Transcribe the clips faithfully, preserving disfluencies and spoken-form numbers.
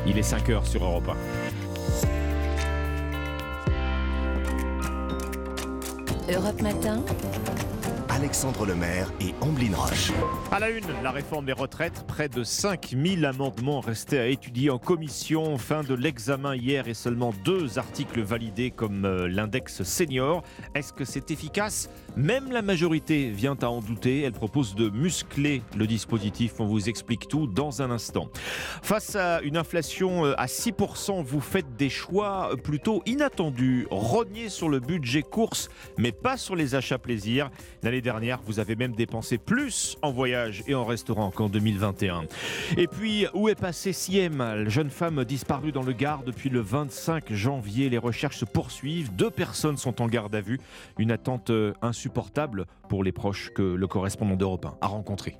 Il est cinq heures sur Europe un. Europe Matin. Alexandre Lemaire et Amblin Roche. À la une, la réforme des retraites. Près de cinq mille amendements restés à étudier en commission. Fin de l'examen hier et seulement deux articles validés comme euh, l'index senior. Est-ce que c'est efficace ? Même la majorité vient à en douter. Elle propose de muscler le dispositif. On vous explique tout dans un instant. Face à une inflation à six pour cent, vous faites des choix plutôt inattendus. Rogner sur le budget course, mais pas sur les achats plaisir. L'année dernière, vous avez même dépensé plus en voyage et en restaurant qu'en deux mille vingt et un. Et puis, où est passée Siem, la jeune femme disparue dans le Gard depuis le vingt-cinq janvier? Les recherches se poursuivent. Deux personnes sont en garde à vue. Une attente insupportable pour les proches que le correspondant d'Europe un a rencontré.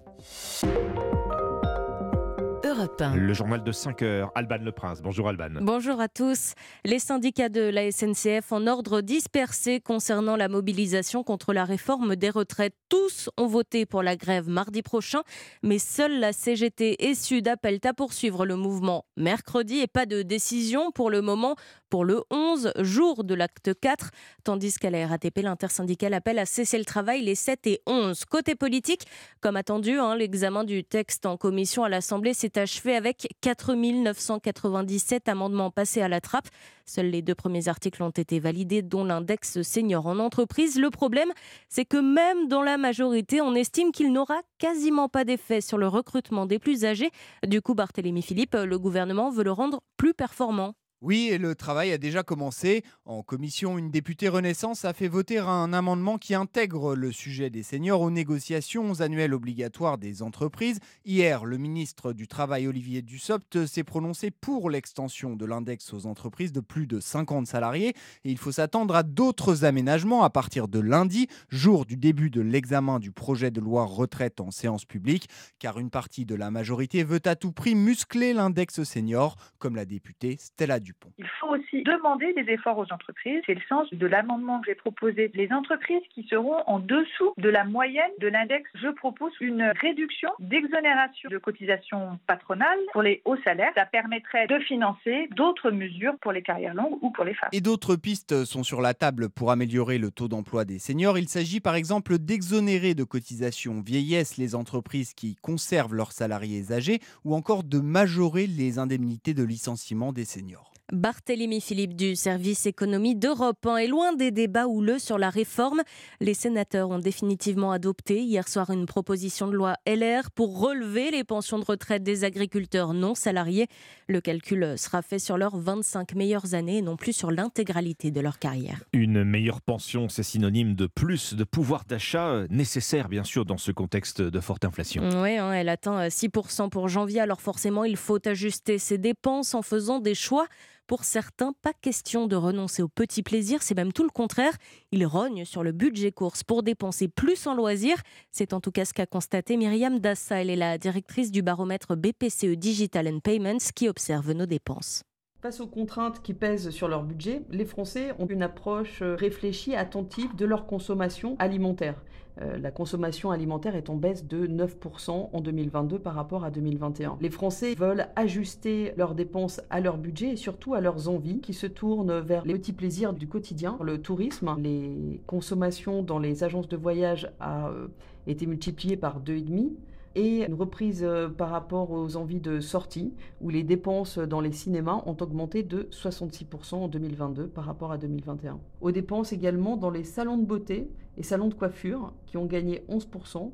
Europe un. Le journal de cinq heures, Alban Leprince. Bonjour Alban. Bonjour à tous. Les syndicats de la S N C F en ordre dispersé concernant la mobilisation contre la réforme des retraites. Tous ont voté pour la grève mardi prochain, mais seule la C G T et Sud appellent à poursuivre le mouvement mercredi et pas de décision pour le moment pour le onze, jour de l'acte quatre, tandis qu'à la R A T P, l'intersyndicale appelle à cesser le travail les sept et onze. Côté politique, comme attendu, hein, l'examen du texte en commission à l'Assemblée s'est achevé avec quatre mille neuf cent quatre-vingt-dix-sept amendements passés à la trappe. Seuls les deux premiers articles ont été validés, dont l'index senior en entreprise. Le problème, c'est que même dans la majorité, on estime qu'il n'aura quasiment pas d'effet sur le recrutement des plus âgés. Du coup, Barthélémy Philippe, le gouvernement veut le rendre plus performant. Oui, et le travail a déjà commencé. En commission, une députée Renaissance a fait voter un amendement qui intègre le sujet des seniors aux négociations annuelles obligatoires des entreprises. Hier, le ministre du Travail, Olivier Dussopt, s'est prononcé pour l'extension de l'index aux entreprises de plus de cinquante salariés. Et il faut s'attendre à d'autres aménagements à partir de lundi, jour du début de l'examen du projet de loi retraite en séance publique, car une partie de la majorité veut à tout prix muscler l'index senior, comme la députée Stella Dupont. Il faut aussi demander des efforts aux entreprises. C'est le sens de l'amendement que j'ai proposé. Les entreprises qui seront en dessous de la moyenne de l'index, je propose une réduction d'exonération de cotisations patronales pour les hauts salaires. Ça permettrait de financer d'autres mesures pour les carrières longues ou pour les femmes. Et d'autres pistes sont sur la table pour améliorer le taux d'emploi des seniors. Il s'agit par exemple d'exonérer de cotisations vieillesse les entreprises qui conservent leurs salariés âgés ou encore de majorer les indemnités de licenciement des seniors. Barthélémy Philippe du service économie d'Europe un est loin des débats houleux sur la réforme. Les sénateurs ont définitivement adopté hier soir une proposition de loi L R pour relever les pensions de retraite des agriculteurs non salariés. Le calcul sera fait sur leurs vingt-cinq meilleures années et non plus sur l'intégralité de leur carrière. Une meilleure pension, c'est synonyme de plus de pouvoir d'achat nécessaire, bien sûr, dans ce contexte de forte inflation. Oui, hein, elle atteint six pour cent pour janvier, alors forcément, il faut ajuster ses dépenses en faisant des choix. Pour certains, pas question de renoncer aux petits plaisirs, c'est même tout le contraire. Ils rognent sur le budget course pour dépenser plus en loisirs. C'est en tout cas ce qu'a constaté Myriam Dassa. Elle est la directrice du baromètre B P C E Digital and Payments qui observe nos dépenses. Face aux contraintes qui pèsent sur leur budget, les Français ont une approche réfléchie, attentive de leur consommation alimentaire. Euh, la consommation alimentaire est en baisse de neuf pour cent en deux mille vingt-deux par rapport à deux mille vingt et un. Les Français veulent ajuster leurs dépenses à leur budget et surtout à leurs envies qui se tournent vers les petits plaisirs du quotidien, le tourisme. Les consommations dans les agences de voyage a euh, été multipliées par deux virgule cinq. Et une reprise euh, par rapport aux envies de sortie, où les dépenses dans les cinémas ont augmenté de soixante-six pour cent en deux mille vingt-deux par rapport à deux mille vingt et un. Aux dépenses également dans les salons de beauté et salons de coiffure, qui ont gagné onze pour cent.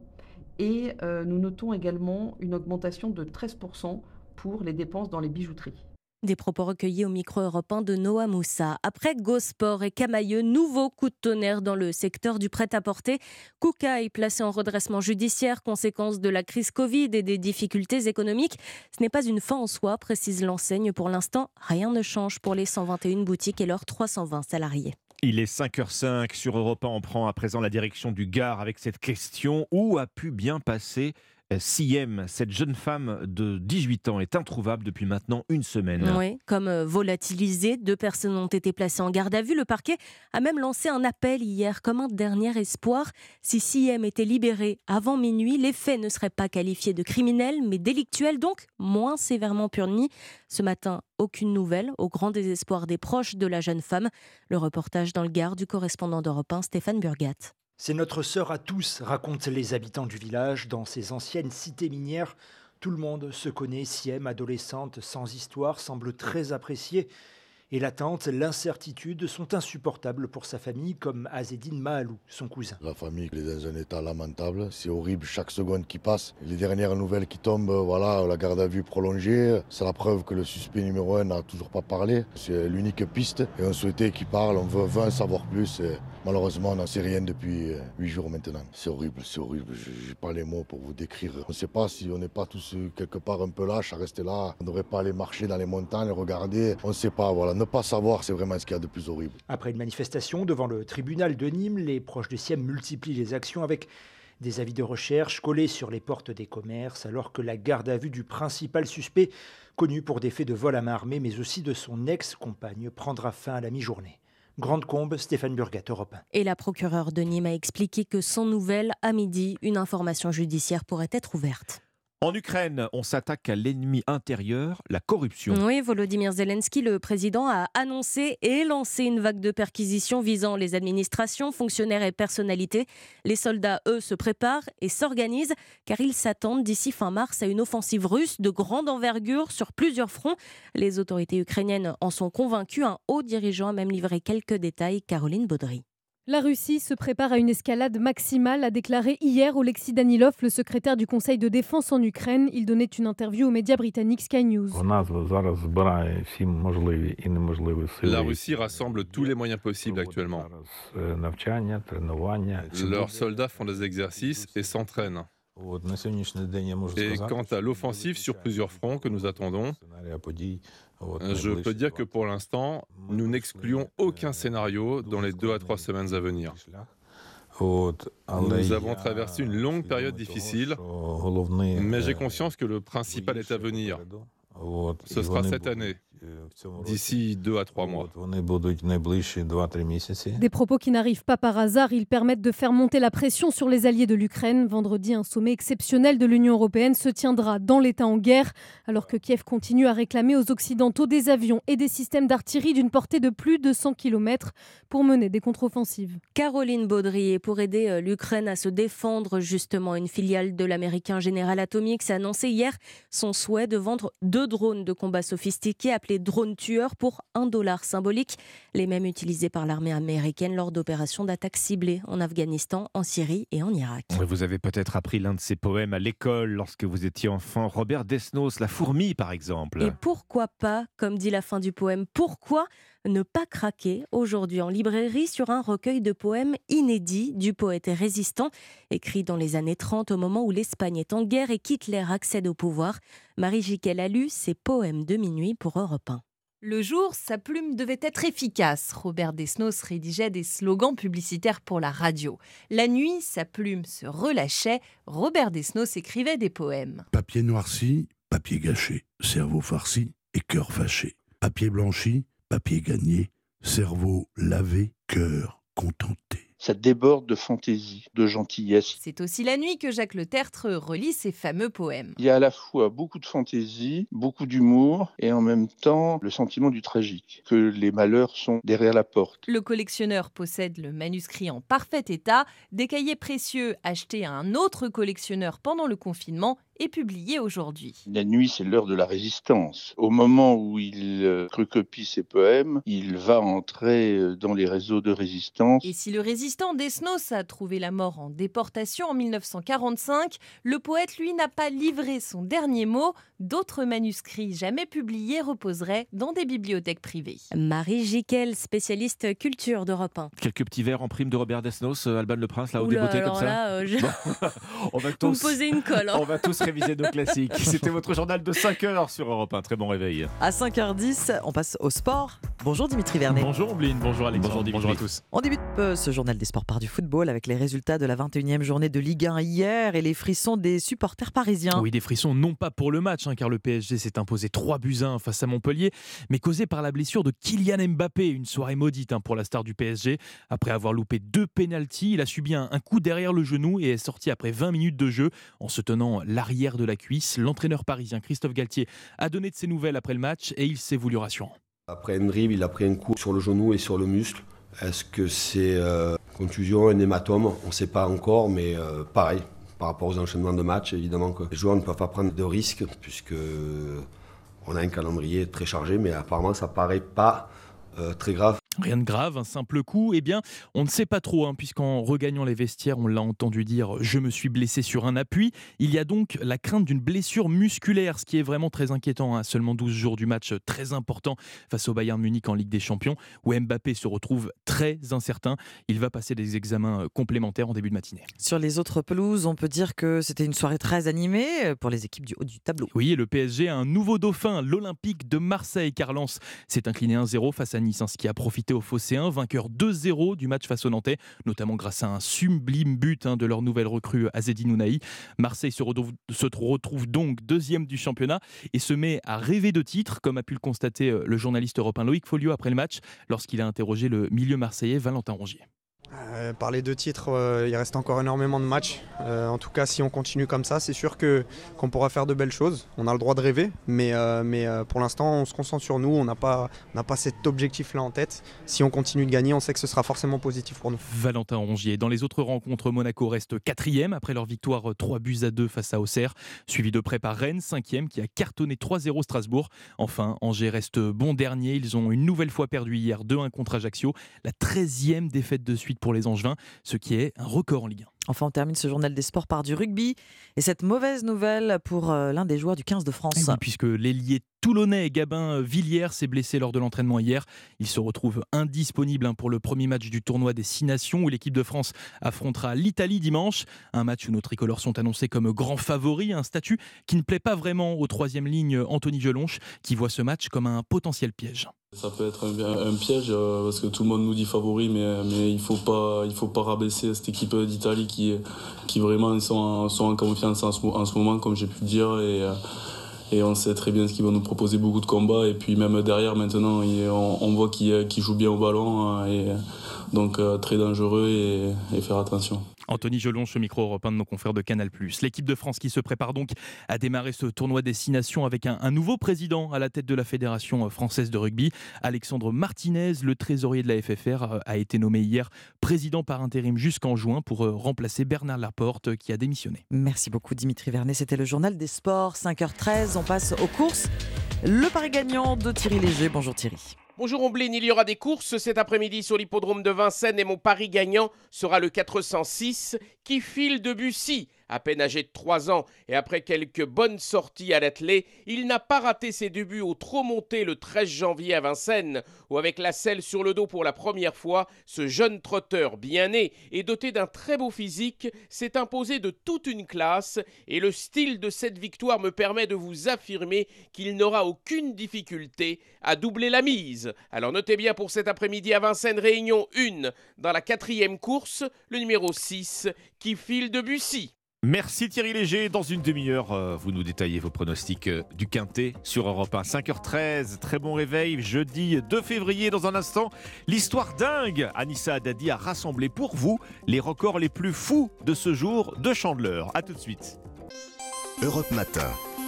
Et euh, nous notons également une augmentation de treize pour cent pour les dépenses dans les bijouteries. Des propos recueillis au micro européen de Noah Moussa. Après Gosport et Camailleux, nouveau coup de tonnerre dans le secteur du prêt-à-porter. Koukaï placé en redressement judiciaire, conséquence de la crise Covid et des difficultés économiques. Ce n'est pas une fin en soi, précise l'enseigne. Pour l'instant, rien ne change pour les cent vingt et une boutiques et leurs trois cent vingt salariés. Il est cinq heures cinq sur Europe un. On prend à présent la direction du Gard avec cette question. Où a pu bien passer Siem, cette jeune femme de dix-huit ans, est introuvable depuis maintenant une semaine. Oui, comme euh, volatilisée, deux personnes ont été placées en garde à vue. Le parquet a même lancé un appel hier comme un dernier espoir. Si Siem était libérée avant minuit, les faits ne seraient pas qualifiés de criminels, mais délictuels, donc moins sévèrement punis. Ce matin, aucune nouvelle, au grand désespoir des proches de la jeune femme. Le reportage dans le Gard du correspondant d'Europe un, Stéphane Burgat. C'est notre sœur à tous, racontent les habitants du village. Dans ces anciennes cités minières, tout le monde se connaît. Siem, adolescente sans histoire, semble très appréciée. Et l'attente, l'incertitude sont insupportables pour sa famille, comme Azedine Mahalou, son cousin. La famille est dans un état lamentable, c'est horrible chaque seconde qui passe. Les dernières nouvelles qui tombent, voilà, la garde à vue prolongée, c'est la preuve que le suspect numéro un n'a toujours pas parlé. C'est l'unique piste et on souhaitait qu'il parle, on veut, veut en savoir plus. Et malheureusement, on n'en sait rien depuis huit jours maintenant. C'est horrible, c'est horrible, je n'ai pas les mots pour vous décrire. On ne sait pas si on n'est pas tous quelque part un peu lâches à rester là. On ne devrait pas aller marcher dans les montagnes, regarder, on ne sait pas, voilà. Ne pas savoir, c'est vraiment ce qu'il y a de plus horrible. Après une manifestation devant le tribunal de Nîmes, les proches de Siem multiplient les actions avec des avis de recherche collés sur les portes des commerces, alors que la garde à vue du principal suspect, connu pour des faits de vol à main armée, mais aussi de son ex-compagne, prendra fin à la mi-journée. Grande Combe, Stéphane Burgat, Europe un. Et la procureure de Nîmes a expliqué que sans nouvelles, à midi, une information judiciaire pourrait être ouverte. En Ukraine, on s'attaque à l'ennemi intérieur, la corruption. Oui, Volodymyr Zelensky, le président, a annoncé et lancé une vague de perquisitions visant les administrations, fonctionnaires et personnalités. Les soldats, eux, se préparent et s'organisent car ils s'attendent d'ici fin mars à une offensive russe de grande envergure sur plusieurs fronts. Les autorités ukrainiennes en sont convaincues. Un haut dirigeant a même livré quelques détails. Caroline Baudry. La Russie se prépare à une escalade maximale, a déclaré hier Oleksiy Danilov, le secrétaire du Conseil de défense en Ukraine. Il donnait une interview aux médias britanniques Sky News. La Russie rassemble tous les moyens possibles actuellement. Leurs soldats font des exercices et s'entraînent. Et quant à l'offensive sur plusieurs fronts que nous attendons, je peux dire que pour l'instant, nous n'excluons aucun scénario dans les deux à trois semaines à venir. Nous avons traversé une longue période difficile, mais j'ai conscience que le principal est à venir. Ce sera cette année, d'ici deux à trois mois. Des propos qui n'arrivent pas par hasard, ils permettent de faire monter la pression sur les alliés de l'Ukraine. Vendredi, un sommet exceptionnel de l'Union européenne se tiendra dans l'État en guerre, alors que Kiev continue à réclamer aux Occidentaux des avions et des systèmes d'artillerie d'une portée de plus de cent kilomètres pour mener des contre-offensives. Caroline Baudry, et pour aider l'Ukraine à se défendre, justement, une filiale de l'américain General Atomics a annoncé hier son souhait de vendre deux drones de combat sophistiqués appelés drones tueurs pour un dollar symbolique, les mêmes utilisés par l'armée américaine lors d'opérations d'attaques ciblées en Afghanistan, en Syrie et en Irak. Vous avez peut-être appris l'un de ses poèmes à l'école lorsque vous étiez enfant, Robert Desnos, La fourmi par exemple. Et pourquoi pas, comme dit la fin du poème, pourquoi ne pas craquer aujourd'hui en librairie sur un recueil de poèmes inédits du poète résistant, écrit dans les années trente au moment où l'Espagne est en guerre et qu'Hitler accède au pouvoir. Marie Jiquel a lu ses poèmes de minuit pour Europe un. Le jour, sa plume devait être efficace. Robert Desnos rédigeait des slogans publicitaires pour la radio. La nuit, sa plume se relâchait. Robert Desnos écrivait des poèmes. Papier noirci, papier gâché, cerveau farci et cœur fâché. Papier blanchi, papier gagné, cerveau lavé, cœur contenté. Ça déborde de fantaisie, de gentillesse. C'est aussi la nuit que Jacques Le Tertre relit ses fameux poèmes. Il y a à la fois beaucoup de fantaisie, beaucoup d'humour et en même temps le sentiment du tragique, que les malheurs sont derrière la porte. Le collectionneur possède le manuscrit en parfait état, des cahiers précieux achetés à un autre collectionneur pendant le confinement et publiés aujourd'hui. La nuit, c'est l'heure de la résistance. Au moment où il euh, recopie ses poèmes, il va entrer dans les réseaux de résistance. Et si le résistant Desnos a trouvé la mort en déportation en mille neuf cent quarante-cinq, le poète, lui, n'a pas livré son dernier mot. D'autres manuscrits jamais publiés reposeraient dans des bibliothèques privées. Marie Jiquel, spécialiste culture d'Europe un. Quelques petts vers en prime de Robert Desnos, Alban Le Prince, là, au Oula, débeauté comme ça. Là, euh, je... bon, on va Vous tous, me posez une colle. Hein. On va tous réviser nos classiques. C'était votre journal de cinq heures sur Europe un. Très bon réveil. À cinq heures dix, on passe au sport. Bonjour Dimitri Vernet. Bonjour Ombline, bonjour Alexandre, bonjour, bonjour à tous. On débute euh, ce journal des sports par du football avec les résultats de la vingt et unième journée de Ligue un hier et les frissons des supporters parisiens. Oui, des frissons non pas pour le match, hein, car le P S G s'est imposé trois buts à un face à Montpellier, mais causés par la blessure de Kylian Mbappé. Une soirée maudite hein, pour la star du P S G. Après avoir loupé deux pénaltys, il a subi un, un coup derrière le genou et est sorti après vingt minutes de jeu en se tenant l'arrière de la cuisse. L'entraîneur parisien Christophe Galtier a donné de ses nouvelles après le match et il s'est voulu rassurant. Après une dribble, il a pris un coup sur le genou et sur le muscle. Est-ce que c'est euh, contusion, un hématome? On ne sait pas encore, mais euh, pareil, par rapport aux enchaînements de matchs, évidemment que les joueurs ne peuvent pas prendre de risques puisque on a un calendrier très chargé, mais apparemment ça ne paraît pas euh, très grave. Rien de grave, un simple coup. Eh bien, on ne sait pas trop, hein, puisqu'en regagnant les vestiaires, on l'a entendu dire « je me suis blessé sur un appui ». Il y a donc la crainte d'une blessure musculaire, ce qui est vraiment très inquiétant. Hein. Seulement douze jours du match très important face au Bayern Munich en Ligue des Champions, où Mbappé se retrouve très incertain. Il va passer des examens complémentaires en début de matinée. Sur les autres pelouses, on peut dire que c'était une soirée très animée pour les équipes du haut du tableau. Oui, et le P S G a un nouveau dauphin, l'Olympique de Marseille, car Lens s'est incliné un zéro face à Nice, hein, ce qui a profité au Phocéens, vainqueur deux zéro du match face aux Nantais, notamment grâce à un sublime but hein, de leur nouvelle recrue Azzedine Ounahi. Marseille se retrouve, se retrouve donc deuxième du championnat et se met à rêver de titre, comme a pu le constater le journaliste européen Loïc Folio après le match, lorsqu'il a interrogé le milieu marseillais Valentin Rongier. Euh, par les deux titres, euh, il reste encore énormément de matchs. Euh, en tout cas, si on continue comme ça, c'est sûr que, qu'on pourra faire de belles choses. On a le droit de rêver, mais, euh, mais euh, pour l'instant, on se concentre sur nous. On n'a pas, on n'a pas cet objectif-là en tête. Si on continue de gagner, on sait que ce sera forcément positif pour nous. Valentin Rongier. Dans les autres rencontres, Monaco reste quatrième après leur victoire trois buts à deux face à Auxerre, suivi de près par Rennes, cinquième, qui a cartonné trois zéro Strasbourg. Enfin, Angers reste bon dernier. Ils ont une nouvelle fois perdu hier deux un contre Ajaccio. La treizième défaite de suite pour les Angevins, ce qui est un record en Ligue un. Enfin, on termine ce journal des sports par du rugby et cette mauvaise nouvelle pour euh, l'un des joueurs du quinze de France. Oui, puisque l'ailier toulonnais Gabin Villiers s'est blessé lors de l'entraînement hier. Il se retrouve indisponible hein, pour le premier match du tournoi des Six Nations où l'équipe de France affrontera l'Italie dimanche. Un match où nos tricolores sont annoncés comme grands favoris, un statut qui ne plaît pas vraiment au troisième ligne Anthony Gelonche, qui voit ce match comme un potentiel piège. Ça peut être un, un piège euh, parce que tout le monde nous dit favori, mais, mais il ne faut pas, il faut pas rabaisser cette équipe d'Italie qui, qui vraiment sont en, sont en confiance en ce, en ce moment, comme j'ai pu le dire. Et, et on sait très bien ce qu'ils vont nous proposer, beaucoup de combats. Et puis même derrière, maintenant, on, on voit qu'ils, qu'ils jouent bien au ballon. Et donc très dangereux et, et faire attention. Anthony Gelonche, au micro européen de nos confrères de Canal plus. L'équipe de France qui se prépare donc à démarrer ce tournoi des Six Nations avec un, un nouveau président à la tête de la Fédération française de rugby. Alexandre Martinez, le trésorier de la F F R, a été nommé hier président par intérim jusqu'en juin pour remplacer Bernard Laporte qui a démissionné. Merci beaucoup Dimitri Vernet, c'était le journal des sports, cinq heures treize, on passe aux courses. Le pari gagnant de Thierry Léger. Bonjour Thierry. Bonjour Ombline, il y aura des courses cet après-midi sur l'hippodrome de Vincennes et mon pari gagnant sera le quatre cent six qui file de Bussy. À peine âgé de trois ans et après quelques bonnes sorties à l'attelé, il n'a pas raté ses débuts au trot monté le treize janvier à Vincennes, où avec la selle sur le dos pour la première fois, ce jeune trotteur bien né et doté d'un très beau physique s'est imposé de toute une classe et le style de cette victoire me permet de vous affirmer qu'il n'aura aucune difficulté à doubler la mise. Alors notez bien pour cet après-midi à Vincennes, réunion un dans la quatrième course, le numéro six qui file de Bussy. Merci Thierry Léger. Dans une demi-heure, euh, vous nous détaillez vos pronostics euh, du Quintet sur Europe un. cinq heures treize, très bon réveil. Jeudi deux février, dans un instant, l'histoire dingue. Anissa Haddadi a rassemblé pour vous les records les plus fous de ce jour de Chandeleur. A tout de suite. Europe Matin.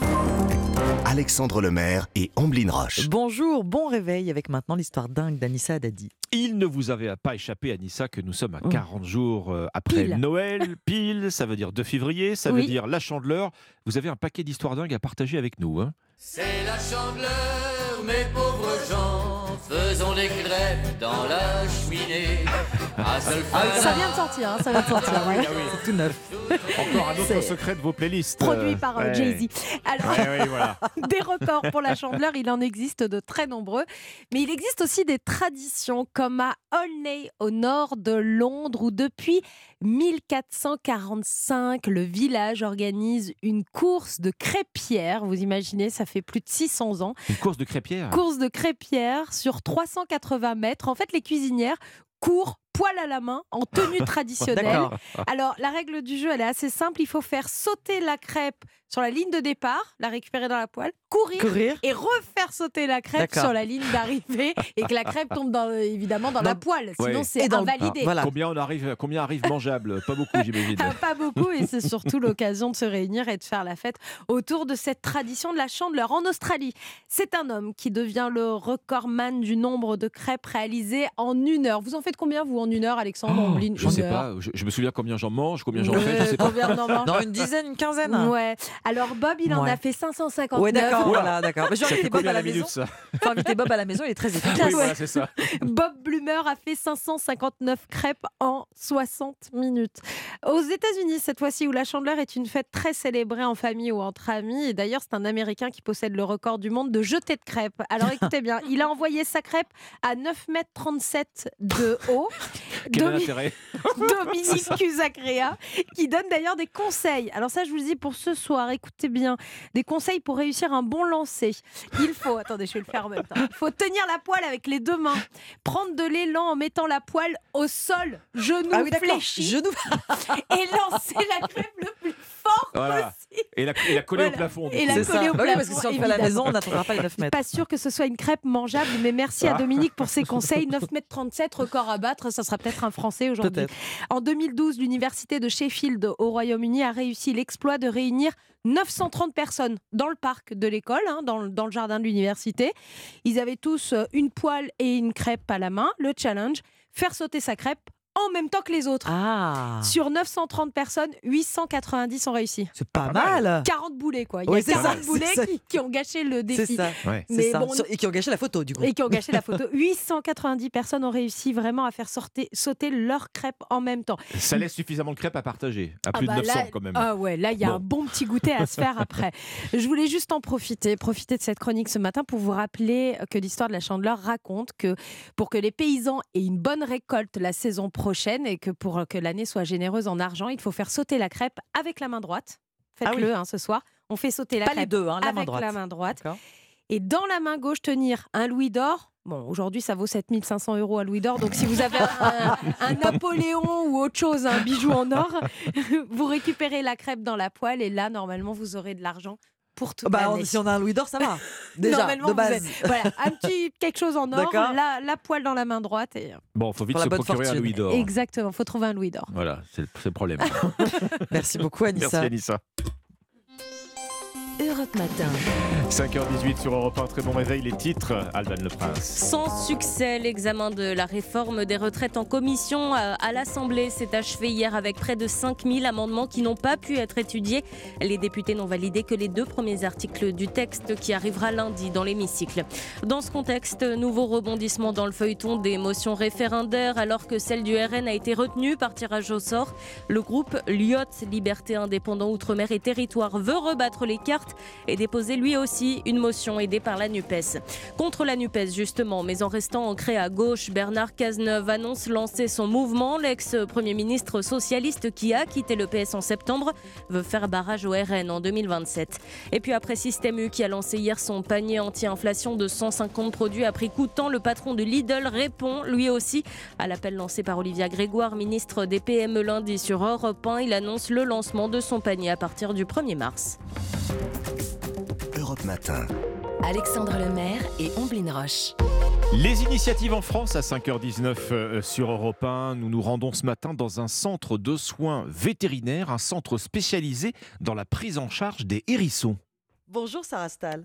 Alexandre Lemaire et Ombline Roche. Bonjour, bon réveil avec maintenant l'histoire dingue d'Anissa Haddadi. Il ne vous avait pas échappé, Anissa, que nous sommes à quarante jours après pile. Noël. Pile, ça veut dire deux février, ça oui. veut dire la Chandeleur. Vous avez un paquet d'histoires dingues à partager avec nous. Hein. C'est la Chandeleur, mes pauvres gens, faisons des crêpes dans la cheminée. Ah, ça vient de sortir, hein, ça vient de sortir. Ah oui, ouais. ah oui. C'est tout neuf. Encore un autre C'est secret de vos playlists. Produit par euh, Ouais. Jay-Z. Alors, Ouais, ouais, voilà. des records pour la Chandeleur, il en existe de très nombreux. Mais il existe aussi des traditions, comme à Olney, au nord de Londres, où depuis mille quatre cent quarante-cinq, le village organise une course de crêpières. Vous imaginez, ça fait plus de six cents ans. Une course de crêpières. Course de crêpières sur trois cent quatre-vingts mètres. En fait, les cuisinières courent poil à la main, en tenue traditionnelle. D'accord. Alors, la règle du jeu, elle est assez simple. Il faut faire sauter la crêpe sur la ligne de départ, la récupérer dans la poêle, courir, Courir. et refaire sauter la crêpe D'accord. sur la ligne d'arrivée et que la crêpe tombe dans, évidemment dans, Dans- la poêle. Sinon, Ouais. c'est Et dans le- invalidé. Voilà. Combien on arrive, combien arrive mangeable? Pas beaucoup, j'imagine. Ah, pas beaucoup, et c'est surtout l'occasion de se réunir et de faire la fête autour de cette tradition de la Chandeleur. En Australie, c'est un homme qui devient le recordman du nombre de crêpes réalisées en une heure. Vous en faites combien, vous, en une heure, Alexandre? Oh, Omblin, je une sais heure. pas. Je, je me souviens combien j'en mange, combien j'en Ouais, fais. Je sais pas. combien on en mange Dans une dizaine, une quinzaine. Ouais. Alors Bob, il en Ouais. a fait cinq cent cinquante-neuf. Ouais, d'accord, voilà, d'accord. Mais j'ai Ça fait invité Bob combien à la la minute, maison. ça? Faut inviter Bob à la maison, il est très efficace. Oui, voilà, c'est ça. Bob Blumer a fait cinq cent cinquante-neuf crêpes en soixante minutes. Aux États-Unis, cette fois-ci, où la Chandeleur est une fête très célébrée en famille ou entre amis. Et d'ailleurs, c'est un Américain qui possède le record du monde de jeter de crêpes. Alors écoutez bien, il a envoyé sa crêpe à neuf mètres trente-sept de haut. Quel est Domi- l'intérêt? Dominique Cusacrea, qui donne d'ailleurs des conseils. Alors ça, je vous le dis pour ce soir, écoutez bien, des conseils pour réussir un bon lancer. Il faut, attendez, je vais le faire en même temps. Il faut tenir la poêle avec les deux mains, prendre de l'élan en mettant la poêle au sol, genoux Ah oui, d'accord. fléchis, Genoux. et lancer la crêpe le plus fort Voilà. possible. Et la, et la coller Voilà. au plafond. du Et coup. la C'est coller ça. au Bah oui, parce que plafond, si on le fait à la évidemment. maison, on n'atteindra pas les neuf mètres. Pas sûr que ce soit une crêpe mangeable, mais merci à Dominique pour ses conseils. neuf mètres trente-sept, record à battre, ça sera peut-être un Français aujourd'hui. Peut-être. En deux mille douze, l'université de Sheffield au Royaume-Uni a réussi l'exploit de réunir neuf cent trente personnes dans le parc de l'école, hein, dans, le- dans le jardin de l'université. Ils avaient tous euh, une poêle et une crêpe à la main. Le challenge, faire sauter sa crêpe en même temps que les autres. Ah, Sur neuf cent trente personnes, huit cent quatre-vingt-dix ont réussi. c'est pas mal. quarante boulets, quoi. Il y Oui, a c'est quarante ça, boulets c'est ça. qui, qui ont gâché le C'est défi. ça. Ouais. C'est Mais ça. bon, Sur- Et qui ont gâché la photo, du coup. Et qui ont gâché la photo. huit cent quatre-vingt-dix personnes ont réussi vraiment à faire sortir, sauter leur crêpe en même temps. Ça laisse suffisamment de crêpes à partager. À Ah plus bah de neuf cents là- quand même. Ah ouais, là il y a Bon. un bon petit goûter à se faire après. Je voulais juste en profiter, profiter de cette chronique ce matin pour vous rappeler que l'histoire de la Chandeleur raconte que pour que les paysans aient une bonne récolte la saison prochaine et que pour que l'année soit généreuse en argent, il faut faire sauter la crêpe avec la main droite. Faites-le Ah oui. hein, ce soir. On fait sauter la Pas crêpe les deux, hein, la avec main droite. la main droite. D'accord. Et dans la main gauche, tenir un louis d'or. Bon, aujourd'hui, ça vaut sept mille cinq cents euros un louis d'or. Donc, si vous avez un, un Napoléon ou autre chose, un bijou en or, vous récupérez la crêpe dans la poêle et là, normalement, vous aurez de l'argent pour toute Bah, on- l'année. si on a un louis d'or, ça va. Déjà, Normalement, de vous base. êtes- voilà, un petit quelque chose en or, D'accord. la, la poêle dans la main droite. Et... Bon, faut vite Pour la se bonne procurer un fortune. louis d'or. Exactement, faut trouver un louis d'or. Voilà, c'est le- c'est le problème. Merci beaucoup, Anissa. Merci Anissa. Europe Matin. cinq heures dix-huit sur Europe un, très bon réveil, les titres, Alban Le Prince. Sans succès, l'examen de la réforme des retraites en commission à, à l'Assemblée s'est achevé hier avec près de cinq mille amendements qui n'ont pas pu être étudiés. Les députés n'ont validé que les deux premiers articles du texte qui arrivera lundi dans l'hémicycle. Dans ce contexte, nouveau rebondissement dans le feuilleton des motions référendaires alors que celle du R N a été retenue par tirage au sort. Le groupe L I O T, Liberté Indépendant Outre-mer et Territoire, veut rebattre les cartes et déposer lui aussi une motion aidée par la NUPES. Contre la NUPES justement, mais en restant ancré à gauche, Bernard Cazeneuve annonce lancer son mouvement. L'ex-premier ministre socialiste qui a quitté le P S en septembre veut faire barrage au R N en deux mille vingt-sept. Et puis après Système U qui a lancé hier son panier anti-inflation de cent cinquante produits à prix coûtant, le patron de Lidl répond lui aussi à l'appel lancé par Olivia Grégoire, ministre des P M E lundi sur Europe un. Il annonce le lancement de son panier à partir du premier mars. Europe Matin. Alexandre Lemaire et Omblin Roche. Les initiatives en France à cinq heures dix-neuf euh, sur Europe un. Nous nous rendons ce matin dans un centre de soins vétérinaires, un centre spécialisé dans la prise en charge des hérissons. Bonjour Sarah Stahl.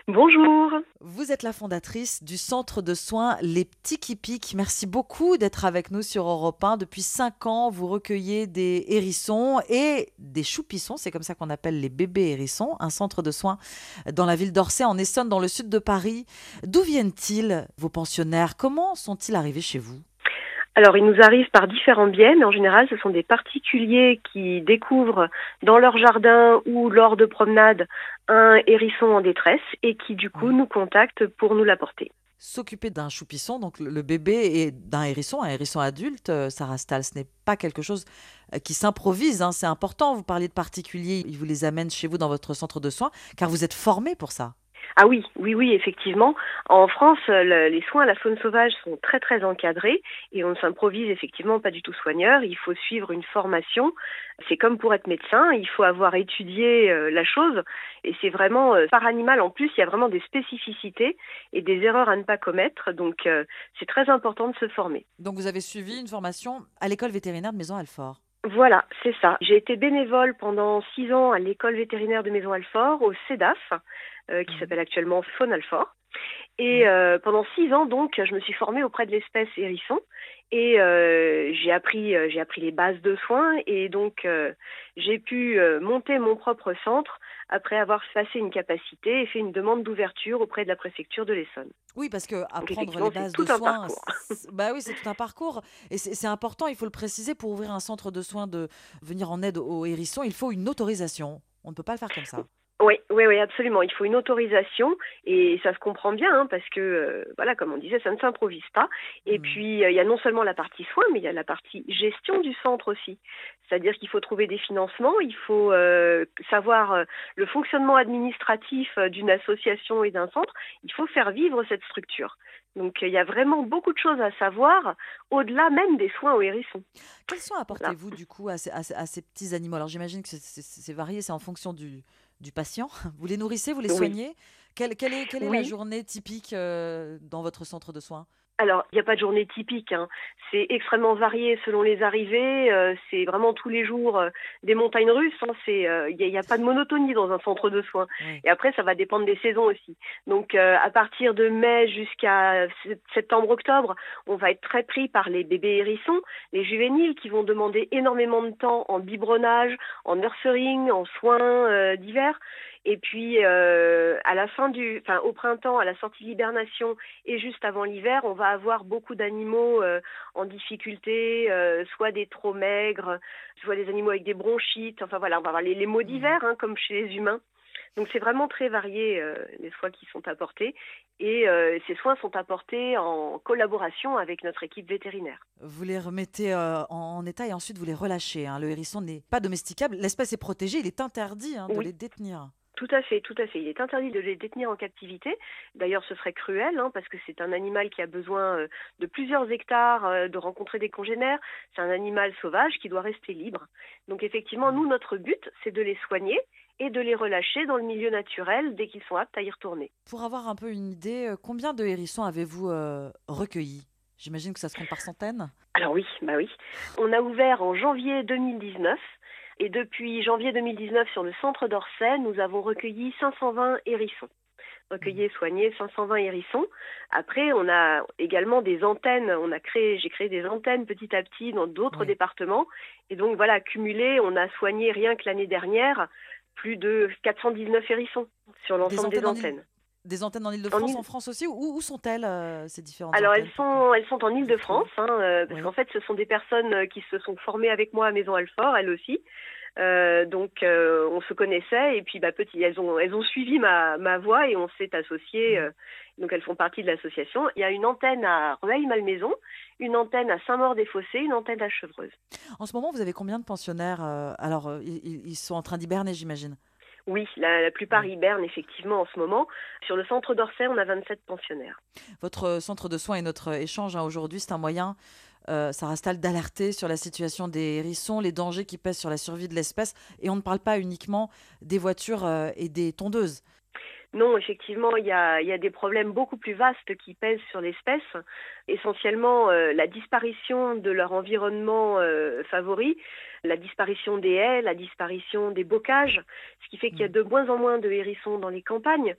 Bonjour. Vous êtes la fondatrice du centre de soins Les Petits qui piquent. Merci beaucoup d'être avec nous sur Europe un. Depuis cinq ans, vous recueillez des hérissons et des choupissons, c'est comme ça qu'on appelle les bébés hérissons, un centre de soins dans la ville d'Orsay, en Essonne, dans le sud de Paris. D'où viennent-ils, vos pensionnaires? Comment sont-ils arrivés chez vous? Alors, ils nous arrivent par différents biais, mais en général, ce sont des particuliers qui découvrent dans leur jardin ou lors de promenades un hérisson en détresse et qui, du coup, nous contactent pour nous l'apporter. S'occuper d'un choupisson, donc le bébé, et d'un hérisson, un hérisson adulte, euh, Sarah Stahl, ce n'est pas quelque chose euh, qui s'improvise, hein, c'est important. Vous parliez de particuliers, ils vous les amènent chez vous dans votre centre de soins, car vous êtes formé pour ça. Ah oui, oui, oui, effectivement. En France, le, les soins à la faune sauvage sont très, très encadrés et on ne s'improvise effectivement pas du tout soigneur. Il faut suivre une formation. C'est comme pour être médecin, il faut avoir étudié euh, la chose et c'est vraiment euh, par animal. En plus, il y a vraiment des spécificités et des erreurs à ne pas commettre. Donc, euh, c'est très important de se former. Donc, vous avez suivi une formation à l'école vétérinaire de Maison-Alfort. Voilà, c'est ça. J'ai été bénévole pendant six ans à l'école vétérinaire de Maison-Alfort, au CEDAF, euh, qui s'appelle actuellement Faune Alfort. Et euh, pendant six ans, donc, je me suis formée auprès de l'espèce hérisson et euh, j'ai appris, euh, j'ai appris les bases de soins et donc euh, j'ai pu euh, monter mon propre centre après avoir passé une capacité et fait une demande d'ouverture auprès de la préfecture de l'Essonne. Oui, parce que apprendre les bases de soins, bah oui, c'est tout un parcours et c'est, c'est important. Il faut le préciser, pour ouvrir un centre de soins, de venir en aide aux hérissons, il faut une autorisation. On ne peut pas le faire comme ça. Oui, oui, oui, absolument. Il faut une autorisation et ça se comprend bien hein, parce que, euh, voilà, comme on disait, ça ne s'improvise pas. Et mmh. puis, euh, il y a non seulement la partie soins, mais il y a la partie gestion du centre aussi. C'est-à-dire qu'il faut trouver des financements, il faut euh, savoir euh, le fonctionnement administratif euh, d'une association et d'un centre. Il faut faire vivre cette structure. Donc, euh, il y a vraiment beaucoup de choses à savoir, au-delà même des soins aux hérissons. Quels soins apportez-vous, voilà. du coup, à ces, à, à ces petits animaux? Alors, j'imagine que c'est, c'est, c'est varié, c'est en fonction du... du patient. Vous les nourrissez, vous les soignez? Oui. Quelle, quelle est, quelle est oui. la journée typique euh, dans votre centre de soins? Alors, il n'y a pas de journée typique. Hein. C'est extrêmement varié selon les arrivées. Euh, c'est vraiment tous les jours euh, des montagnes russes. Hein. C'est, euh, il n'y a, a pas de monotonie dans un centre de soins. Oui. Et après, ça va dépendre des saisons aussi. Donc, euh, à partir de mai jusqu'à septembre-octobre, on va être très pris par les bébés hérissons, les juvéniles qui vont demander énormément de temps en biberonnage, en nurturing, en soins euh, divers. Et puis, euh, à la fin du, enfin, au printemps, à la sortie de l'hibernation et juste avant l'hiver, on va avoir beaucoup d'animaux euh, en difficulté, euh, soit des trop maigres, soit des animaux avec des bronchites. Enfin voilà, on va avoir les, les maux d'hiver, hein, comme chez les humains. Donc c'est vraiment très varié euh, les soins qui sont apportés et euh, ces soins sont apportés en collaboration avec notre équipe vétérinaire. Vous les remettez euh, en état et ensuite vous les relâchez. Hein. Le hérisson n'est pas domesticable, l'espèce est protégée, il est interdit hein, de oui. les détenir. Tout à fait, tout à fait. Il est interdit de les détenir en captivité. D'ailleurs, ce serait cruel hein, parce que c'est un animal qui a besoin euh, de plusieurs hectares, euh, de rencontrer des congénères. C'est un animal sauvage qui doit rester libre. Donc effectivement, nous, notre but, c'est de les soigner et de les relâcher dans le milieu naturel dès qu'ils sont aptes à y retourner. Pour avoir un peu une idée, combien de hérissons avez-vous euh, recueillis? J'imagine que ça se compte par centaines. Alors oui, bah oui. On a ouvert en janvier deux mille dix-neuf. Et depuis janvier deux mille dix-neuf, sur le centre d'Orsay, nous avons recueilli cinq cent vingt hérissons. Recueillis et soignés cinq cent vingt hérissons. Après, on a également des antennes. On a créé, j'ai créé des antennes petit à petit dans d'autres oui. départements. Et donc, voilà, cumulé, on a soigné rien que l'année dernière plus de quatre cent dix-neuf hérissons sur l'ensemble des, des antennes. Des antennes en Île-de-France, en, en France aussi? Où, où sont-elles, euh, ces différentes Alors, antennes? elles sont, elles sont en Île-de-France, hein, euh, parce oui. qu'en fait, ce sont des personnes qui se sont formées avec moi à Maison-Alfort, elles aussi. Euh, donc, euh, on se connaissait et puis, bah, petit, elles ont, elles ont suivi ma, ma voie et on s'est associés. Euh, donc, elles font partie de l'association. Il y a une antenne à Rueil-Malmaison, une antenne à Saint-Maur-des-Fossés, une antenne à Chevreuse. En ce moment, vous avez combien de pensionnaires? euh, Alors, euh, ils, ils sont en train d'hiberner, j'imagine? Oui, la, la plupart hibernent effectivement en ce moment. Sur le centre d'Orsay, on a vingt-sept pensionnaires. Votre centre de soins et notre échange hein, aujourd'hui, c'est un moyen, euh, Sarah Stahl, d'alerter sur la situation des hérissons, les dangers qui pèsent sur la survie de l'espèce. Et on ne parle pas uniquement des voitures euh, et des tondeuses. Non, effectivement, il y a, il y a des problèmes beaucoup plus vastes qui pèsent sur l'espèce. Essentiellement, euh, la disparition de leur environnement euh, favori, la disparition des haies, la disparition des bocages, ce qui fait qu'il y a de moins en moins de hérissons dans les campagnes.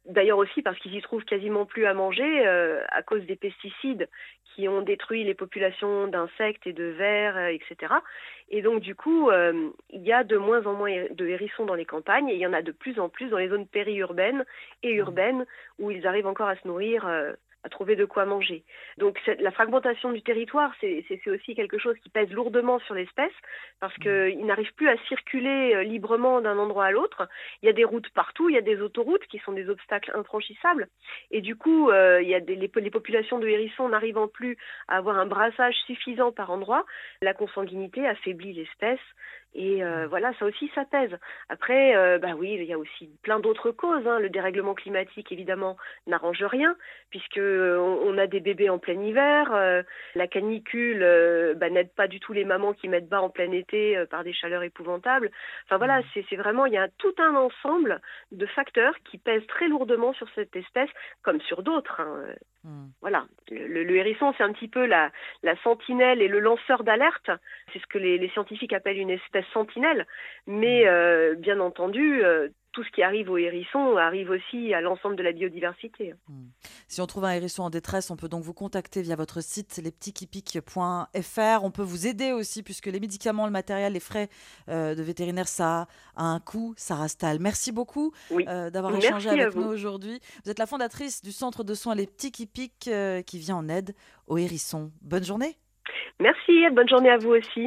D'ailleurs aussi parce qu'ils y trouvent quasiment plus à manger euh, à cause des pesticides qui ont détruit les populations d'insectes et de vers, euh, et cetera. Et donc du coup, euh, il y a de moins en moins de hérissons dans les campagnes et il y en a de plus en plus dans les zones périurbaines et urbaines où ils arrivent encore à se nourrir, euh, à trouver de quoi manger. Donc cette, la fragmentation du territoire, c'est, c'est, c'est aussi quelque chose qui pèse lourdement sur l'espèce parce qu'ils n'arrivent plus à circuler euh, librement d'un endroit à l'autre. Il y a des routes partout, il y a des autoroutes qui sont des obstacles infranchissables. Et du coup, euh, il y a des, les, les populations de hérissons n'arrivant plus à avoir un brassage suffisant par endroit, la consanguinité affaiblit l'espèce. Et euh, voilà, ça aussi, ça pèse. Après, euh, bah oui, il y a aussi plein d'autres causes. Hein. Le dérèglement climatique, évidemment, n'arrange rien, puisque euh, on a des bébés en plein hiver. Euh, la canicule euh, bah, n'aide pas du tout les mamans qui mettent bas en plein été euh, par des chaleurs épouvantables. Enfin voilà, c'est, c'est vraiment, il y a tout un ensemble de facteurs qui pèsent très lourdement sur cette espèce, comme sur d'autres. Hein. Mmh. Voilà, le, le, le hérisson, c'est un petit peu la, la sentinelle et le lanceur d'alerte. C'est ce que les, les scientifiques appellent une espèce sentinelle. Mais euh, bien entendu, euh, tout ce qui arrive au hérisson arrive aussi à l'ensemble de la biodiversité. Mmh. Si on trouve un hérisson en détresse, on peut donc vous contacter via votre site les petits qui piquent point f r. On peut vous aider aussi puisque les médicaments, le matériel, les frais euh, de vétérinaire, ça a un coût. Sarah Stahl, merci beaucoup oui. euh, d'avoir merci échangé avec nous aujourd'hui. Vous êtes la fondatrice du centre de soins Les Petits qui piquent euh, qui vient en aide aux hérissons. Bonne journée. Merci, bonne journée à vous aussi.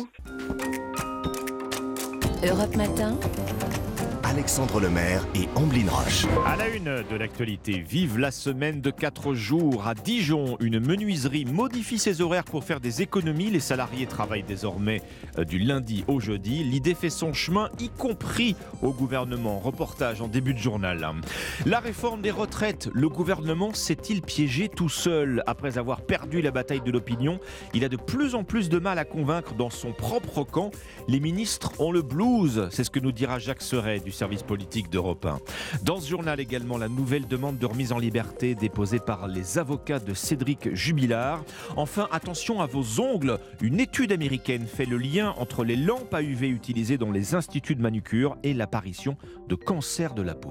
Europe Matin. Alexandre Lemaire et Amblin Roche. À la une de l'actualité, vive la semaine de quatre jours. À Dijon, une menuiserie modifie ses horaires pour faire des économies. Les salariés travaillent désormais du lundi au jeudi. L'idée fait son chemin, y compris au gouvernement. Reportage en début de journal. La réforme des retraites, le gouvernement s'est-il piégé tout seul? Après avoir perdu la bataille de l'opinion, il a de plus en plus de mal à convaincre dans son propre camp. Les ministres ont le blues, c'est ce que nous dira Jacques Serret du service politique d'Europe un. Dans ce journal également, la nouvelle demande de remise en liberté déposée par les avocats de Cédric Jubilard. Enfin, attention à vos ongles. Une étude américaine fait le lien entre les lampes à U V utilisées dans les instituts de manucure et l'apparition de cancer de la peau.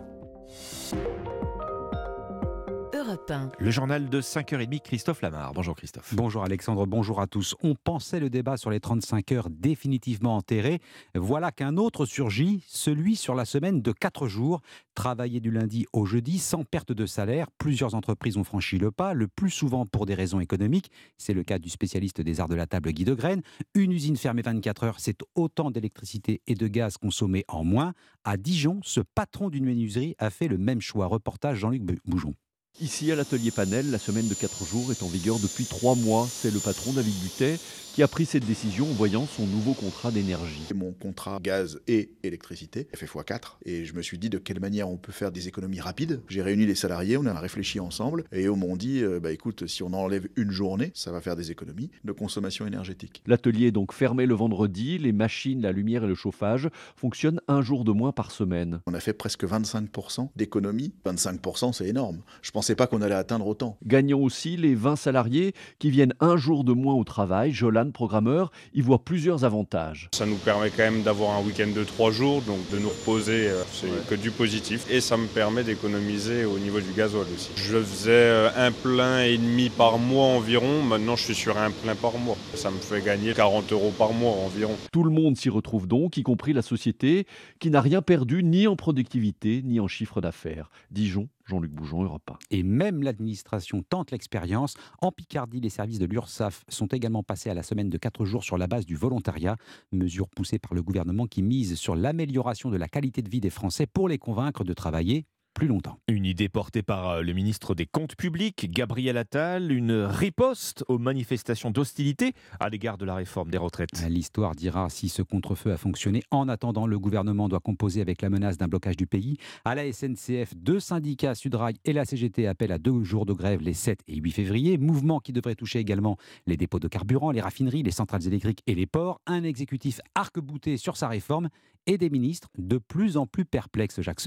Le journal de cinq heures trente, Christophe Lamar. Bonjour Christophe. Bonjour Alexandre, bonjour à tous. On pensait le débat sur les trente-cinq heures définitivement enterré. Voilà qu'un autre surgit, celui sur la semaine de quatre jours. Travailler du lundi au jeudi sans perte de salaire. Plusieurs entreprises ont franchi le pas, le plus souvent pour des raisons économiques. C'est le cas du spécialiste des arts de la table Guy Degraine. Une usine fermée vingt-quatre heures, c'est autant d'électricité et de gaz consommés en moins. À Dijon, ce patron d'une menuiserie a fait le même choix. Reportage Jean-Luc Boujon. Ici, à l'atelier Panel, la semaine de quatre jours est en vigueur depuis trois mois. C'est le patron David Butet qui a pris cette décision en voyant son nouveau contrat d'énergie. Mon contrat gaz et électricité fait fois quatre et je me suis dit de quelle manière on peut faire des économies rapides. J'ai réuni les salariés, on a réfléchi ensemble et eux m'ont dit euh, bah écoute, si on enlève une journée, ça va faire des économies de consommation énergétique. L'atelier est donc fermé le vendredi, les machines, la lumière et le chauffage fonctionnent un jour de moins par semaine. On a fait presque vingt-cinq pour cent d'économies. vingt-cinq pour cent, c'est énorme. Je pensais pas qu'on allait atteindre autant. Gagnant aussi les vingt salariés qui viennent un jour de moins au travail. Jolan, programmeur, y voit plusieurs avantages. Ça nous permet quand même d'avoir un week-end de trois jours, donc de nous reposer, c'est ouais. que du positif. Et ça me permet d'économiser au niveau du gasoil aussi. Je faisais un plein et demi par mois environ, maintenant je suis sur un plein par mois. Ça me fait gagner quarante euros par mois environ. Tout le monde s'y retrouve donc, y compris la société qui n'a rien perdu ni en productivité ni en chiffre d'affaires. Dijon, Jean-Luc Boujon, Europe un. Et même l'administration tente l'expérience. En Picardie, les services de l'URSSAF sont également passés à la semaine de quatre jours sur la base du volontariat. Mesure poussée par le gouvernement qui mise sur l'amélioration de la qualité de vie des Français pour les convaincre de travailler plus longtemps. Une idée portée par le ministre des Comptes publics, Gabriel Attal, une riposte aux manifestations d'hostilité à l'égard de la réforme des retraites. L'histoire dira si ce contre-feu a fonctionné. En attendant, le gouvernement doit composer avec la menace d'un blocage du pays. À la S N C F, deux syndicats, Sudrail et la C G T, appellent à deux jours de grève les sept et huit février. Mouvement qui devrait toucher également les dépôts de carburant, les raffineries, les centrales électriques et les ports. Un exécutif arc-bouté sur sa réforme et des ministres de plus en plus perplexes, Jacques Serret.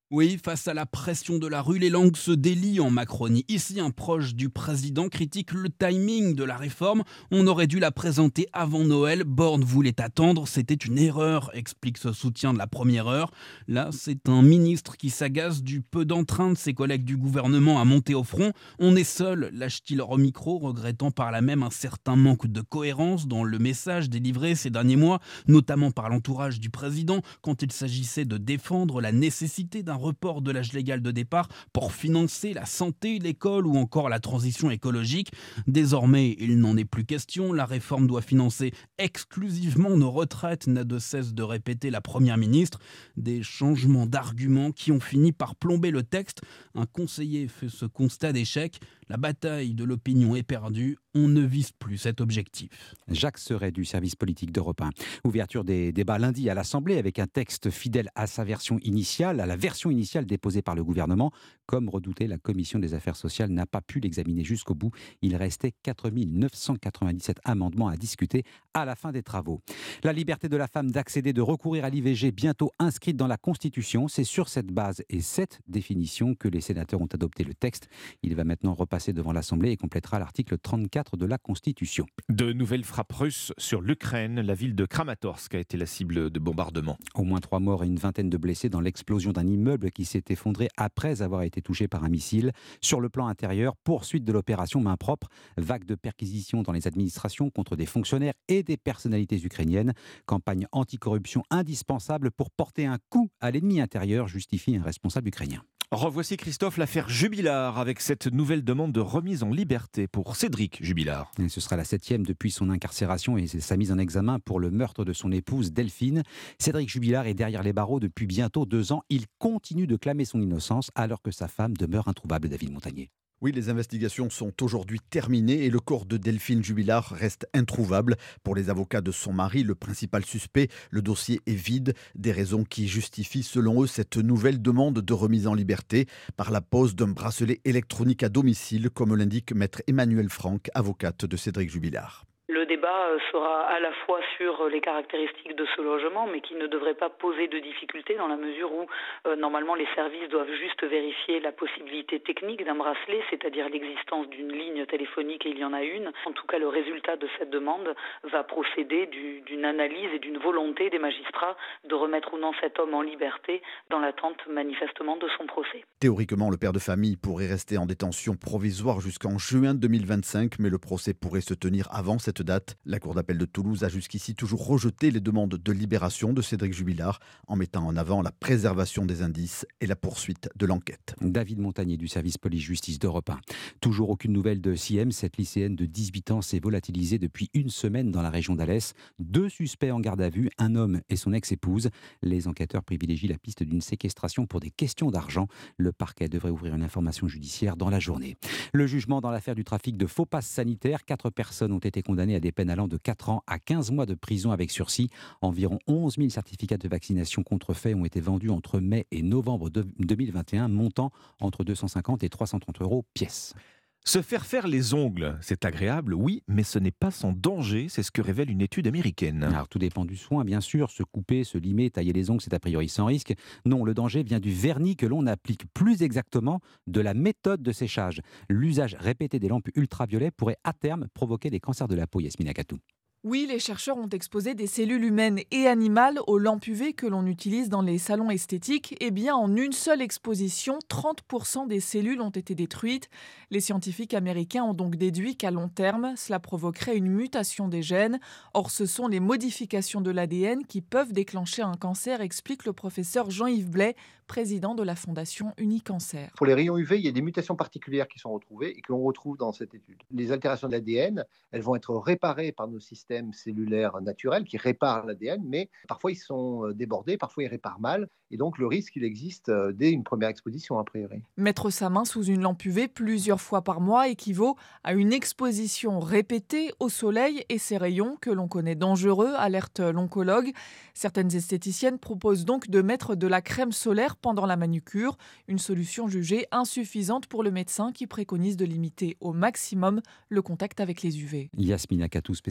Oui, face à la pression de la rue, les langues se délient en Macronie. Ici, un proche du président critique le timing de la réforme. On aurait dû la présenter avant Noël. Borne voulait attendre, c'était une erreur, explique ce soutien de la première heure. Là, c'est un ministre qui s'agace du peu d'entrain de ses collègues du gouvernement à monter au front. On est seul, lâche-t-il au micro, regrettant par là même un certain manque de cohérence dans le message délivré ces derniers mois, notamment par l'entourage du président, quand il s'agissait de défendre la nécessité d'un report de l'âge légal de départ pour financer la santé, l'école ou encore la transition écologique. Désormais, il n'en est plus question. La réforme doit financer exclusivement nos retraites, n'a de cesse de répéter la première ministre. Des changements d'arguments qui ont fini par plomber le texte. Un conseiller fait ce constat d'échec. La bataille de l'opinion est perdue. On ne vise plus cet objectif. Jacques Serret du service politique d'Europe un. Ouverture des débats lundi à l'Assemblée avec un texte fidèle à sa version initiale, à la version initiale déposée par le gouvernement. Comme redouté, la Commission des affaires sociales n'a pas pu l'examiner jusqu'au bout. Il restait quatre mille neuf cent quatre-vingt-dix-sept amendements à discuter à la fin des travaux. La liberté de la femme d'accéder, de recourir à l'I V G, bientôt inscrite dans la Constitution. C'est sur cette base et cette définition que les sénateurs ont adopté le texte. Il va maintenant repasser devant l'Assemblée et complétera l'article trente-quatre de la Constitution. De nouvelles frappes russes sur l'Ukraine. La ville de Kramatorsk a été la cible de bombardements. Au moins trois morts et une vingtaine de blessés dans l'explosion d'un immeuble qui s'est effondré après avoir été touché par un missile. Sur le plan intérieur, poursuite de l'opération main propre. Vague de perquisitions dans les administrations contre des fonctionnaires et des personnalités ukrainiennes. Campagne anticorruption indispensable pour porter un coup à l'ennemi intérieur, justifie un responsable ukrainien. Revoici Christophe l'affaire Jubilard avec cette nouvelle demande de remise en liberté pour Cédric Jubilard. Et ce sera la septième depuis son incarcération et sa mise en examen pour le meurtre de son épouse Delphine. Cédric Jubilard est derrière les barreaux depuis bientôt deux ans. Il continue de clamer son innocence alors que sa femme demeure introuvable, David Montagnier. Oui, les investigations sont aujourd'hui terminées et le corps de Delphine Jubilard reste introuvable. Pour les avocats de son mari, le principal suspect, le dossier est vide. Des raisons qui justifient selon eux cette nouvelle demande de remise en liberté par la pose d'un bracelet électronique à domicile, comme l'indique maître Emmanuel Franck, avocate de Cédric Jubilard. Le débat sera à la fois sur les caractéristiques de ce logement, mais qui ne devrait pas poser de difficultés dans la mesure où, euh, normalement, les services doivent juste vérifier la possibilité technique d'un bracelet, c'est-à-dire l'existence d'une ligne téléphonique, et il y en a une. En tout cas, le résultat de cette demande va procéder du, d'une analyse et d'une volonté des magistrats de remettre ou non cet homme en liberté dans l'attente manifestement de son procès. Théoriquement, le père de famille pourrait rester en détention provisoire jusqu'en juin deux mille vingt-cinq, mais le procès pourrait se tenir avant cette date. La Cour d'appel de Toulouse a jusqu'ici toujours rejeté les demandes de libération de Cédric Jubilard en mettant en avant la préservation des indices et la poursuite de l'enquête. David Montagnier du service police-justice d'Europe un. Toujours aucune nouvelle de Siem. Cette lycéenne de dix-huit ans s'est volatilisée depuis une semaine dans la région d'Alès. Deux suspects en garde à vue, un homme et son ex-épouse. Les enquêteurs privilégient la piste d'une séquestration pour des questions d'argent. Le parquet devrait ouvrir une information judiciaire dans la journée. Le jugement dans l'affaire du trafic de faux passes sanitaires. Quatre personnes ont été condamnées à des peines allant de quatre ans à quinze mois de prison avec sursis. Environ onze mille certificats de vaccination contrefaits ont été vendus entre mai et novembre deux mille vingt et un, montant entre deux cent cinquante et trois cent trente euros pièce. Se faire faire les ongles, c'est agréable, oui, mais ce n'est pas sans danger, c'est ce que révèle une étude américaine. Alors tout dépend du soin, bien sûr. Se couper, se limer, tailler les ongles, c'est a priori sans risque. Non, le danger vient du vernis que l'on applique, plus exactement de la méthode de séchage. L'usage répété des lampes ultraviolets pourrait à terme provoquer des cancers de la peau, Yasmina Katou. Oui, les chercheurs ont exposé des cellules humaines et animales aux lampes U V que l'on utilise dans les salons esthétiques. Et bien, en une seule exposition, trente pour cent des cellules ont été détruites. Les scientifiques américains ont donc déduit qu'à long terme, cela provoquerait une mutation des gènes. Or, ce sont les modifications de l'A D N qui peuvent déclencher un cancer, explique le professeur Jean-Yves Blais, président de la fondation Unicancer. Pour les rayons U V, il y a des mutations particulières qui sont retrouvées et que l'on retrouve dans cette étude. Les altérations de l'A D N, elles vont être réparées par nos systèmes cellulaires naturels qui réparent l'A D N, mais parfois ils sont débordés, parfois ils réparent mal, et donc le risque il existe dès une première exposition a priori. Mettre sa main sous une lampe U V plusieurs fois par mois équivaut à une exposition répétée au soleil et ses rayons que l'on connaît dangereux, alerte l'oncologue. Certaines esthéticiennes proposent donc de mettre de la crème solaire pendant la manucure, une solution jugée insuffisante pour le médecin qui préconise de limiter au maximum le contact avec les U V. Yasmina Katou, spécialiste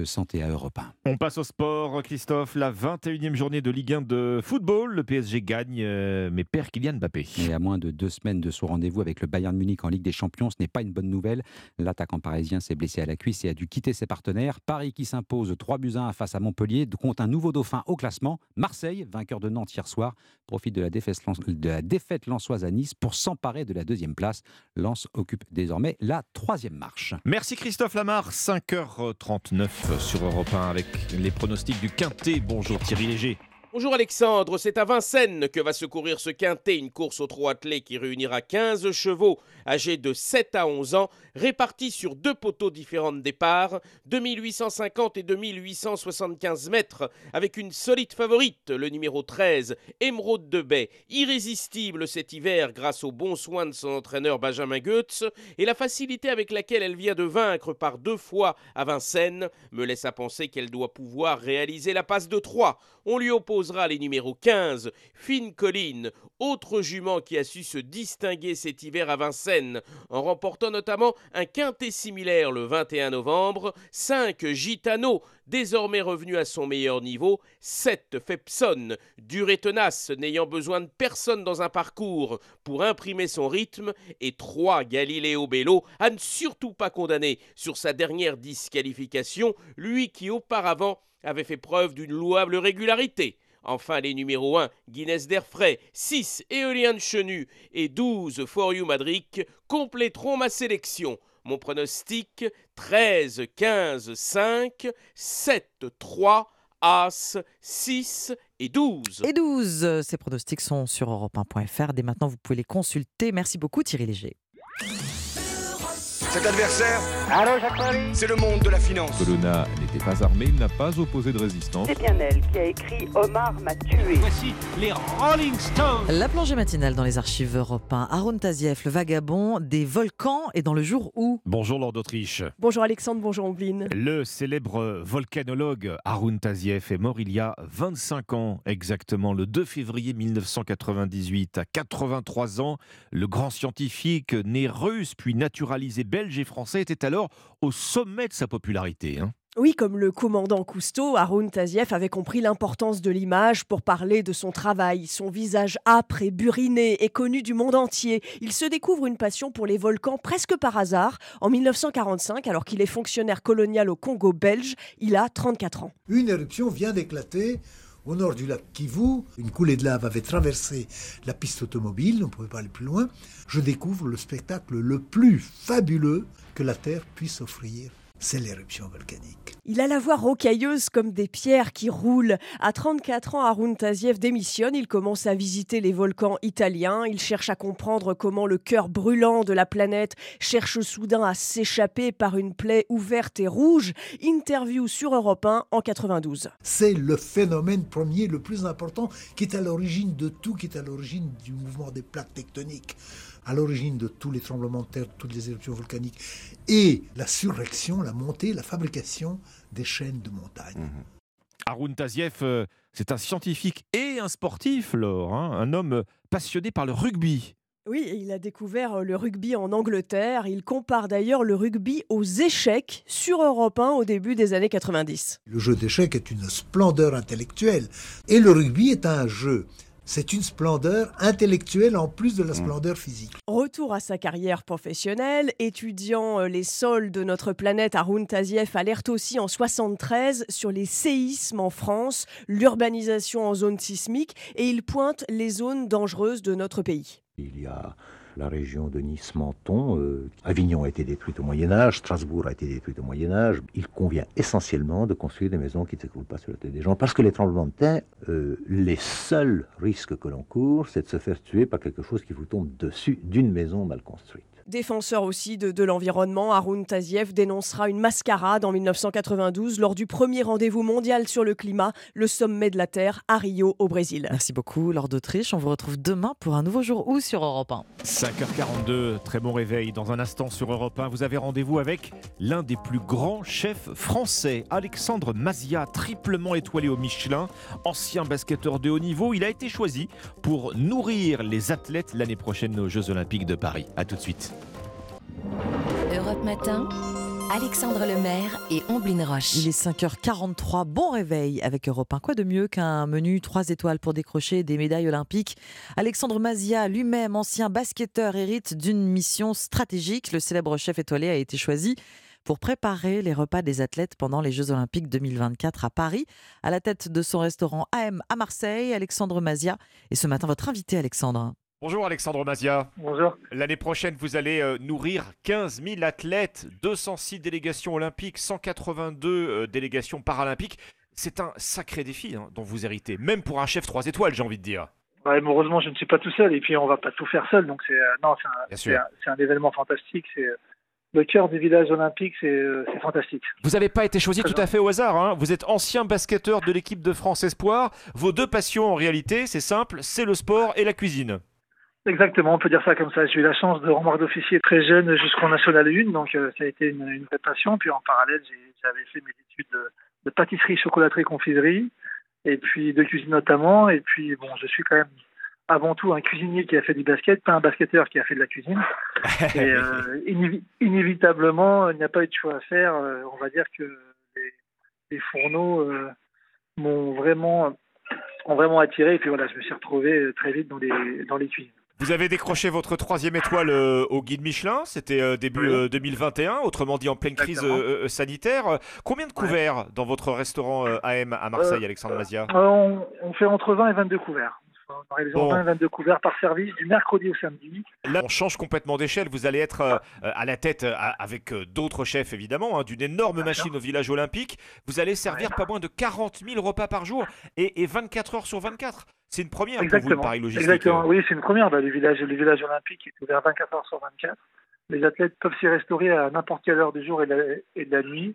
santé à Europe un. On passe au sport, Christophe. La vingt et unième journée de Ligue un de football. Le P S G gagne, euh, mais perd Kylian Mbappé. Et à moins de deux semaines de son rendez-vous avec le Bayern Munich en Ligue des Champions, ce n'est pas une bonne nouvelle. L'attaquant parisien s'est blessé à la cuisse et a dû quitter ses partenaires. Paris qui s'impose trois buts à un face à Montpellier compte un nouveau dauphin au classement. Marseille, vainqueur de Nantes hier soir, profite de la défaite, de la défaite lensoise à Nice pour s'emparer de la deuxième place. Lens occupe désormais la troisième marche. Merci Christophe Lamar, cinq heures trente-neuf sur Europe un avec les pronostics du Quintet. Bonjour Thierry Léger. Bonjour Alexandre, c'est à Vincennes que va se courir ce quintet, une course au trot attelé qui réunira quinze chevaux âgés de sept à onze ans, répartis sur deux poteaux différents de départ, deux mille huit cent cinquante et deux mille huit cent soixante-quinze mètres, avec une solide favorite, le numéro treize, Émeraude de Baie, irrésistible cet hiver grâce aux bons soins de son entraîneur Benjamin Goetz, et la facilité avec laquelle elle vient de vaincre par deux fois à Vincennes, me laisse à penser qu'elle doit pouvoir réaliser la passe de trois. On lui opposera les numéros quinze, Fine Colline, autre jument qui a su se distinguer cet hiver à Vincennes, en remportant notamment un quintet similaire le vingt et un novembre, cinq Gitano, désormais revenu à son meilleur niveau, sept Fepson, dur et tenace, n'ayant besoin de personne dans un parcours pour imprimer son rythme, et trois Galileo Bello, à ne surtout pas condamner sur sa dernière disqualification, lui qui auparavant avait fait preuve d'une louable régularité. Enfin, les numéros un, Guinness d'Airfray, six, Éolien de Chenu et douze, For You Madric, compléteront ma sélection. Mon pronostic, treize, quinze, cinq, sept, trois, As, six et douze. Et douze, ces pronostics sont sur europe un point f r. Dès maintenant, vous pouvez les consulter. Merci beaucoup Thierry Léger. Cet adversaire, c'est le monde de la finance. Colonna n'était pas armé, il n'a pas opposé de résistance. C'est bien elle qui a écrit Omar m'a tué. Voici les Rolling Stones. La plongée matinale dans les archives Europe un. Haroun Tazieff, le vagabond des volcans, et dans le jour où... Bonjour Lord d'Autriche. Bonjour Alexandre, bonjour Ombline. Le célèbre volcanologue Haroun Tazieff est mort il y a vingt-cinq ans exactement, le deux février mille neuf cent quatre-vingt-dix-huit. À quatre-vingt-trois ans, le grand scientifique né russe puis naturalisé belge et français était alors au sommet de sa popularité. Hein. Oui, comme le commandant Cousteau, Haroun Tazieff avait compris l'importance de l'image pour parler de son travail. Son visage âpre et buriné est connu du monde entier. Il se découvre une passion pour les volcans presque par hasard. En mille neuf cent quarante-cinq, alors qu'il est fonctionnaire colonial au Congo belge, il a trente-quatre ans. Une éruption vient d'éclater au nord du lac Kivu. Une coulée de lave avait traversé la piste automobile, on ne pouvait pas aller plus loin. Je découvre le spectacle le plus fabuleux que la Terre puisse offrir. C'est l'éruption volcanique. Il a la voix rocailleuse comme des pierres qui roulent. À trente-quatre ans, Haroun Tazieff démissionne. Il commence à visiter les volcans italiens. Il cherche à comprendre comment le cœur brûlant de la planète cherche soudain à s'échapper par une plaie ouverte et rouge. Interview sur Europe un en quatre-vingt-douze. C'est le phénomène premier, le plus important, qui est à l'origine de tout, qui est à l'origine du mouvement des plaques tectoniques, à l'origine de tous les tremblements de terre, de toutes les éruptions volcaniques, et la surrection, la montée, la fabrication des chaînes de montagnes. Mmh. Haroun Tazieff, euh, c'est un scientifique et un sportif, Laure, hein, un homme passionné par le rugby. Oui, il a découvert le rugby en Angleterre. Il compare d'ailleurs le rugby aux échecs sur Europe un au début des années quatre-vingt-dix. Le jeu d'échecs est une splendeur intellectuelle, et le rugby est un jeu. C'est une splendeur intellectuelle en plus de la splendeur physique. Retour à sa carrière professionnelle, étudiant les sols de notre planète, Haroun Tazieff alerte aussi en soixante-treize sur les séismes en France, l'urbanisation en zone sismique, et il pointe les zones dangereuses de notre pays. Il y a la région de Nice-Menton. Euh, Avignon a été détruite au Moyen-Âge, Strasbourg a été détruite au Moyen-Âge. Il convient essentiellement de construire des maisons qui ne s'écroulent pas sur la tête des gens, parce que les tremblements de terre, euh, les seuls risques que l'on court, c'est de se faire tuer par quelque chose qui vous tombe dessus d'une maison mal construite. Défenseur aussi de, de l'environnement, Haroun Tazieff dénoncera une mascarade en mille neuf cent quatre-vingt-douze lors du premier rendez-vous mondial sur le climat, le sommet de la Terre à Rio au Brésil. Merci beaucoup Lord d'Autriche, on vous retrouve demain pour un nouveau jour où sur Europe un. cinq heures quarante-deux, très bon réveil. Dans un instant sur Europe un, vous avez rendez-vous avec l'un des plus grands chefs français, Alexandre Mazia, triplement étoilé au Michelin, ancien basketteur de haut niveau. Il a été choisi pour nourrir les athlètes l'année prochaine aux Jeux Olympiques de Paris. A tout de suite. Europe Matin, Alexandre Lemaire et Omblin Roche. Il est cinq heures quarante-trois, bon réveil avec Europe un. Quoi de mieux qu'un menu trois étoiles pour décrocher des médailles olympiques? Alexandre Masia, lui-même ancien basketteur, hérite d'une mission stratégique. Le célèbre chef étoilé a été choisi pour préparer les repas des athlètes pendant les Jeux Olympiques deux mille vingt-quatre à Paris. À la tête de son restaurant A M à Marseille, Alexandre Masia est ce matin votre invité, Alexandre. Bonjour Alexandre Masia. Bonjour. L'année prochaine, vous allez euh, nourrir quinze mille athlètes, deux cent six délégations olympiques, cent quatre-vingt-deux euh, délégations paralympiques. C'est un sacré défi hein, dont vous héritez, même pour un chef trois étoiles, j'ai envie de dire. Ouais, mais heureusement, je ne suis pas tout seul et puis on va pas tout faire seul. Donc c'est euh, non, c'est un, c'est un, c'est un événement fantastique. C'est euh, le cœur du village olympique, c'est, euh, c'est fantastique. Vous n'avez pas été choisi Très tout bien. à fait au hasard. Hein. Vous êtes ancien basketteur de l'équipe de France Espoir. Vos deux passions, en réalité, c'est simple, c'est le sport et la cuisine. Exactement, on peut dire ça comme ça. J'ai eu la chance de remarquer d'officier très jeune jusqu'en National un, donc euh, ça a été une, une vraie passion. Puis en parallèle, j'ai, j'avais fait mes études de, de pâtisserie, chocolaterie, confiserie, et puis de cuisine notamment. Et puis bon, je suis quand même avant tout un cuisinier qui a fait du basket, pas un basketteur qui a fait de la cuisine. Et euh, inévi- inévitablement, il n'y a pas eu de choix à faire. Euh, on va dire que les, les fourneaux euh, m'ont vraiment, ont vraiment attiré. Et puis voilà, je me suis retrouvé très vite dans les, dans les cuisines. Vous avez décroché votre troisième étoile euh, au guide Michelin, c'était euh, début oui. euh, deux mille vingt et un, autrement dit en pleine crise euh, euh, sanitaire. Combien de couverts ouais. dans votre restaurant euh, A M à Marseille, euh, Alexandre Masia? euh, on, on fait entre vingt et vingt-deux couverts. On réalise bon. vingt et vingt-deux couverts par service du mercredi au samedi. Là, on change complètement d'échelle. Vous allez être euh, à la tête, euh, avec euh, d'autres chefs évidemment, hein, d'une énorme machine au village olympique. Vous allez servir ouais. pas moins de quarante mille repas par jour et, et vingt-quatre heures sur vingt-quatre. C'est une première Exactement. pour vous, le Paris Logistique. Exactement, oui, c'est une première. Bah, le, village, le village olympique est ouvert vingt-quatre heures sur vingt-quatre. Les athlètes peuvent s'y restaurer à n'importe quelle heure du jour et de la, et de la nuit.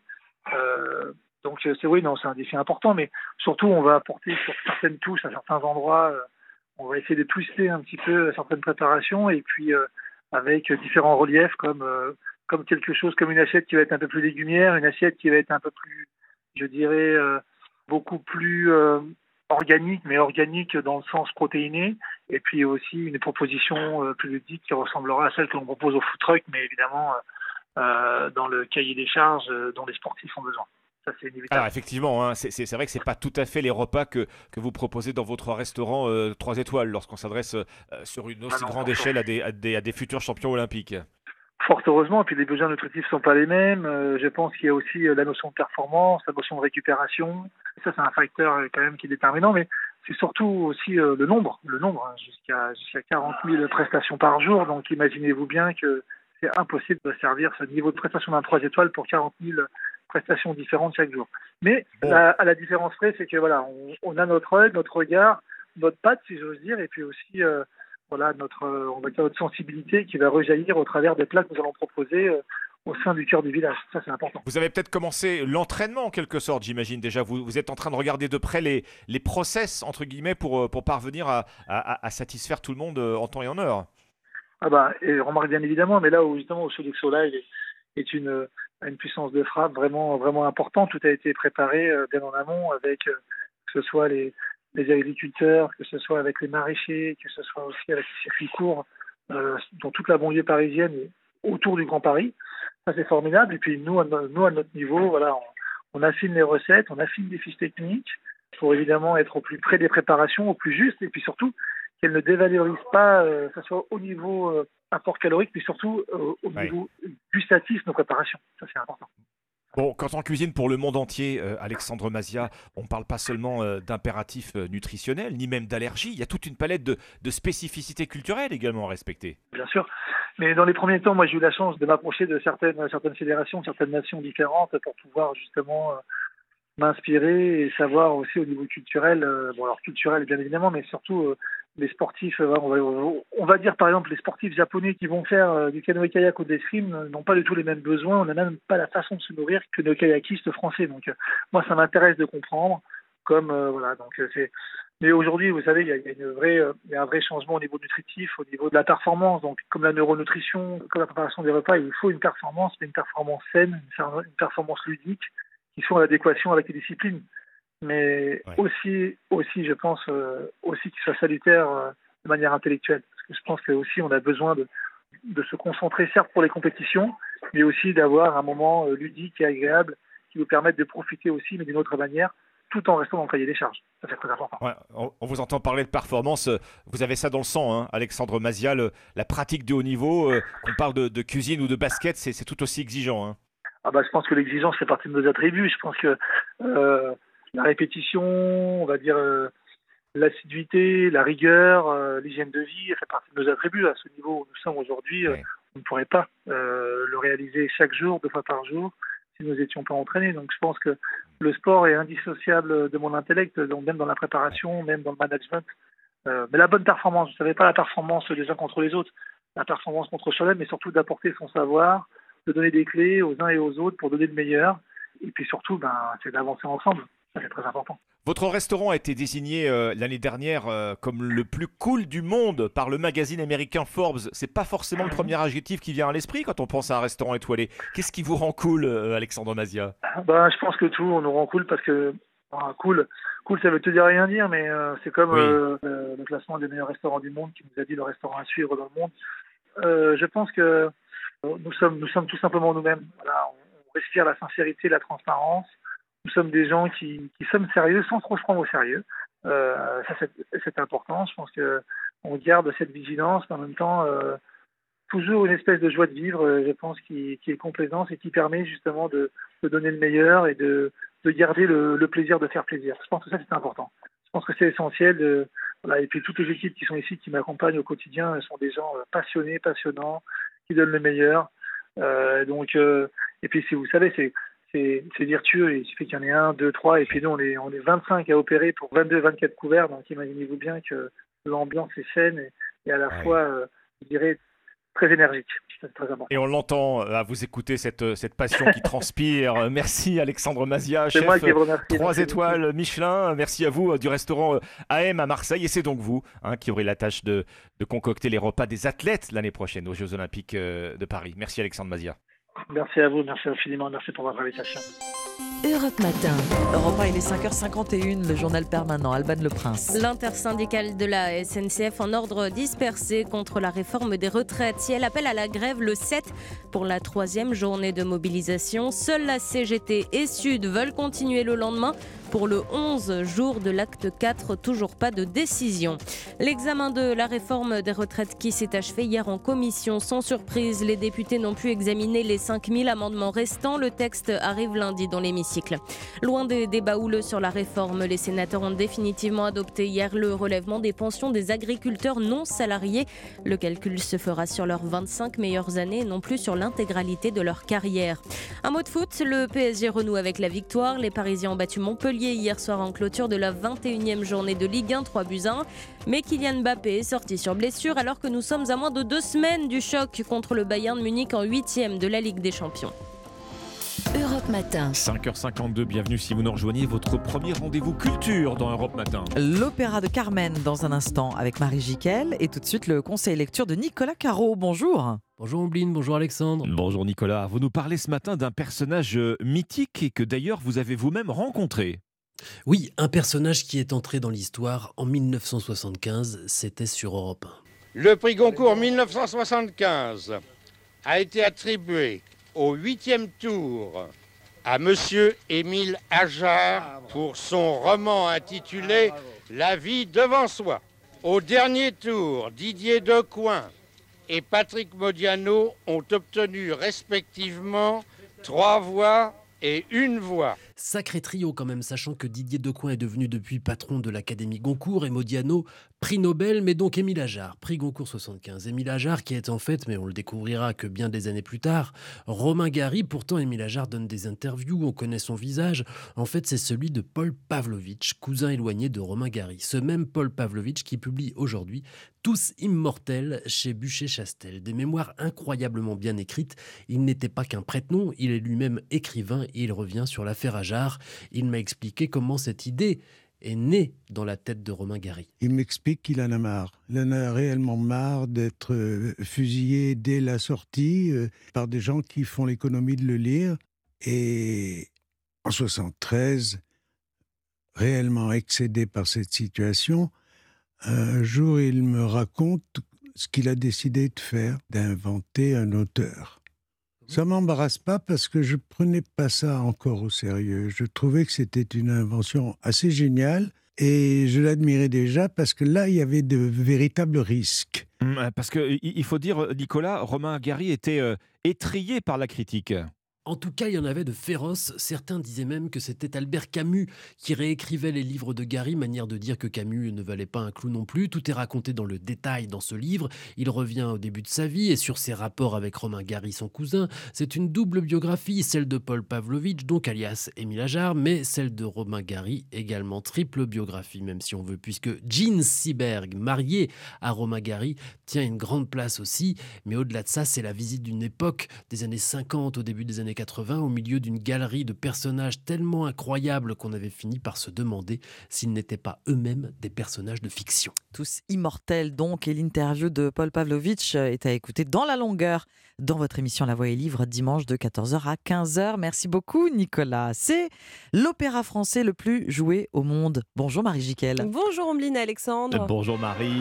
Euh, donc, c'est, oui, non, c'est un défi important, mais surtout, on va apporter sur certaines touches, à certains endroits, euh, on va essayer de twister un petit peu certaines préparations et puis euh, avec différents reliefs comme, euh, comme quelque chose, comme une assiette qui va être un peu plus légumière, une assiette qui va être un peu plus, je dirais, euh, beaucoup plus... Euh, organique, mais organique dans le sens protéiné, et puis aussi une proposition euh, plus ludique qui ressemblera à celle que l'on propose au food truck, mais évidemment euh, dans le cahier des charges euh, dont les sportifs ont besoin. Ça, c'est inévitable. Alors effectivement, hein, c'est, c'est, c'est vrai que c'est pas tout à fait les repas que, que vous proposez dans votre restaurant euh, trois étoiles lorsqu'on s'adresse euh, sur une aussi ah non, grande échelle à des, à, des, à des futurs champions olympiques. Fort heureusement, et puis les besoins nutritifs ne sont pas les mêmes. Euh, je pense qu'il y a aussi euh, la notion de performance, la notion de récupération. Ça, c'est un facteur euh, quand même qui est déterminant, mais c'est surtout aussi euh, le nombre, le nombre, hein, jusqu'à, jusqu'à quarante mille prestations par jour. Donc imaginez-vous bien que c'est impossible de servir ce niveau de prestation d'un trois étoiles pour quarante mille prestations différentes chaque jour. Mais bon. la, à la différence près, c'est que voilà, on, on a notre œil, notre regard, notre patte, si j'ose dire, et puis aussi... Euh, Voilà notre, on va dire notre sensibilité qui va rejaillir au travers des plats que nous allons proposer euh, au sein du cœur du village. Ça, c'est important. Vous avez peut-être commencé l'entraînement en quelque sorte, j'imagine déjà. Vous, vous êtes en train de regarder de près les, les process, entre guillemets, pour, pour parvenir à, à, à satisfaire tout le monde en temps et en heure. Ah bah, et remarque bien évidemment, mais là où justement, où Sodexo Live est, est une, une puissance de frappe vraiment, vraiment importante. Tout a été préparé euh, bien en amont avec euh, que ce soit les... les agriculteurs, que ce soit avec les maraîchers, que ce soit aussi avec les circuits courts euh, dans toute la banlieue parisienne et autour du Grand Paris. Ça, c'est formidable. Et puis, nous, à, nous, à notre niveau, voilà, on, on affine les recettes, on affine les fiches techniques pour évidemment être au plus près des préparations, au plus juste, et puis surtout qu'elles ne dévalorisent pas, euh, que ce soit au niveau euh, apport calorique, mais surtout euh, au ouais. niveau gustatif nos préparations. Ça, c'est important. Bon, quand on cuisine pour le monde entier, euh, Alexandre Masia, on ne parle pas seulement euh, d'impératifs euh, nutritionnels, ni même d'allergies. Il y a toute une palette de, de spécificités culturelles également à respecter. Bien sûr. Mais dans les premiers temps, moi, j'ai eu la chance de m'approcher de certaines, certaines fédérations, certaines nations différentes pour pouvoir justement euh, m'inspirer et savoir aussi au niveau culturel, euh, bon alors culturel bien évidemment, mais surtout euh, les sportifs, euh, on, va, on va dire par exemple les sportifs japonais qui vont faire euh, du canoë-kayak ou de l'escrime euh, n'ont pas du tout les mêmes besoins, on n'a même pas la façon de se nourrir que nos kayakistes français. Donc euh, moi ça m'intéresse de comprendre, comme euh, voilà donc euh, c'est. Mais aujourd'hui vous savez il y a, il y a une vraie, euh, il y a un vrai changement au niveau nutritif, au niveau de la performance, donc comme la neuronutrition, comme la préparation des repas, il faut une performance, mais une performance saine, une performance ludique, qui sont en adéquation avec les disciplines, mais ouais. aussi, aussi, je pense, euh, aussi qu'ils soient salutaires euh, de manière intellectuelle. Parce que je pense que aussi on a besoin de, de se concentrer, certes pour les compétitions, mais aussi d'avoir un moment euh, ludique et agréable qui vous permette de profiter aussi, mais d'une autre manière, tout en restant dans le cahier des charges. Ça, c'est très important. Ouais, on, on vous entend parler de performance, euh, vous avez ça dans le sang, hein, Alexandre Mazia, le- la pratique de haut niveau, euh, qu'on parle de, de cuisine ou de basket, c'est c'est tout aussi exigeant. Hein. Ah bah, je pense que l'exigence fait partie de nos attributs. Je pense que euh, la répétition, on va dire euh, l'assiduité, la rigueur, euh, l'hygiène de vie, ça fait partie de nos attributs. À ce niveau où nous sommes aujourd'hui, euh, Ouais. on ne pourrait pas euh, le réaliser chaque jour, deux fois par jour, si nous n'étions pas entraînés. Donc je pense que le sport est indissociable de mon intellect, donc même dans la préparation, même dans le management. Euh, mais la bonne performance, vous savez pas la performance des uns contre les autres, la performance contre soi-même, mais surtout d'apporter son savoir, de donner des clés aux uns et aux autres pour donner le meilleur. Et puis surtout, ben, c'est d'avancer ensemble. Ça, c'est très important. Votre restaurant a été désigné euh, l'année dernière euh, comme le plus cool du monde par le magazine américain Forbes. C'est pas forcément le premier adjectif qui vient à l'esprit quand on pense à un restaurant étoilé. Qu'est-ce qui vous rend cool, euh, Alexandre Mazia? Ben, je pense que tout, on nous rend cool parce que ben, cool, cool, ça veut te dire rien dire, mais euh, c'est comme Oui. euh, euh, le classement des meilleurs restaurants du monde qui nous a dit le restaurant à suivre dans le monde. Euh, je pense que euh, nous sommes, nous sommes tout simplement nous-mêmes. Voilà, on, on respire la sincérité, la transparence. Nous sommes des gens qui, qui sommes sérieux sans trop se prendre au sérieux. Euh, ça, c'est, c'est important. Je pense que on garde cette vigilance, mais en même temps, euh, toujours une espèce de joie de vivre, euh, je pense, qui, qui est complaisance et qui permet justement de, de donner le meilleur et de, de garder le, le plaisir de faire plaisir. Je pense que ça, c'est important. Je pense que c'est essentiel. De, voilà, et puis toutes les équipes qui sont ici, qui m'accompagnent au quotidien, sont des gens euh, passionnés, passionnants, qui donnent le meilleur. Euh, donc, euh, et puis, si vous savez, c'est C'est, c'est virtueux, il suffit qu'il y en ait un, deux, trois, et puis nous on est, on est vingt-cinq à opérer pour vingt-deux, vingt-quatre couverts, donc imaginez-vous bien que l'ambiance est saine et, et à la Ouais. fois, euh, je dirais, très énergique. Ça, c'est très important. Et on l'entend euh, à vous écouter, cette, cette passion qui transpire. Euh, Merci Alexandre Mazia, C'est chef moi qui vous remercie. trois Merci étoiles Michelin. Merci à vous euh, du restaurant euh, A M à Marseille. Et c'est donc vous hein, qui aurez la tâche de, de concocter les repas des athlètes l'année prochaine aux Jeux Olympiques euh, de Paris. Merci Alexandre Mazia. Merci à vous, merci infiniment, merci pour votre invitation. Europe Matin. Europe un, il est cinq heures cinquante et une, le journal permanent, Alban Le Prince. L'intersyndicale de la S N C F en ordre dispersé contre la réforme des retraites. Si elle appelle à la grève le sept pour la troisième journée de mobilisation, seuls la C G T et Sud veulent continuer le lendemain. Pour le onze, jour de l'acte quatre, toujours pas de décision. L'examen de la réforme des retraites qui s'est achevé hier en commission. Sans surprise, les députés n'ont pu examiner les cinq mille amendements restants. Le texte arrive lundi dans l'hémicycle. Loin des débats houleux sur la réforme, les sénateurs ont définitivement adopté hier le relèvement des pensions des agriculteurs non salariés. Le calcul se fera sur leurs vingt-cinq meilleures années et non plus sur l'intégralité de leur carrière. Un mot de foot, le P S G renoue avec la victoire. Les Parisiens ont battu Montpellier hier soir en clôture de la vingt et unième journée de Ligue un, trois buts à un. Mais Kylian Mbappé est sorti sur blessure alors que nous sommes à moins de deux semaines du choc contre le Bayern de Munich en huitième de la Ligue des Champions. Europe Matin. cinq heures cinquante-deux, bienvenue si vous nous rejoignez. Votre premier rendez-vous culture dans Europe Matin. L'opéra de Carmen dans un instant avec Marie Jiquel et tout de suite le conseil lecture de Nicolas Caro. Bonjour. Bonjour Ombline, bonjour Alexandre. Bonjour Nicolas, vous nous parlez ce matin d'un personnage euh, mythique et que d'ailleurs vous avez vous-même rencontré. Oui, un personnage qui est entré dans l'histoire en mille neuf cent soixante-quinze, c'était sur Europe un. Le prix Goncourt mille neuf cent soixante-quinze a été attribué au huitième tour à Monsieur Émile Ajar pour son roman intitulé La vie devant soi. Au dernier tour, Didier Decoing et Patrick Modiano ont obtenu respectivement trois voix et une voix. Sacré trio quand même, sachant que Didier Decoing est devenu depuis patron de l'Académie Goncourt et Modiano prix Nobel, mais donc Émile Ajar, prix Goncourt soixante-quinze. Émile Ajar qui est en fait, mais on le découvrira que bien des années plus tard, Romain Gary. Pourtant Émile Ajar donne des interviews, on connaît son visage. En fait c'est celui de Paul Pavlovitch, cousin éloigné de Romain Gary. Ce même Paul Pavlovitch qui publie aujourd'hui Tous immortels chez Buchet-Chastel. Des mémoires incroyablement bien écrites. Il n'était pas qu'un prête-nom, il est lui-même écrivain et il revient sur l'affaire Ajar. Il m'a expliqué comment cette idée est née dans la tête de Romain Gary. Il m'explique qu'il en a marre. Il en a réellement marre d'être euh, fusillé dès la sortie euh, par des gens qui font l'économie de le lire. Et en soixante-treize, réellement excédé par cette situation, un jour il me raconte ce qu'il a décidé de faire, d'inventer un auteur. Ça m'embarrasse pas parce que je prenais pas ça encore au sérieux. Je trouvais que c'était une invention assez géniale et je l'admirais déjà parce que là, il y avait de véritables risques. Parce qu'il faut dire, Nicolas, Romain Gary était euh, étrillé par la critique. En tout cas, il y en avait de féroces. Certains disaient même que c'était Albert Camus qui réécrivait les livres de Gary, manière de dire que Camus ne valait pas un clou non plus. Tout est raconté dans le détail dans ce livre. Il revient au début de sa vie et sur ses rapports avec Romain Gary, son cousin. C'est une double biographie, celle de Paul Pavlovitch, donc alias Émile Ajar, mais celle de Romain Gary, également triple biographie, même si on veut, puisque Jean Seberg, marié à Romain Gary, tient une grande place aussi. Mais au-delà de ça, c'est la visite d'une époque des années cinquante au début des années quatre-vingts, au milieu d'une galerie de personnages tellement incroyables qu'on avait fini par se demander s'ils n'étaient pas eux-mêmes des personnages de fiction. Tous immortels donc, et l'interview de Paul Pavlovitch est à écouter dans la longueur dans votre émission La Voix est Livre, dimanche de quatorze heures à quinze heures. Merci beaucoup Nicolas. C'est l'opéra français le plus joué au monde. Bonjour Marie Jiquel. Bonjour Ombline et Alexandre. Bonjour Marie.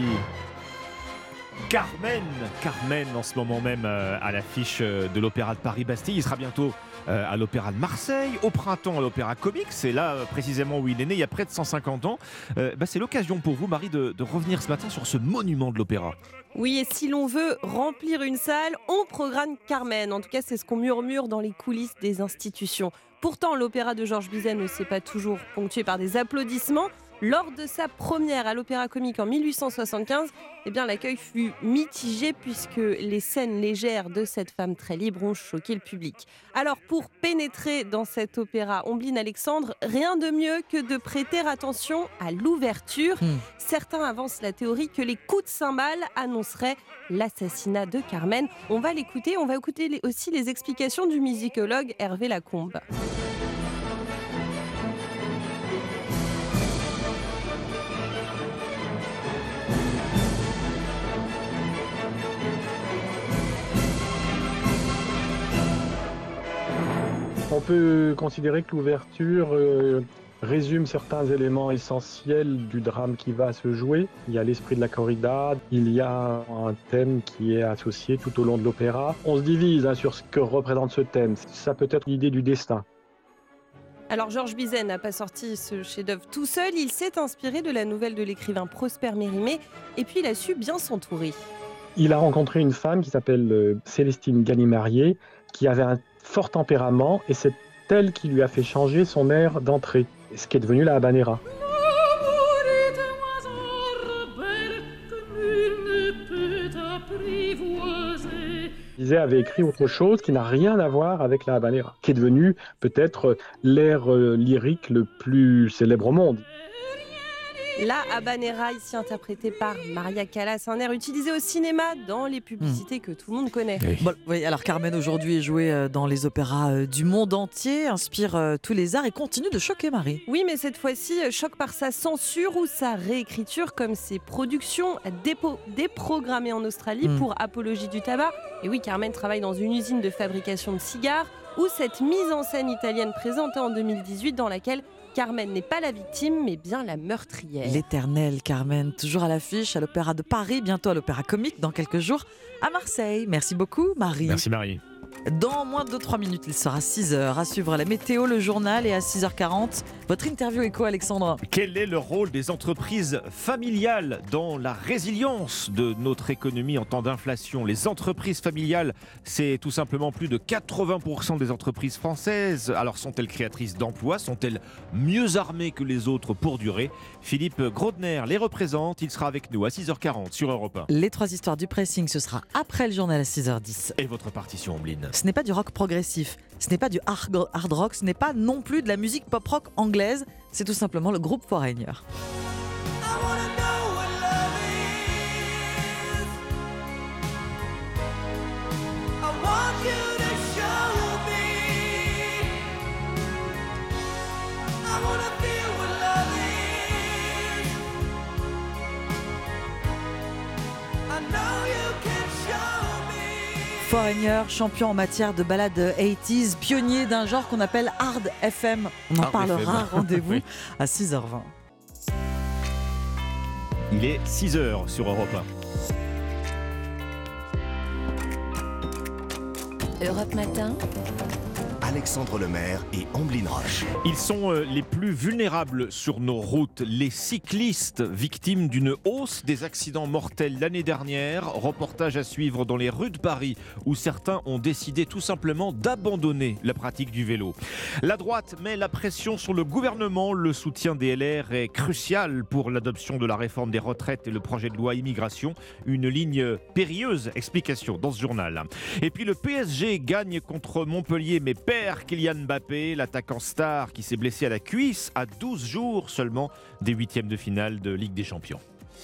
Carmen, Carmen en ce moment même euh, à l'affiche euh, de l'Opéra de Paris-Bastille. Il sera bientôt euh, à l'Opéra de Marseille, au printemps à l'Opéra Comique. C'est là euh, précisément où il est né, il y a près de cent cinquante ans. Euh, bah, c'est l'occasion pour vous, Marie, de, de revenir ce matin sur ce monument de l'opéra. Oui, et si l'on veut remplir une salle, on programme Carmen. En tout cas, c'est ce qu'on murmure dans les coulisses des institutions. Pourtant, l'opéra de Georges Bizet ne s'est pas toujours ponctué par des applaudissements. Lors de sa première à l'Opéra Comique en mille huit cent soixante-quinze, eh bien, l'accueil fut mitigé puisque les scènes légères de cette femme très libre ont choqué le public. Alors, pour pénétrer dans cet opéra, Ombline Alexandre, rien de mieux que de prêter attention à l'ouverture. Mmh. Certains avancent la théorie que les coups de cymbales annonceraient l'assassinat de Carmen. On va l'écouter, on va écouter aussi les explications du musicologue Hervé Lacombe. On peut considérer que l'ouverture euh, résume certains éléments essentiels du drame qui va se jouer. Il y a l'esprit de la corrida, il y a un thème qui est associé tout au long de l'opéra. On se divise hein, sur ce que représente ce thème. Ça peut être l'idée du destin. Alors Georges Bizet n'a pas sorti ce chef-d'œuvre tout seul, il s'est inspiré de la nouvelle de l'écrivain Prosper Mérimée et puis il a su bien s'entourer. Il a rencontré une femme qui s'appelle euh, Célestine Gallimarié, qui avait un fort tempérament et c'est elle qui lui a fait changer son air d'entrée, ce qui est devenu la habanera. Bizet avait écrit autre chose qui n'a rien à voir avec la habanera, qui est devenu peut-être l'air euh, lyrique le plus célèbre au monde. La habanera, ici interprétée par Maria Callas, un air utilisé au cinéma dans les publicités mmh. que tout le monde connaît. Oui. Bon, oui, alors Carmen aujourd'hui est jouée dans les opéras du monde entier, inspire euh, tous les arts et continue de choquer Marie. Oui, mais cette fois-ci, choque par sa censure ou sa réécriture, comme ses productions dépo- déprogrammées en Australie mmh. pour apologie du tabac. Et oui, Carmen travaille dans une usine de fabrication de cigares, ou cette mise en scène italienne présentée en deux mille dix-huit dans laquelle Carmen n'est pas la victime, mais bien la meurtrière. L'éternelle Carmen, toujours à l'affiche à l'Opéra de Paris, bientôt à l'Opéra Comique, dans quelques jours à Marseille. Merci beaucoup, Marie. Merci, Marie. Dans moins de trois minutes, il sera six heures. À suivre la météo, le journal et à six heures quarante, votre interview écho, Alexandre. Quel est le rôle des entreprises familiales dans la résilience de notre économie en temps d'inflation ? Les entreprises familiales, c'est tout simplement plus de quatre-vingts pour cent des entreprises françaises. Alors sont-elles créatrices d'emplois ? Sont-elles mieux armées que les autres pour durer ? Philippe Grodner les représente. Il sera avec nous à six heures quarante sur Europe un. Les trois histoires du pressing, ce sera après le journal à six heures dix. Et votre partition, Ombline ? Ce n'est pas du rock progressif, ce n'est pas du hard rock, ce n'est pas non plus de la musique pop-rock anglaise, c'est tout simplement le groupe Foreigner. Foreigner, champion en matière de ballades quatre-vingt-dix, pionnier d'un genre qu'on appelle hard F M. On en hard parlera, F M. Rendez-vous oui. à six heures vingt. Il est six heures sur Europe un. Europe Matin. Alexandre Lemaire et Amblin Roche. Ils sont les plus vulnérables sur nos routes, les cyclistes victimes d'une hausse des accidents mortels l'année dernière. Reportage à suivre dans les rues de Paris où certains ont décidé tout simplement d'abandonner la pratique du vélo. La droite met la pression sur le gouvernement. Le soutien des L R est crucial pour l'adoption de la réforme des retraites et le projet de loi immigration. Une ligne périlleuse, explication dans ce journal. Et puis le P S G gagne contre Montpellier mais perd Kylian Mbappé, l'attaquant star qui s'est blessé à la cuisse à douze jours seulement des huitièmes de finale de Ligue des Champions.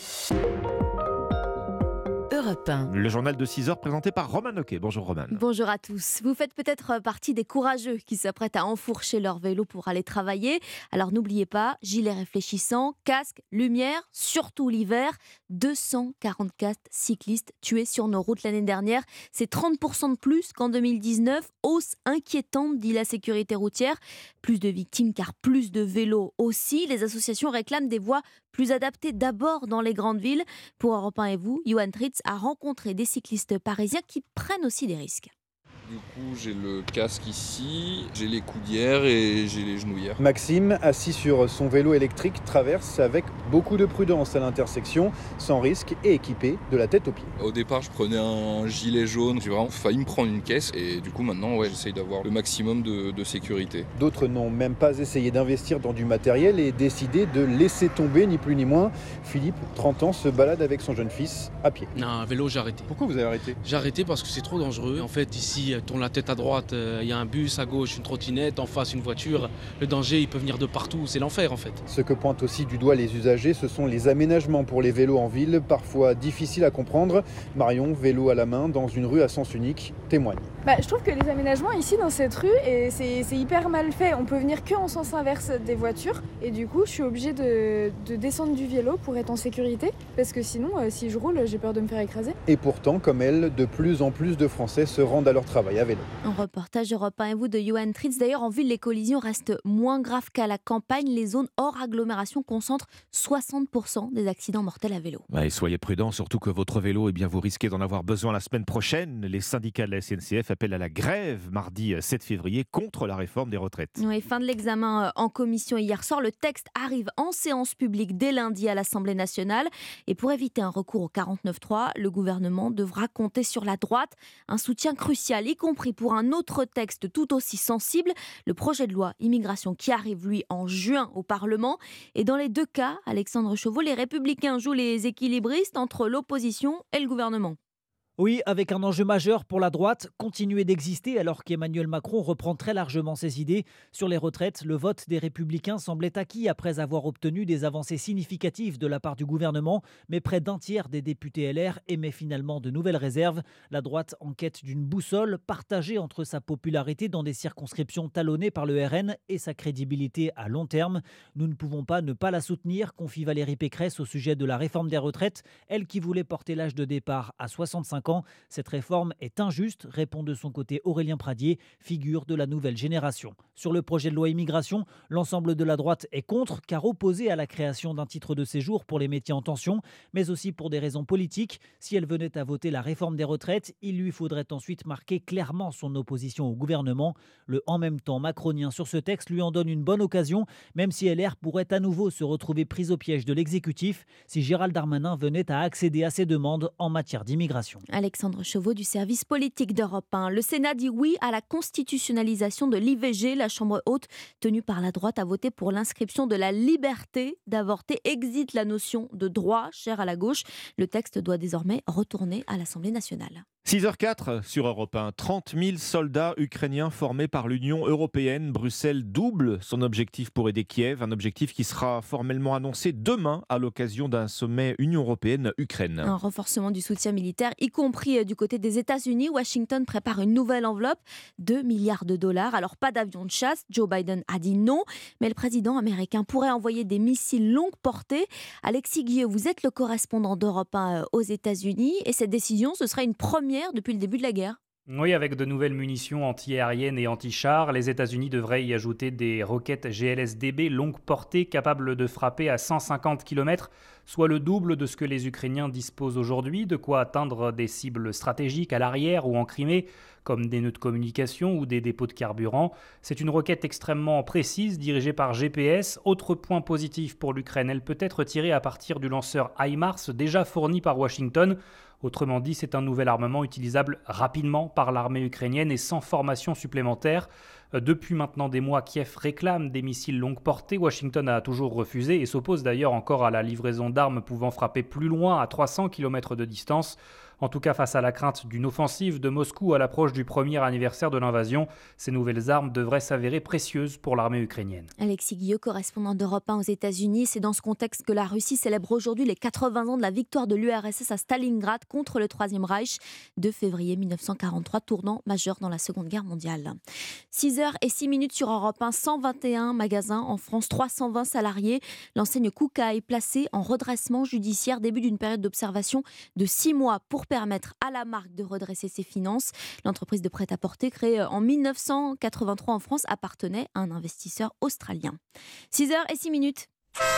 Europe un. Le journal de six heures présenté par Roman Oquet. Bonjour Roman. Bonjour à tous. Vous faites peut-être partie des courageux qui s'apprêtent à enfourcher leur vélo pour aller travailler. Alors n'oubliez pas, gilet réfléchissant, casque, lumière, surtout l'hiver. deux cent quarante-quatre cyclistes tués sur nos routes l'année dernière. C'est trente pour cent de plus qu'en deux mille dix-neuf. Hausse inquiétante, dit la sécurité routière. Plus de victimes car plus de vélos aussi. Les associations réclament des voies plus adaptées d'abord dans les grandes villes. Pour Europe un et vous, Johan Tritz a rencontré des cyclistes parisiens qui prennent aussi des risques. Du coup, j'ai le casque ici, j'ai les coudières et j'ai les genouillères. Maxime, assis sur son vélo électrique, traverse avec beaucoup de prudence à l'intersection, sans risque et équipé de la tête aux pieds. Au départ, je prenais un gilet jaune, j'ai vraiment failli me prendre une caisse et du coup, maintenant, ouais, j'essaye d'avoir le maximum de, de sécurité. D'autres n'ont même pas essayé d'investir dans du matériel et décidé de laisser tomber, ni plus ni moins. Philippe, trente ans, se balade avec son jeune fils à pied. Non, un vélo, j'ai arrêté. Pourquoi vous avez arrêté ? J'ai arrêté parce que c'est trop dangereux. En fait, ici, tourne la tête à droite, il euh, y a un bus, à gauche une trottinette, en face une voiture. Le danger, il peut venir de partout, c'est l'enfer en fait. Ce que pointent aussi du doigt les usagers, ce sont les aménagements pour les vélos en ville, parfois difficiles à comprendre. Marion, vélo à la main, dans une rue à sens unique, témoigne. Bah, je trouve que les aménagements ici dans cette rue, et c'est, c'est hyper mal fait. On peut venir que en sens inverse des voitures et du coup je suis obligée de, de descendre du vélo pour être en sécurité parce que sinon euh, si je roule j'ai peur de me faire écraser. Et pourtant, comme elle, de plus en plus de Français se rendent à leur travail à vélo. Un reportage Europe un et vous de Johan Tritz. D'ailleurs, en ville, les collisions restent moins graves qu'à la campagne. Les zones hors agglomération concentrent soixante pour cent des accidents mortels à vélo. Ouais, soyez prudents, surtout que votre vélo, eh bien, vous risquez d'en avoir besoin la semaine prochaine. Les syndicats de la S N C F appellent à la grève mardi sept février contre la réforme des retraites. Oui, fin de l'examen en commission hier soir. Le texte arrive en séance publique dès lundi à l'Assemblée nationale. Et pour éviter un recours au quarante-neuf trois, le gouvernement devra compter sur la droite. Un soutien crucial, y compris pour un autre texte tout aussi sensible, le projet de loi immigration qui arrive, lui, en juin au Parlement. Et dans les deux cas, Alexandre Chauveau, les Républicains jouent les équilibristes entre l'opposition et le gouvernement. Oui, avec un enjeu majeur pour la droite, continuer d'exister alors qu'Emmanuel Macron reprend très largement ses idées. Sur les retraites, le vote des Républicains semblait acquis après avoir obtenu des avancées significatives de la part du gouvernement, mais près d'un tiers des députés L R émet finalement de nouvelles réserves. La droite en quête d'une boussole partagée entre sa popularité dans des circonscriptions talonnées par le R N et sa crédibilité à long terme. Nous ne pouvons pas ne pas la soutenir, confie Valérie Pécresse au sujet de la réforme des retraites, elle qui voulait porter l'âge de départ à soixante-cinq ans. Cette réforme est injuste, répond de son côté Aurélien Pradier, figure de la nouvelle génération. Sur le projet de loi immigration, l'ensemble de la droite est contre, car opposé à la création d'un titre de séjour pour les métiers en tension, mais aussi pour des raisons politiques. Si elle venait à voter la réforme des retraites, il lui faudrait ensuite marquer clairement son opposition au gouvernement. Le « en même temps » macronien sur ce texte lui en donne une bonne occasion, même si L R pourrait à nouveau se retrouver prise au piège de l'exécutif si Gérald Darmanin venait à accéder à ses demandes en matière d'immigration. Alexandre Chauveau du service politique d'Europe un. Le Sénat dit oui à la constitutionnalisation de l'I V G. La Chambre haute, tenue par la droite, a voté pour l'inscription de la liberté d'avorter. Exit la notion de droit, chère à la gauche. Le texte doit désormais retourner à l'Assemblée nationale. six heures quatre sur Europe un. trente mille soldats ukrainiens formés par l'Union européenne. Bruxelles double son objectif pour aider Kiev, un objectif qui sera formellement annoncé demain à l'occasion d'un sommet Union européenne-Ukraine. Un renforcement du soutien militaire, y compris du côté des États-Unis. Washington prépare une nouvelle enveloppe, deux milliards de dollars. Alors pas d'avion de chasse, Joe Biden a dit non, mais le président américain pourrait envoyer des missiles longue portée. Alexis Guilleux, vous êtes le correspondant d'Europe un aux États-Unis et cette décision, ce serait une première depuis le début de la guerre. Oui, avec de nouvelles munitions anti-aériennes et anti-chars, les États-Unis devraient y ajouter des roquettes G L S D B longue portée capables de frapper à cent cinquante kilomètres, soit le double de ce que les Ukrainiens disposent aujourd'hui, de quoi atteindre des cibles stratégiques à l'arrière ou en Crimée, comme des nœuds de communication ou des dépôts de carburant. C'est une roquette extrêmement précise, dirigée par G P S. Autre point positif pour l'Ukraine, elle peut être tirée à partir du lanceur HIMARS déjà fourni par Washington. Autrement dit, c'est un nouvel armement utilisable rapidement par l'armée ukrainienne et sans formation supplémentaire. Depuis maintenant des mois, Kiev réclame des missiles longue portée. Washington a toujours refusé et s'oppose d'ailleurs encore à la livraison d'armes pouvant frapper plus loin, à trois cents kilomètres de distance. En tout cas, face à la crainte d'une offensive de Moscou à l'approche du premier anniversaire de l'invasion, ces nouvelles armes devraient s'avérer précieuses pour l'armée ukrainienne. Alexis Guillot, correspondant d'Europe un aux États-Unis, c'est dans ce contexte que la Russie célèbre aujourd'hui les quatre-vingts ans de la victoire de l'U R S S à Stalingrad contre le Troisième Reich, deux février mille neuf cent quarante-trois, tournant majeur dans la Seconde Guerre mondiale. six heures et six minutes sur Europe un, cent vingt et un magasins en France, trois cent vingt salariés. L'enseigne Koukaï placée en redressement judiciaire, début d'une période d'observation de six mois pour permettre à la marque de redresser ses finances. L'entreprise de prêt-à-porter créée en mille neuf cent quatre-vingt-trois en France appartenait à un investisseur australien. six heures et six minutes.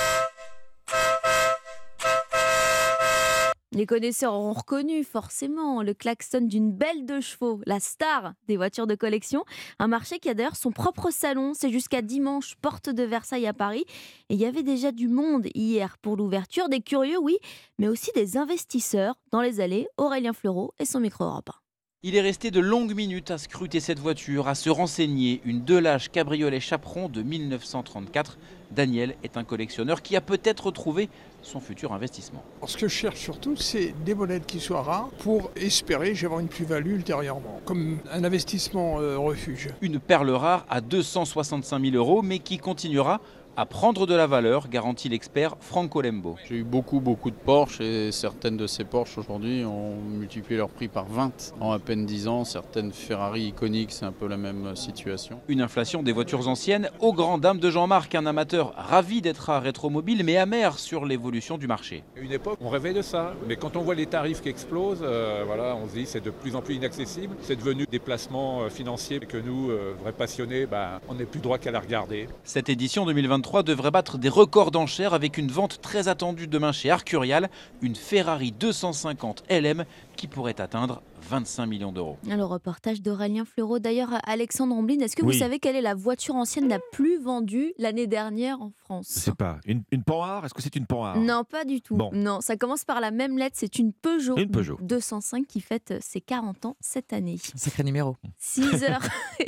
Les connaisseurs auront reconnu forcément le klaxon d'une belle de chevaux, la star des voitures de collection. Un marché qui a d'ailleurs son propre salon. C'est jusqu'à dimanche, porte de Versailles à Paris. Et il y avait déjà du monde hier pour l'ouverture. Des curieux, oui, mais aussi des investisseurs dans les allées. Aurélien Fleureau et son micro Europe un. Il est resté de longues minutes à scruter cette voiture, à se renseigner. Une Delage cabriolet chaperon de mille neuf cent trente-quatre. Daniel est un collectionneur qui a peut-être trouvé son futur investissement. Ce que je cherche surtout, c'est des modèles qui soient rares pour espérer j'ai avoir une plus-value ultérieurement, comme un investissement euh, refuge. Une perle rare à deux cent soixante-cinq mille euros, mais qui continuera à prendre de la valeur, garantit l'expert Franco Lembo. J'ai eu beaucoup, beaucoup de Porsche et certaines de ces Porsche aujourd'hui ont multiplié leur prix par vingt en à peine dix ans. Certaines Ferrari iconiques, c'est un peu la même situation. Une inflation des voitures anciennes aux grandes dames de Jean-Marc, un amateur ravi d'être à Rétromobile, mais amer sur l'évolution du marché. À une époque, on rêvait de ça, mais quand on voit les tarifs qui explosent, euh, voilà, on se dit c'est de plus en plus inaccessible. C'est devenu des placements euh, financiers que nous, euh, vrais passionnés, bah, on n'est plus droit qu'à la regarder. Cette édition deux mille vingt-trois devrait battre des records d'enchères avec une vente très attendue demain chez Arcurial, une Ferrari deux cent cinquante L M qui pourrait atteindre vingt-cinq millions d'euros. Le reportage d'Aurélien Fleureau. D'ailleurs, Alexandre Ambline, est-ce que oui. vous savez quelle est la voiture ancienne la plus vendue l'année dernière en France ? Je ne sais pas. Une, une Panhard ? Est-ce que c'est une Panhard ? Non, pas du tout. Bon. Non, ça commence par la même lettre. C'est une Peugeot, une Peugeot deux cent cinq qui fête ses quarante ans cette année. Sacré numéro. six heures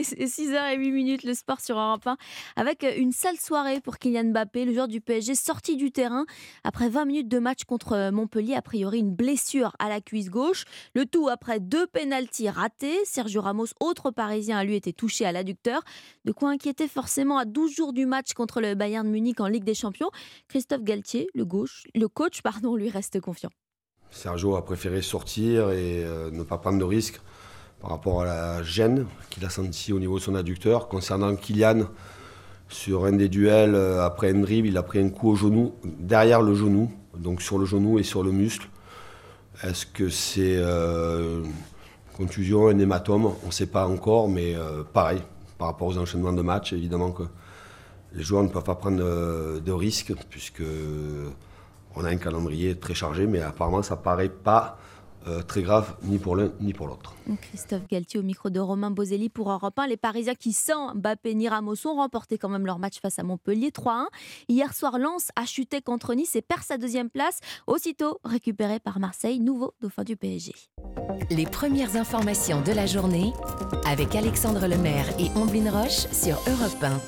et huit minutes, le sport sur Europe un. Avec une sale soirée pour Kylian Mbappé, le joueur du P S G sorti du terrain après vingt minutes de match contre Montpellier. A priori, une blessure à la cuisse gauche. Le tout après deux pénaltys ratés. Sergio Ramos, autre Parisien, a lui été touché à l'adducteur. De quoi inquiéter forcément à douze jours du match contre le Bayern Munich en Ligue des Champions. Christophe Galtier, le, gauche, le coach, pardon, lui reste confiant. Sergio a préféré sortir et euh, ne pas prendre de risques par rapport à la gêne qu'il a sentie au niveau de son adducteur. Concernant Kylian, sur un des duels, euh, après un dribble, il a pris un coup au genou, derrière le genou, donc sur le genou et sur le muscle. Est-ce que c'est euh, une contusion, un hématome ? On ne sait pas encore, mais euh, pareil, par rapport aux enchaînements de matchs, évidemment que les joueurs ne peuvent pas prendre de, de risques, puisque on a un calendrier très chargé, mais apparemment ça ne paraît pas euh, très grave, ni pour l'un ni pour l'autre. Christophe Galtier au micro de Romain Bozelli pour Europe un. Les Parisiens qui, sans Mbappé ni Ramos, ont remporté quand même leur match face à Montpellier trois un. Hier soir, Lens a chuté contre Nice et perd sa deuxième place, aussitôt récupéré par Marseille, nouveau dauphin du P S G. Les premières informations de la journée avec Alexandre Lemaire et Omblin Roche sur Europe un.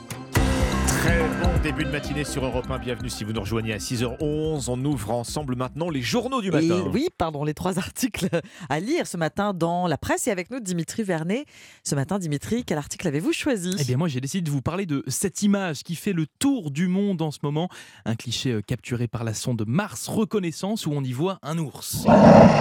Très bon début de matinée sur Europe un. Bienvenue si vous nous rejoignez à six heures onze. On ouvre ensemble maintenant les journaux du matin. Et oui, pardon, les trois articles à lire ce matin dans la presse. Et avec nous, Dimitri Vernet. Ce matin, Dimitri, quel article avez-vous choisi ? Eh bien, moi, j'ai décidé de vous parler de cette image qui fait le tour du monde en ce moment. Un cliché capturé par la sonde Mars Reconnaissance où on y voit un ours. Non,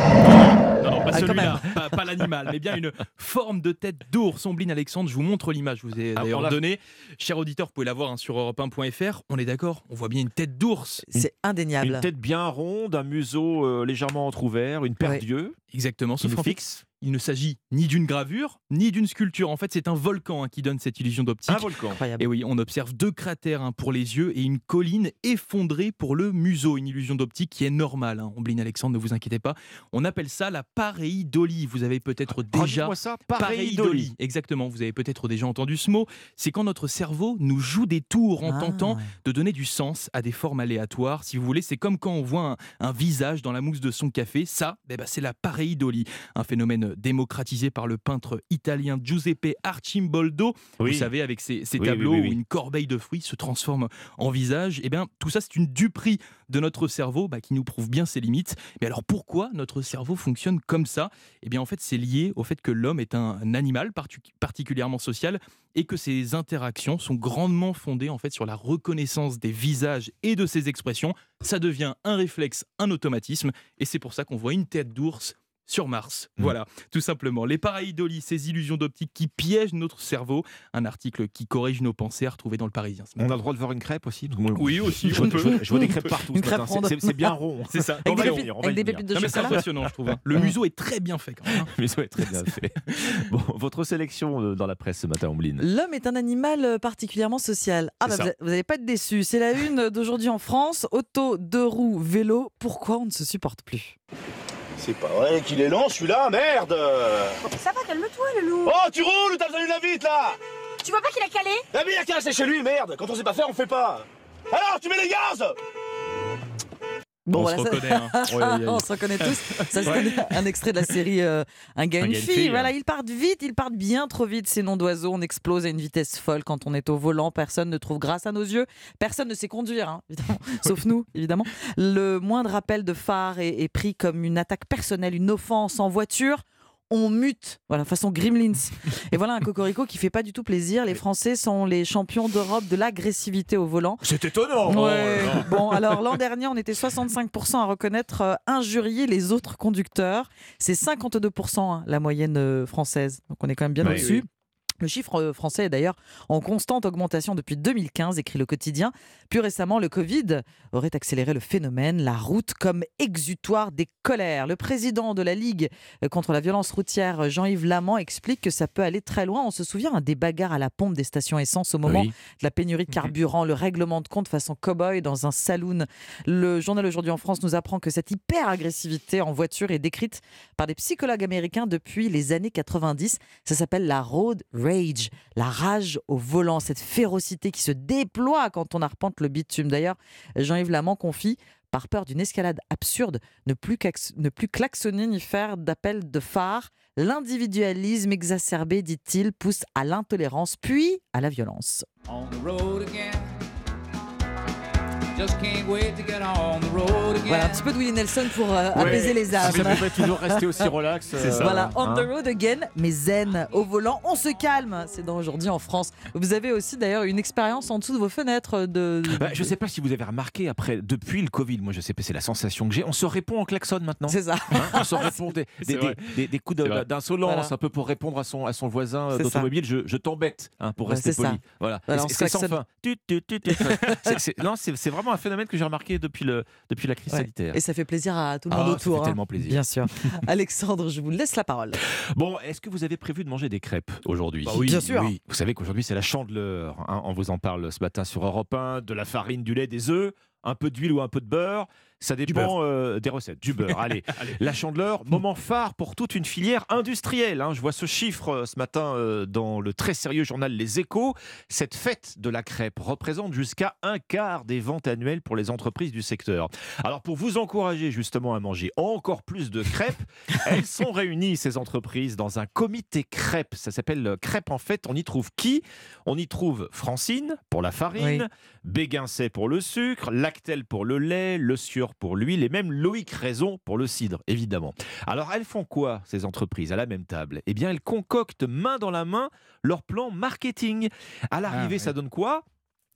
non, pas ah, celui-là, pas, pas l'animal, mais bien une forme de tête d'ours. Omblin Alexandre, je vous montre l'image. Je vous ai d'ailleurs ah, donné. Cher auditeur, vous pouvez la voir hein, sur europe un point f r. On est d'accord, on voit bien une tête d'ours. C'est indéniable. Une tête bien ronde, un museau euh, légèrement entrouvert, une paire ouais. d'yeux. Exactement, sauf qu'en fixe. il ne s'agit ni d'une gravure, ni d'une sculpture. En fait, c'est un volcan hein, qui donne cette illusion d'optique. Un volcan. Incroyable. Et oui, on observe deux cratères hein, pour les yeux et une colline effondrée pour le museau. Une illusion d'optique qui est normale. Hein. Ombline Alexandre, ne vous inquiétez pas. On appelle ça la pareidolie. Vous avez peut-être déjà... ça, pareidolie. Exactement, vous avez peut-être déjà entendu ce mot. C'est quand notre cerveau nous joue des tours en Ah. tentant de donner du sens à des formes aléatoires. Si vous voulez, c'est comme quand on voit un, un visage dans la mousse de son café. Ça, eh ben, c'est la pareidolie. Un phénomène démocratisé par le peintre italien Giuseppe Arcimboldo. Oui. Vous savez, avec ces, ces Oui, tableaux oui, oui, oui. où une corbeille de fruits se transforme en visage. Eh bien, tout ça, c'est une duperie de notre cerveau bah, qui nous prouve bien ses limites. Mais alors, pourquoi notre cerveau fonctionne comme ça ? Eh bien, en fait, c'est lié au fait que l'homme est un, un animal partic- particulièrement social et que ses interactions sont grandement fondées en fait sur la reconnaissance des visages et de ses expressions. Ça devient un réflexe, un automatisme, et c'est pour ça qu'on voit une tête d'ours sur Mars. Mmh. Voilà, tout simplement. Les pareidolies, ces illusions d'optique qui piègent notre cerveau. Un article qui corrige nos pensées à retrouver dans le Parisien. On a le droit de voir une crêpe aussi ? Moi, Oui, aussi. Je, on je, peut. je, je vois des crêpes partout Une ce matin. crêpe ronde. C'est, c'est, c'est bien rond. C'est ça. On Avec va des y pépites- venir, on va avec y des venir. pépites de Non, mais c'est chocolat. impressionnant, je trouve. hein. Le museau est très bien fait quand même. hein. Mais ça va être très bien fait. Bon, votre sélection euh, dans la presse ce matin, Ombline. L'homme est un animal euh, particulièrement social. Ah C'est bah ça. vous n'allez pas être déçus. C'est la une d'aujourd'hui en France. Auto, deux roues, vélo. Pourquoi on ne se supporte plus ? C'est pas vrai qu'il est lent celui-là, merde. Ça va, calme-toi, le loup. Oh, tu roules ou t'as besoin d'une invite là? Tu vois pas qu'il a calé? Ah mais il a qu'à rester chez lui, merde. Quand on sait pas faire, on fait pas. Alors, tu mets les gaz. Bon, on voilà, se ça- reconnaît. Hein. Ouais, ouais, ouais. on se reconnaît tous. Ça, c'était un extrait de la série euh, Un gars, Un une gars, une fille. fille, Voilà, hein. ils partent vite, ils partent bien trop vite. Ces noms d'oiseaux, on explose à une vitesse folle quand on est au volant. Personne ne trouve grâce à nos yeux. Personne ne sait conduire, hein, évidemment. Sauf nous, évidemment. Le moindre appel de phare est, est pris comme une attaque personnelle, une offense en voiture. On mute, voilà, façon Gremlins. Et voilà un cocorico qui fait pas du tout plaisir. Les Français sont les champions d'Europe de l'agressivité au volant. C'est étonnant. Ouais. Bon, alors l'an dernier, on était soixante-cinq pour cent à reconnaître euh, injurier les autres conducteurs. C'est cinquante-deux pour cent hein, la moyenne euh, française. Donc on est quand même bien Ouais, au-dessus. oui. Le chiffre euh, français est d'ailleurs en constante augmentation depuis deux mille quinze, écrit Le Quotidien. Plus récemment, le Covid aurait accéléré le phénomène, la route comme exutoire des colères. Le président de la Ligue contre la violence routière, Jean-Yves Lamant, explique que ça peut aller très loin. On se souvient hein, des bagarres à la pompe des stations essence au moment Oui. de la pénurie de carburant, le règlement de compte façon cow-boy dans un saloon. Le journal Aujourd'hui en France nous apprend que cette hyper-agressivité en voiture est décrite par des psychologues américains depuis les années quatre-vingt-dix. Ça s'appelle la road rage, la rage au volant, cette férocité qui se déploie quand on arpente le bitume. D'ailleurs, Jean-Yves Lamant confie, par peur d'une escalade absurde, ne plus, cax- ne plus klaxonner ni faire d'appel de phare. L'individualisme exacerbé, dit-il, pousse à l'intolérance, puis à la violence. On the road again. Just can't wait to get on the road again. Voilà, un petit peu de Willie Nelson pour euh, Ouais. apaiser les âmes. Mais vous pouvez toujours rester aussi relax. C'est ça. Voilà, on hein. the road again, mais zen. Au volant, on se calme. C'est dans Aujourd'hui en France. Vous avez aussi d'ailleurs une expérience en dessous de vos fenêtres. De... Bah, je ne sais pas si vous avez remarqué, après, depuis le Covid, moi je sais pas, c'est la sensation que j'ai, on se répond en klaxon maintenant. C'est ça. Hein, on se répond des, C'est des, vrai. des, des- des coups de- C'est vrai. d'insolence, Voilà. un peu pour répondre à son, à son voisin euh, C'est d'automobile. Je, je t'embête hein, pour Ouais, rester c'est poli. ça. Voilà. Voilà, Et on c'est, se c'est sans klaxonne. fin. Tut, tut, tut, tut. C'est- c'est- non, c'est, c'est vraiment un phénomène que j'ai remarqué depuis, le, depuis la crise Ouais. sanitaire. Et ça fait plaisir à tout le Ah, monde ça autour. fait hein. tellement plaisir. Bien sûr. Alexandre, je vous laisse la parole. Bon, est-ce que vous avez prévu de manger des crêpes aujourd'hui ? Bah oui, bien sûr. Oui. Vous savez qu'aujourd'hui c'est la Chandeleur. Hein, on vous en parle ce matin sur Europe un. De la farine, du lait, des œufs, un peu d'huile ou un peu de beurre. Ça dépend euh, des recettes. Du beurre. Allez. La Chandeleur, moment phare pour toute une filière industrielle. Hein. Je vois ce chiffre euh, ce matin euh, dans le très sérieux journal Les Échos. Cette fête de la crêpe représente jusqu'à un quart des ventes annuelles pour les entreprises du secteur. Alors pour vous encourager justement à manger encore plus de crêpes, elles sont réunies, ces entreprises, dans un comité crêpes. Ça s'appelle Crêpes en Fête. On y trouve qui ? On y trouve Francine pour la farine, Oui. Béguincet pour le sucre, Lactel pour le lait, Le Sieur pour l'huile et même Loïc Raison pour le cidre, évidemment. Alors elles font quoi, ces entreprises, à la même table ? Eh bien, elles concoctent main dans la main leur plan marketing. À l'arrivée, Ah, ouais. ça donne quoi ?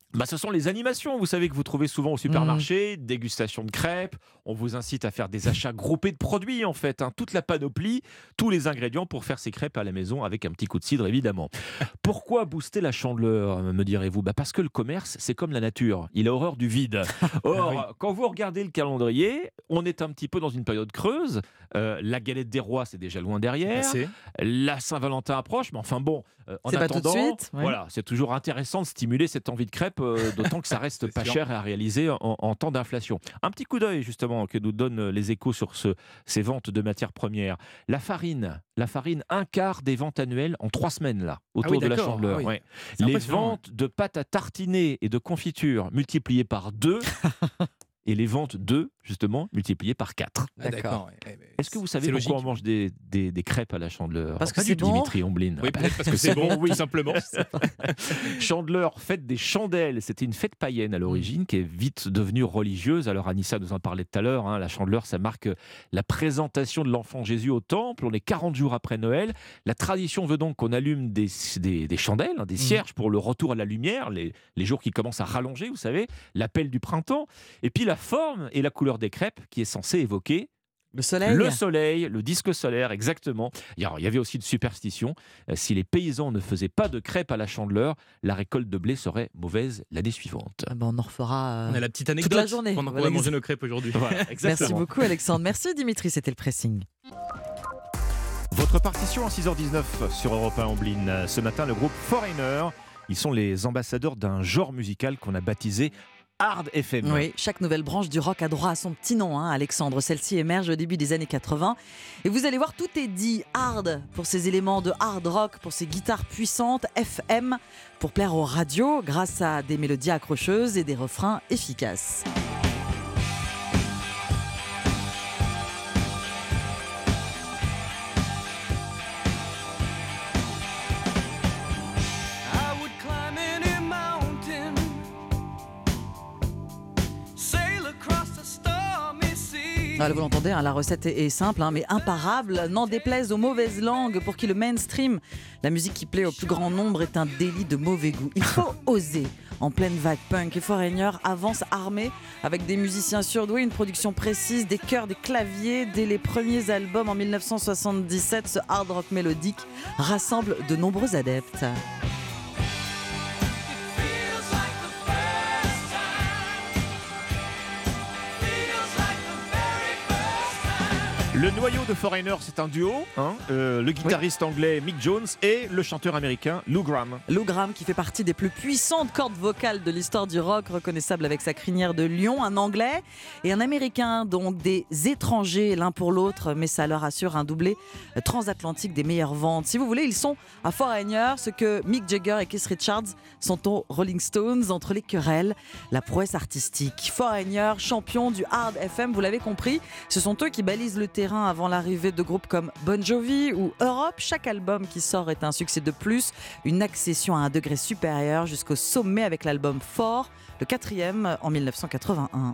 Bah, ce sont les animations, vous savez, que vous trouvez souvent au supermarché, mmh. dégustation de crêpes. On vous incite à faire des achats groupés de produits, en fait. Hein, toute la panoplie, tous les ingrédients pour faire ces crêpes à la maison avec un petit coup de cidre, évidemment. Pourquoi booster la Chandeleur, me direz-vous? Bah, parce que le commerce, c'est comme la nature. Il a horreur du vide. Or, oui. quand vous regardez le calendrier, on est un petit peu dans une période creuse. Euh, la galette des rois, c'est déjà loin derrière. Assez. La Saint-Valentin approche, mais enfin bon, euh, en c'est attendant, pas tout de suite, oui. voilà, c'est toujours intéressant de stimuler cette envie de crêpes. Euh, d'autant que ça reste pas sûr. cher à réaliser en, en temps d'inflation. Un petit coup d'œil justement que nous donnent les Échos sur ce, ces ventes de matières premières. La farine, la farine, un quart des ventes annuelles en trois semaines là, autour ah oui, de la Chandeleur. Ah oui. ouais. Les ventes de pâtes à tartiner et de confiture multipliées par deux. Et les ventes d'œufs, justement, multipliées par quatre. Ah, d'accord. Est-ce que vous savez pourquoi logique. on mange des, des, des crêpes à la Chandeleur? Parce que c'est bon. Dimitri Omblin. Oui, peut-être parce que c'est bon, oui, simplement. Chandeleur, fête des chandelles. C'était une fête païenne à l'origine qui est vite devenue religieuse. Alors Anissa nous en parlait tout à l'heure. Hein, la Chandeleur, ça marque la présentation de l'enfant Jésus au temple. On est quarante jours après Noël. La tradition veut donc qu'on allume des, des, des chandelles, hein, des cierges mmh. pour le retour à la lumière, les, les jours qui commencent à rallonger, vous savez, l'appel du printemps. Et puis la forme et la couleur des crêpes qui est censée évoquer le soleil. Le soleil, le disque solaire, exactement. Il y avait aussi une superstition. Si les paysans ne faisaient pas de crêpes à la Chandeleur, la récolte de blé serait mauvaise l'année suivante. Ah ben on en refera euh, on a la petite anecdote toute la journée. Pendant qu'on va manger nos crêpes aujourd'hui. Voilà, merci beaucoup Alexandre. Merci Dimitri, c'était le pressing. Votre partition à six heures dix-neuf sur Europe un Omblin. Ce matin, le groupe Foreigner. Ils sont les ambassadeurs d'un genre musical qu'on a baptisé Hard F M. Oui, chaque nouvelle branche du rock a droit à son petit nom, hein, Alexandre. Celle-ci émerge au début des années quatre-vingts. Et vous allez voir, tout est dit. Hard pour ses éléments de hard rock, pour ses guitares puissantes. F M pour plaire aux radios grâce à des mélodies accrocheuses et des refrains efficaces. Alors, vous l'entendez, hein, la recette est, est simple, hein, mais imparable. N'en déplaise aux mauvaises langues pour qui le mainstream, la musique qui plaît au plus grand nombre, est un délit de mauvais goût. Il faut oser. En pleine vague punk, et Foreigner avance armé avec des musiciens surdoués, une production précise, des chœurs, des claviers. Dès les premiers albums en dix-neuf cent soixante-dix-sept, ce hard rock mélodique rassemble de nombreux adeptes. Le noyau de Foreigner, c'est un duo, hein, euh, le guitariste oui. anglais Mick Jones et le chanteur américain Lou Gramm. Lou Gramm qui fait partie des plus puissantes cordes vocales de l'histoire du rock, reconnaissable avec sa crinière de lion, un anglais et un américain, donc des étrangers l'un pour l'autre, mais ça leur assure un doublé transatlantique des meilleures ventes. Si vous voulez, ils sont à Foreigner ce que Mick Jagger et Keith Richards sont aux Rolling Stones. Entre les querelles, la prouesse artistique. Foreigner, champion du hard F M, vous l'avez compris, ce sont eux qui balisent le terrain avant l'arrivée de groupes comme Bon Jovi ou Europe. Chaque album qui sort est un succès de plus, une accession à un degré supérieur jusqu'au sommet avec l'album Fort, le quatrième en dix-neuf cent quatre-vingt-un.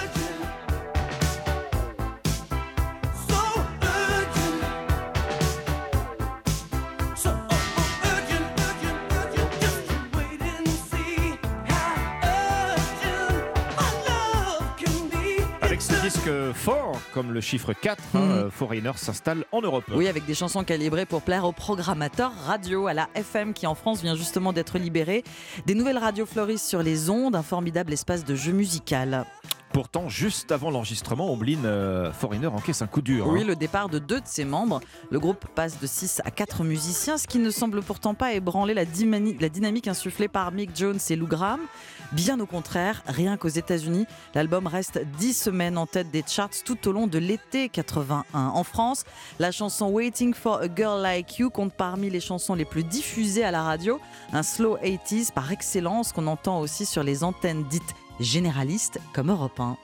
Disque fort, comme le chiffre quatre, mmh. hein, Foreigner s'installe en Europe. Oui, avec des chansons calibrées pour plaire aux programmateurs radio, à la F M qui en France vient justement d'être libérée. Des nouvelles radios fleurissent sur les ondes, un formidable espace de jeu musical. Pourtant, juste avant l'enregistrement, Omblin, euh, Foreigner encaisse un coup dur. Oui, hein. le départ de deux de ses membres. Le groupe passe de six à quatre musiciens, ce qui ne semble pourtant pas ébranler la, dimani- la dynamique insufflée par Mick Jones et Lou Gramm. Bien au contraire, rien qu'aux États-Unis, l'album reste dix semaines en tête des charts tout au long de l'été quatre-vingt-un. En France, la chanson Waiting for a Girl Like You compte parmi les chansons les plus diffusées à la radio. Un slow eighties par excellence qu'on entend aussi sur les antennes dites généralistes comme Europe un.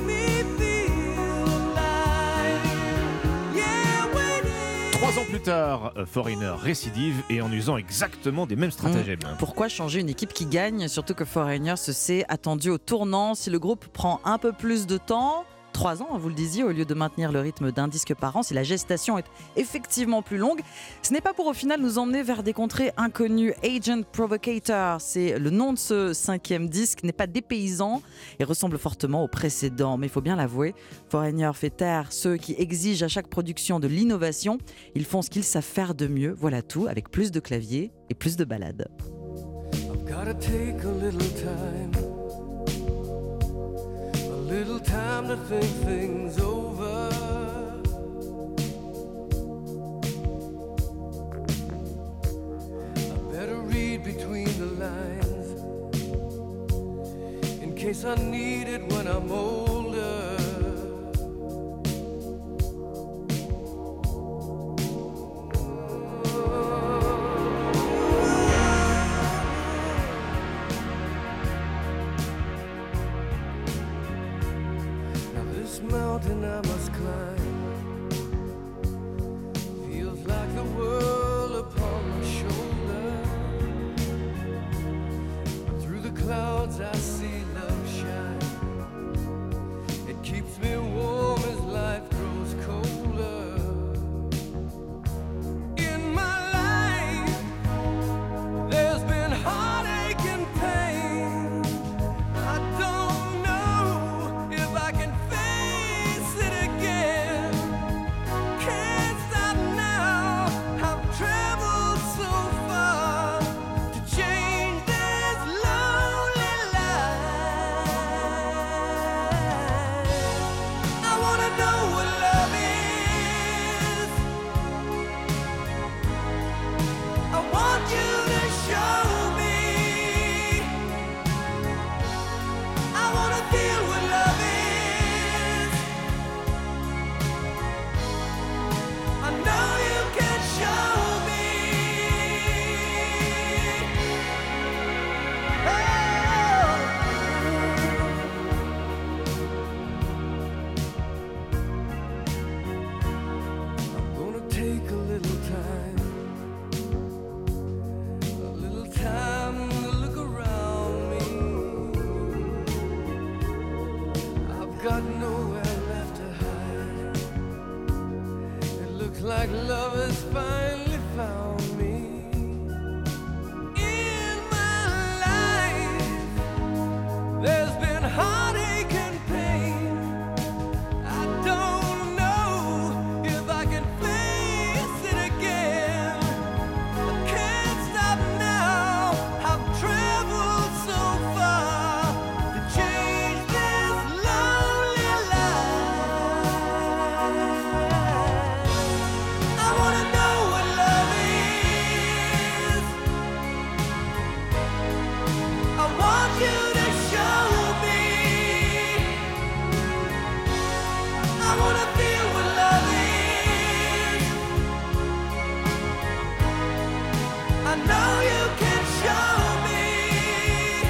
Trois ans plus tard, tard, Foreigner récidive et en usant exactement des mêmes stratagèmes. Mmh. Pourquoi changer une équipe qui gagne? Surtout que Foreigner se s'est attendu au tournant. Si le groupe prend un peu plus de temps, trois ans, vous le disiez, au lieu de maintenir le rythme d'un disque par an, si la gestation est effectivement plus longue, ce n'est pas pour au final nous emmener vers des contrées inconnues. Agent Provocator, c'est le nom de ce cinquième disque, n'est pas dépaysant et ressemble fortement au précédent. Mais il faut bien l'avouer, Foreigner fait taire ceux qui exigent à chaque production de l'innovation. Ils font ce qu'ils savent faire de mieux, voilà tout, avec plus de claviers et plus de ballades. I've gotta take a little time. Little time to think things over. I better read between the lines in case I need it when I'm older. Mountain I must climb feels like the world upon my shoulder. Through the clouds I see love shine. It keeps me warm as life grows colder. In my life there's been heartache and pain. I don't know if I can got nowhere left to hide. It looks like love has finally found me. In my life, there's been heartache and pain. I don't know if I can face it again. I can't stop now. I've traveled so far to change this lonely life. I wanna know what love is. I want you to show me. I wanna feel what love is. I know you can show me.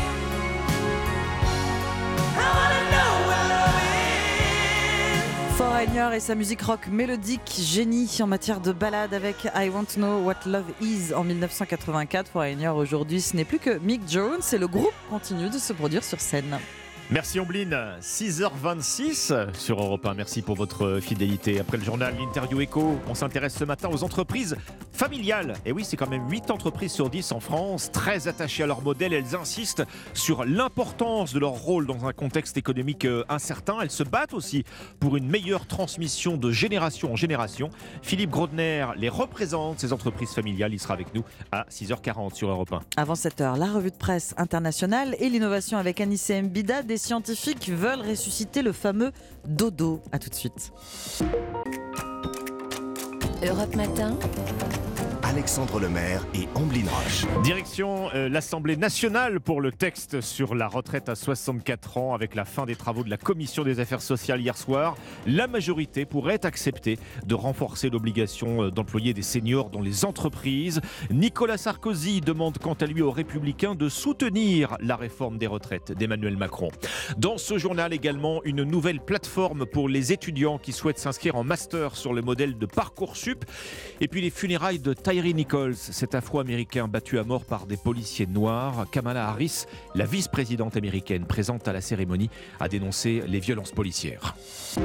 I wanna know what love is. Foreigner et sa musique rock mélodique, génie en matière de ballade avec I Want to Know What Love Is en dix-neuf cent quatre-vingt-quatre. Foreigner aujourd'hui, ce n'est plus que Mick Jones et le groupe continue de se produire sur scène. Merci Ombline, six heures vingt-six sur Europe un. Merci pour votre fidélité. Après le journal, l'interview écho, on s'intéresse ce matin aux entreprises familiales. Et oui, c'est quand même huit entreprises sur dix en France, très attachées à leur modèle. Elles insistent sur l'importance de leur rôle dans un contexte économique incertain. Elles se battent aussi pour une meilleure transmission de génération en génération. Philippe Grodner les représente, ces entreprises familiales. Il sera avec nous à six heures quarante sur Europe un. Avant sept heures, la revue de presse internationale et l'innovation avec Anissé Mbida. Des scientifiques veulent ressusciter le fameux dodo. À tout de suite. Europe Matin. Alexandre Lemaire et Amblin Roche. Direction euh, l'Assemblée nationale pour le texte sur la retraite à soixante-quatre ans. Avec la fin des travaux de la Commission des affaires sociales hier soir, la majorité pourrait accepter de renforcer l'obligation d'employer des seniors dans les entreprises. Nicolas Sarkozy demande quant à lui aux Républicains de soutenir la réforme des retraites d'Emmanuel Macron. Dans ce journal également, une nouvelle plateforme pour les étudiants qui souhaitent s'inscrire en master sur le modèle de Parcoursup. Et puis les funérailles de Tyree Nichols, cet Afro-Américain battu à mort par des policiers noirs. Kamala Harris, la vice-présidente américaine présente à la cérémonie, a dénoncé les violences policières.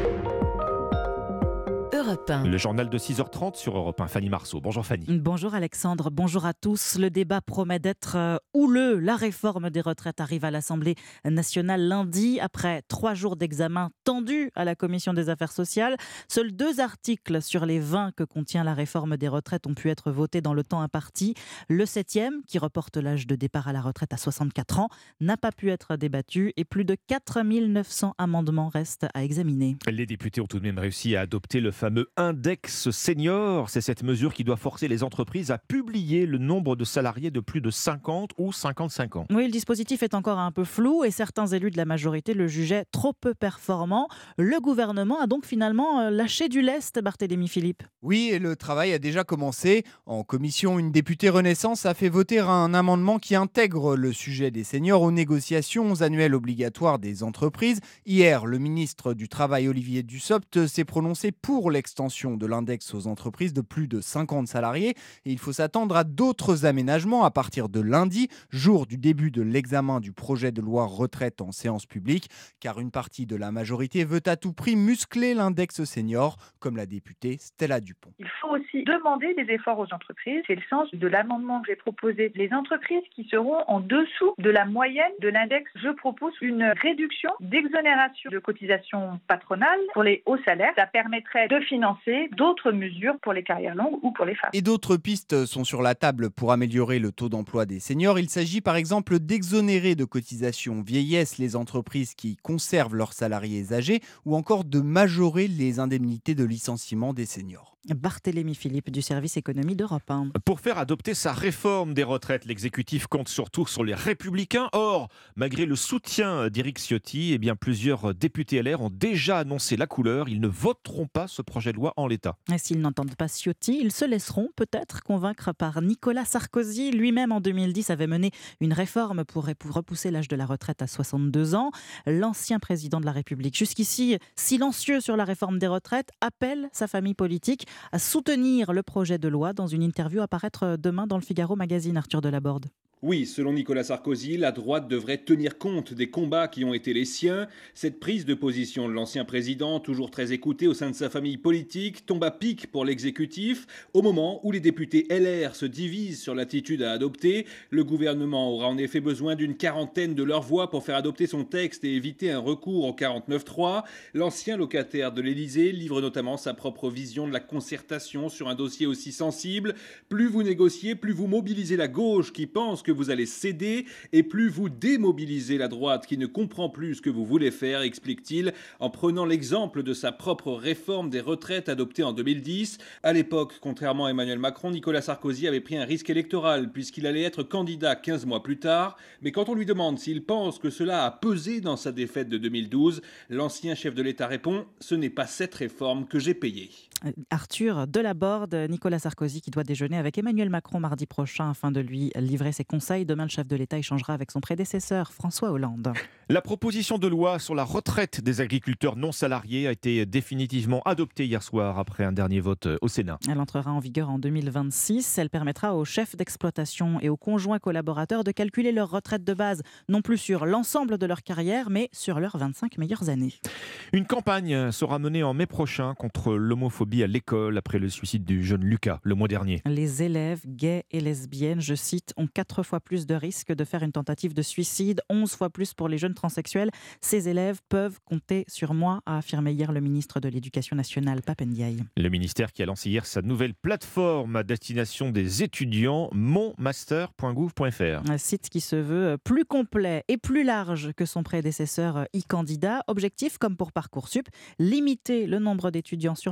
Europe un. Le journal de six heures trente sur Europe un. Fanny Marceau. Bonjour Fanny. Bonjour Alexandre, bonjour à tous. Le débat promet d'être euh, houleux. La réforme des retraites arrive à l'Assemblée nationale lundi après trois jours d'examen tendu à la Commission des affaires sociales. Seuls deux articles sur les vingt que contient la réforme des retraites ont pu être votés dans le temps imparti. Le septième, qui reporte l'âge de départ à la retraite à soixante-quatre ans, n'a pas pu être débattu et plus de quatre mille neuf cents amendements restent à examiner. Les députés ont tout de même réussi à adopter le fameux index senior. C'est cette mesure qui doit forcer les entreprises à publier le nombre de salariés de plus de cinquante ou cinquante-cinq ans. Oui, le dispositif est encore un peu flou et certains élus de la majorité le jugeaient trop peu performant. Le gouvernement a donc finalement lâché du lest, Barthélémy Philippe. Oui, et le travail a déjà commencé. En commission, une députée Renaissance a fait voter un amendement qui intègre le sujet des seniors aux négociations annuelles obligatoires des entreprises. Hier, le ministre du Travail, Olivier Dussopt, s'est prononcé pour l'extension de l'index aux entreprises de plus de cinquante salariés. Et il faut s'attendre à d'autres aménagements à partir de lundi, jour du début de l'examen du projet de loi retraite en séance publique, car une partie de la majorité veut à tout prix muscler l'index senior, comme la députée Stella Dupont. Il faut aussi demander des efforts aux entreprises. C'est le sens de l'amendement que j'ai proposé. Les entreprises qui seront en dessous de la moyenne de l'index, je propose une réduction d'exonération de cotisations patronales pour les hauts salaires. Ça permettrait de financer d'autres mesures pour les carrières longues ou pour les femmes. Et d'autres pistes sont sur la table pour améliorer le taux d'emploi des seniors. Il s'agit par exemple d'exonérer de cotisations vieillesse les entreprises qui conservent leurs salariés âgés ou encore de majorer les indemnités de licenciement des seniors. Barthélémy Philippe du service économie d'Europe un. Pour faire adopter sa réforme des retraites, l'exécutif compte surtout sur les Républicains. Or, malgré le soutien d'Éric Ciotti, eh bien, plusieurs députés L R ont déjà annoncé la couleur. Ils ne voteront pas ce projet de loi en l'état. Et s'ils n'entendent pas Ciotti, ils se laisseront peut-être convaincre par Nicolas Sarkozy. Lui-même, en deux mille dix, avait mené une réforme pour repousser l'âge de la retraite à soixante-deux ans. L'ancien président de la République, jusqu'ici silencieux sur la réforme des retraites, appelle sa famille politique à soutenir le projet de loi dans une interview à paraître demain dans le Figaro Magazine. Arthur Delaborde. Oui, selon Nicolas Sarkozy, la droite devrait tenir compte des combats qui ont été les siens. Cette prise de position de l'ancien président, toujours très écouté au sein de sa famille politique, tombe à pic pour l'exécutif. Au moment où les députés L R se divisent sur l'attitude à adopter, le gouvernement aura en effet besoin d'une quarantaine de leurs voix pour faire adopter son texte et éviter un recours au quarante-neuf trois. L'ancien locataire de l'Élysée livre notamment sa propre vision de la concertation sur un dossier aussi sensible. Plus vous négociez, plus vous mobilisez la gauche qui pense que vous allez céder et plus vous démobilisez la droite qui ne comprend plus ce que vous voulez faire, explique-t-il, en prenant l'exemple de sa propre réforme des retraites adoptée en deux mille dix. À l'époque, contrairement à Emmanuel Macron, Nicolas Sarkozy avait pris un risque électoral puisqu'il allait être candidat quinze mois plus tard. Mais quand on lui demande s'il pense que cela a pesé dans sa défaite de deux mille douze, l'ancien chef de l'État répond « Ce n'est pas cette réforme que j'ai payée ». Arthur Delaborde, Nicolas Sarkozy qui doit déjeuner avec Emmanuel Macron mardi prochain afin de lui livrer ses conseils. Demain, le chef de l'État échangera avec son prédécesseur, François Hollande. La proposition de loi sur la retraite des agriculteurs non salariés a été définitivement adoptée hier soir après un dernier vote au Sénat. Elle entrera en vigueur en deux mille vingt-six. Elle permettra aux chefs d'exploitation et aux conjoints collaborateurs de calculer leur retraite de base, non plus sur l'ensemble de leur carrière, mais sur leurs vingt-cinq meilleures années. Une campagne sera menée en mai prochain contre l'homophobie à l'école après le suicide du jeune Lucas le mois dernier. Les élèves gays et lesbiennes, je cite, ont quatre fois plus de risques de faire une tentative de suicide, onze fois plus pour les jeunes transsexuels. Ces élèves peuvent compter sur moi, a affirmé hier le ministre de l'Éducation nationale, Pape Ndiaye. Le ministère qui a lancé hier sa nouvelle plateforme à destination des étudiants, mon master point gouv point f r. Un site qui se veut plus complet et plus large que son prédécesseur e-candidat. Objectif, comme pour Parcoursup, limiter le nombre d'étudiants sur le carreau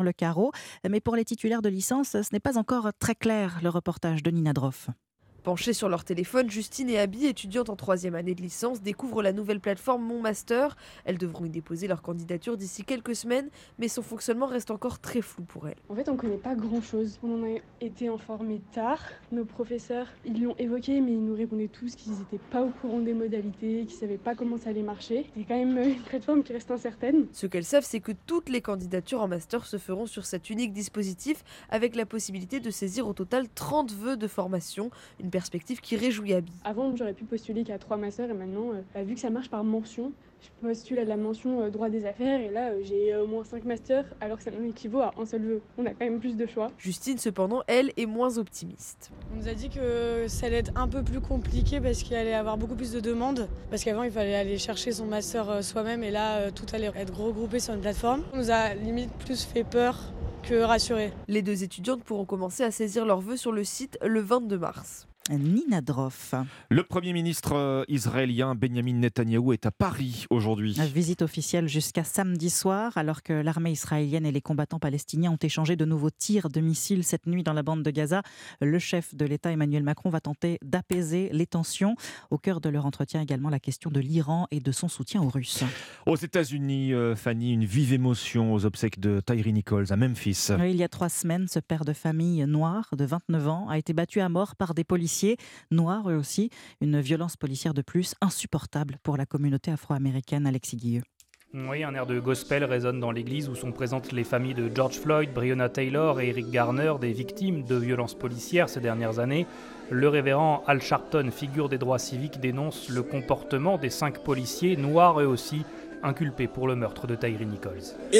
euros. Mais pour les titulaires de licence, ce n'est pas encore très clair. Le reportage de Nina Droff. Penchés sur leur téléphone, Justine et Abby, étudiantes en troisième année de licence, découvrent la nouvelle plateforme Mon Master. Elles devront y déposer leur candidature d'ici quelques semaines, mais son fonctionnement reste encore très flou pour elles. En fait, on ne connaît pas grand-chose. On en a été informés tard. Nos professeurs, ils l'ont évoqué, mais ils nous répondaient tous qu'ils n'étaient pas au courant des modalités, qu'ils ne savaient pas comment ça allait marcher. C'est quand même une plateforme qui reste incertaine. Ce qu'elles savent, c'est que toutes les candidatures en master se feront sur cet unique dispositif, avec la possibilité de saisir au total trente vœux de formation. Une perspective qui réjouit Abby. Avant, j'aurais pu postuler qu'à trois masters et maintenant, euh, bah, vu que ça marche par mention, je postule à la mention euh, droit des affaires et là, euh, j'ai euh, au moins cinq masters alors que ça équivaut à un seul vœu. On a quand même plus de choix. Justine, cependant, elle est moins optimiste. On nous a dit que ça allait être un peu plus compliqué parce qu'il allait y avoir beaucoup plus de demandes. Parce qu'avant, il fallait aller chercher son master euh, soi-même et là, euh, tout allait être regroupé sur une plateforme. On nous a limite plus fait peur que rassuré. Les deux étudiantes pourront commencer à saisir leurs vœux sur le site le vingt-deux mars. Nina Droff. Le Premier ministre israélien Benjamin Netanyahou est à Paris aujourd'hui. Visite officielle jusqu'à samedi soir, alors que l'armée israélienne et les combattants palestiniens ont échangé de nouveaux tirs de missiles cette nuit dans la bande de Gaza. Le chef de l'État Emmanuel Macron va tenter d'apaiser les tensions. Au cœur de leur entretien également la question de l'Iran et de son soutien aux Russes. Aux États-Unis, euh, Fanny, une vive émotion aux obsèques de Tyre Nichols à Memphis. Oui, il y a trois semaines, ce père de famille noir de vingt-neuf ans a été battu à mort par des policiers noirs eux aussi. Une violence policière de plus insupportable pour la communauté afro-américaine. Alexis Guilleux. Oui, un air de gospel résonne dans l'église où sont présentes les familles de George Floyd, Breonna Taylor et Eric Garner, des victimes de violences policières ces dernières années. Le révérend Al Sharpton, figure des droits civiques, dénonce le comportement des cinq policiers noirs eux aussi, inculpés pour le meurtre de Tyre Nichols.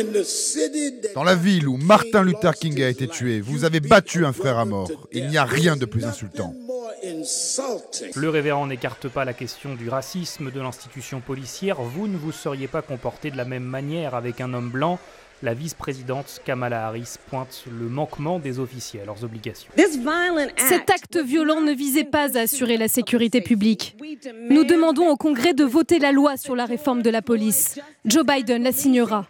Dans la ville où Martin Luther King a été tué, vous avez battu un frère à mort. Il n'y a rien de plus insultant. Le révérend n'écarte pas la question du racisme de l'institution policière. Vous ne vous seriez pas comporté de la même manière avec un homme blanc. La vice-présidente Kamala Harris pointe le manquement des officiers à leurs obligations. Cet acte violent ne visait pas à assurer la sécurité publique. Nous demandons au Congrès de voter la loi sur la réforme de la police. Joe Biden la signera.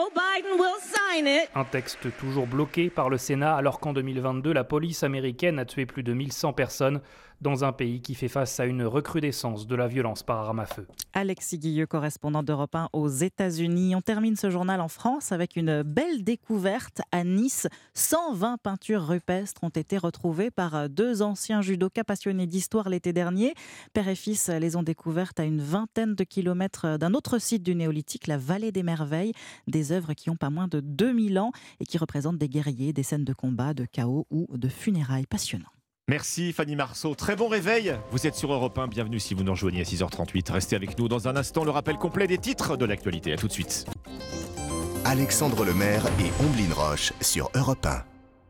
Un texte toujours bloqué par le Sénat alors qu'en deux mille vingt-deux, la police américaine a tué plus de mille cent personnes dans un pays qui fait face à une recrudescence de la violence par arme à feu. Alexis Guilleux, correspondant d'Europe un aux États-Unis. On termine ce journal en France avec une belle découverte à Nice. cent vingt peintures rupestres ont été retrouvées par deux anciens judokas passionnés d'histoire l'été dernier. Père et fils les ont découvertes à une vingtaine de kilomètres d'un autre site du Néolithique, la Vallée des Merveilles. Des œuvres qui ont pas moins de deux mille ans et qui représentent des guerriers, des scènes de combat, de chaos ou de funérailles passionnants. Merci Fanny Marceau, très bon réveil. Vous êtes sur Europe un, bienvenue si vous nous rejoignez à six heures trente-huit. Restez avec nous dans un instant, le rappel complet des titres de l'actualité. A tout de suite. Alexandre Lemaire et Omblin Roche sur Europe un.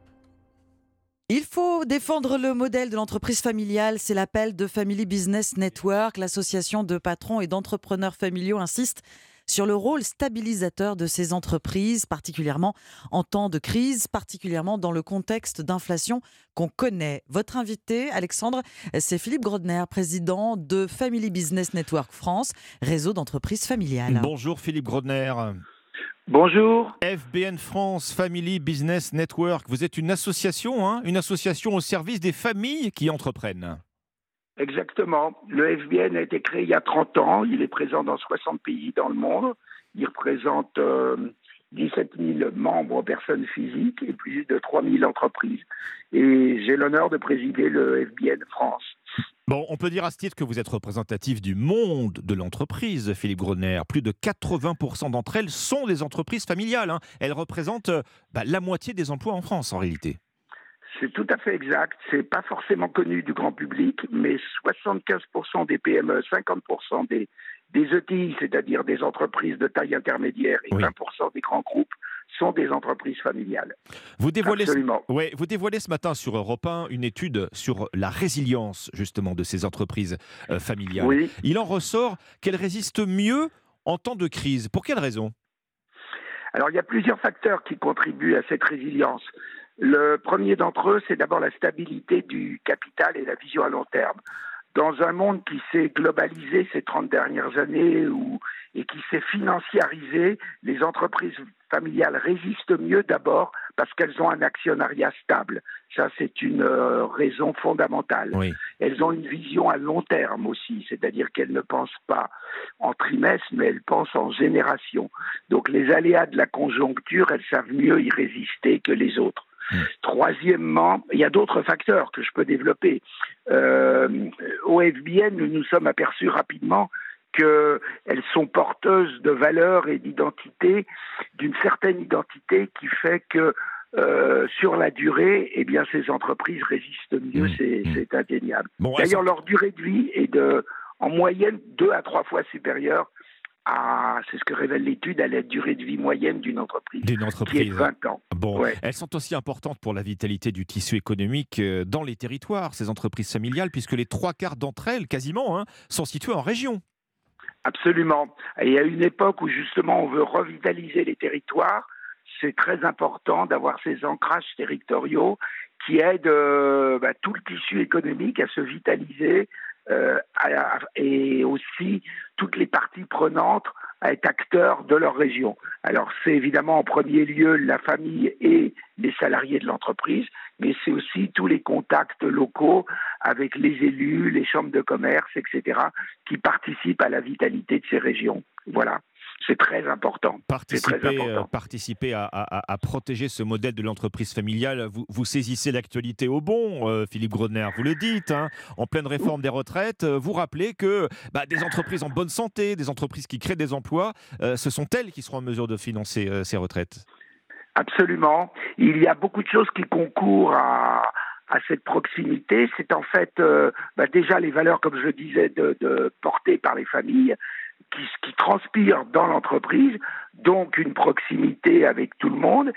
Il faut défendre le modèle de l'entreprise familiale, c'est l'appel de Family Business Network. L'association de patrons et d'entrepreneurs familiaux insiste sur le rôle stabilisateur de ces entreprises, particulièrement en temps de crise, particulièrement dans le contexte d'inflation qu'on connaît. Votre invité, Alexandre, c'est Philippe Grodner, président de Family Business Network France, réseau d'entreprises familiales. Bonjour Philippe Grodner. Bonjour. F B N France, Family Business Network. Vous êtes une association, hein, une association au service des familles qui entreprennent. Exactement. Le F B N a été créé il y a trente ans. Il est présent dans soixante pays dans le monde. Il représente euh, dix-sept mille membres, personnes physiques, et plus de trois mille entreprises. Et j'ai l'honneur de présider le F B N France. Bon, on peut dire à ce titre que vous êtes représentatif du monde de l'entreprise, Philippe Grodner. Plus de quatre-vingts pour cent d'entre elles sont des entreprises familiales, hein. Elles représentent bah, la moitié des emplois en France, en réalité. C'est tout à fait exact. C'est pas forcément connu du grand public, mais soixante-quinze pour cent des P M E, cinquante pour cent des, des E T I, c'est-à-dire des entreprises de taille intermédiaire, et oui. vingt pour cent des grands groupes sont des entreprises familiales. Vous dévoilez, Absolument. Ce, ouais, vous dévoilez ce matin sur Europe un une étude sur la résilience justement de ces entreprises euh, familiales. Oui. Il en ressort qu'elles résistent mieux en temps de crise. Pour quelles raisons ? Alors, il y a plusieurs facteurs qui contribuent à cette résilience. Le premier d'entre eux, c'est d'abord la stabilité du capital et la vision à long terme. dans un monde qui s'est globalisé ces trente dernières années où, et qui s'est financiarisé, les entreprises familiales résistent mieux d'abord parce qu'elles ont un actionnariat stable. Ça, c'est une euh, raison fondamentale. Oui. Elles ont une vision à long terme aussi, c'est-à-dire qu'elles ne pensent pas en trimestre, mais elles pensent en génération. Donc les aléas de la conjoncture, elles savent mieux y résister que les autres. Mmh. Troisièmement, il y a d'autres facteurs que je peux développer. Euh, au F B N, nous nous sommes aperçus rapidement qu'elles sont porteuses de valeurs et d'identité, d'une certaine identité qui fait que euh, sur la durée, eh bien, ces entreprises résistent mieux, mmh. c'est, mmh. c'est indéniable. Bon, D'ailleurs, sont... leur durée de vie est de, en moyenne deux à trois fois supérieure à, c'est ce que révèle l'étude, à la durée de vie moyenne d'une entreprise, d'une entreprise. qui est de vingt ans. Bon, ouais. Elles sont aussi importantes pour la vitalité du tissu économique dans les territoires, ces entreprises familiales, puisque les trois quarts d'entre elles, quasiment, hein, sont situées en région. Absolument. Et il y a une époque où justement on veut revitaliser les territoires. C'est très important d'avoir ces ancrages territoriaux qui aident euh, bah, tout le tissu économique à se vitaliser euh, à, à, et aussi toutes les parties prenantes à être acteurs de leur région. Alors c'est évidemment en premier lieu la famille et les salariés de l'entreprise, mais c'est aussi tous les contacts locaux avec les élus, les chambres de commerce, et cetera, qui participent à la vitalité de ces régions. Voilà. C'est très important. Participer, C'est très important. Euh, participer à, à, à protéger ce modèle de l'entreprise familiale. Vous, vous saisissez l'actualité au bon, euh, Philippe Grodner, vous le dites, hein, en pleine réforme des retraites. Vous rappelez que bah, des entreprises en bonne santé, des entreprises qui créent des emplois, euh, ce sont elles qui seront en mesure de financer euh, ces retraites. Absolument. Il y a beaucoup de choses qui concourent à... à cette proximité. C'est en fait euh, bah déjà les valeurs, comme je le disais, de, de portées par les familles, qui, qui transpirent dans l'entreprise, donc une proximité avec tout le monde,